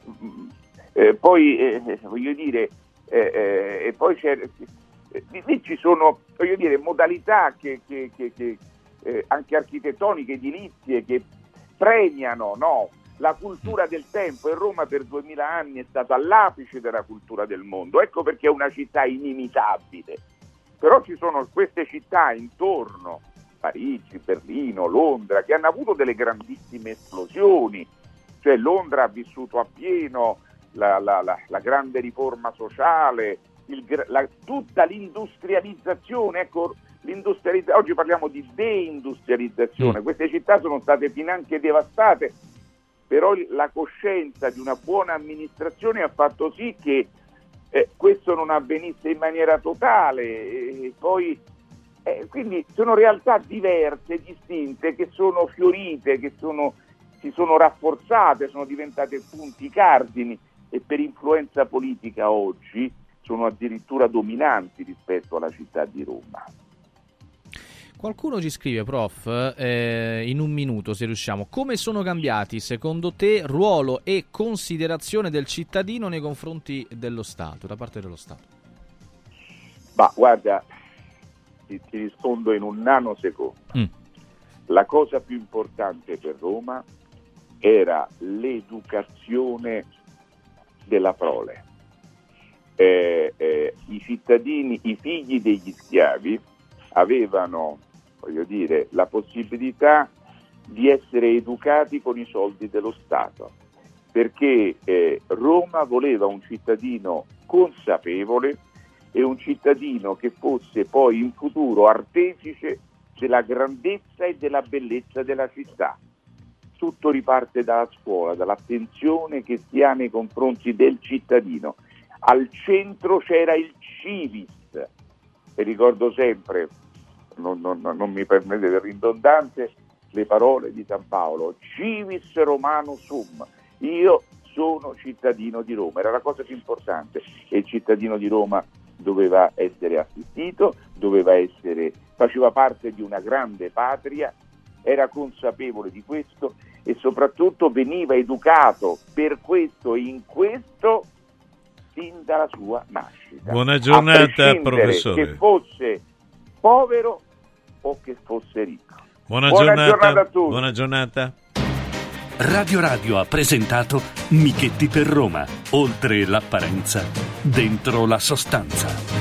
Eh, poi, eh, voglio dire, eh, eh, e poi c'è... Eh, lì ci sono, voglio dire, modalità che, che, che, che eh, anche architettoniche, edilizie, che premiano, no? La cultura del tempo, e Roma per duemila anni è stata all'apice della cultura del mondo, ecco perché è una città inimitabile. Però ci sono queste città intorno, Parigi, Berlino, Londra, che hanno avuto delle grandissime esplosioni, cioè Londra ha vissuto appieno la, la, la, la grande riforma sociale, il, la, tutta l'industrializzazione, ecco, l'industrializzazione, oggi parliamo di deindustrializzazione, mm. queste città sono state finanche devastate, però la coscienza di una buona amministrazione ha fatto sì che eh, questo non avvenisse in maniera totale, e poi eh, quindi sono realtà diverse, distinte, che sono fiorite, che sono, si sono rafforzate, sono diventate punti cardini, e per influenza politica oggi sono addirittura dominanti rispetto alla città di Roma. Qualcuno ci scrive, prof, eh, in un minuto se riusciamo, come sono cambiati secondo te ruolo e considerazione del cittadino nei confronti dello Stato, da parte dello Stato? Ma guarda, ti, ti rispondo in un nanosecondo. Mm. La cosa più importante per Roma era l'educazione della prole. Eh, eh, i cittadini, i figli degli schiavi avevano, voglio dire, la possibilità di essere educati con i soldi dello Stato, perché eh, Roma voleva un cittadino consapevole e un cittadino che fosse poi in futuro artefice della grandezza e della bellezza della città. Tutto riparte dalla scuola, dall'attenzione che si ha nei confronti del cittadino. Al centro c'era il civis, e ricordo sempre, non, non, non mi permettete ridondanze, le parole di San Paolo: civis romano sum, io sono cittadino di Roma. Era la cosa più importante, e il cittadino di Roma doveva essere assistito, doveva essere, faceva parte di una grande patria, era consapevole di questo e soprattutto veniva educato per questo e in questo sin dalla sua nascita. Buona giornata, professore. Che fosse povero o che fosse ricco. Buona, Buona giornata, giornata a tutti. Buona giornata. Radio Radio ha presentato Michetti per Roma. Oltre l'apparenza, dentro la sostanza.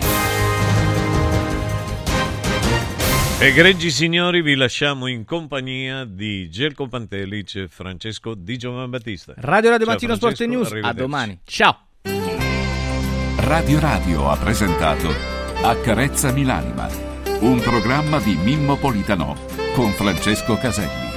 Egregi signori, vi lasciamo in compagnia di Gelco Pantelic e Francesco Di Giovanbattista. Radio Radio Ciao, Mattino Francesco, Sport e News, a domani. Ciao. Radio Radio ha presentato Accarezzami l'anima, un programma di Mimmo Politano con Francesco Caselli.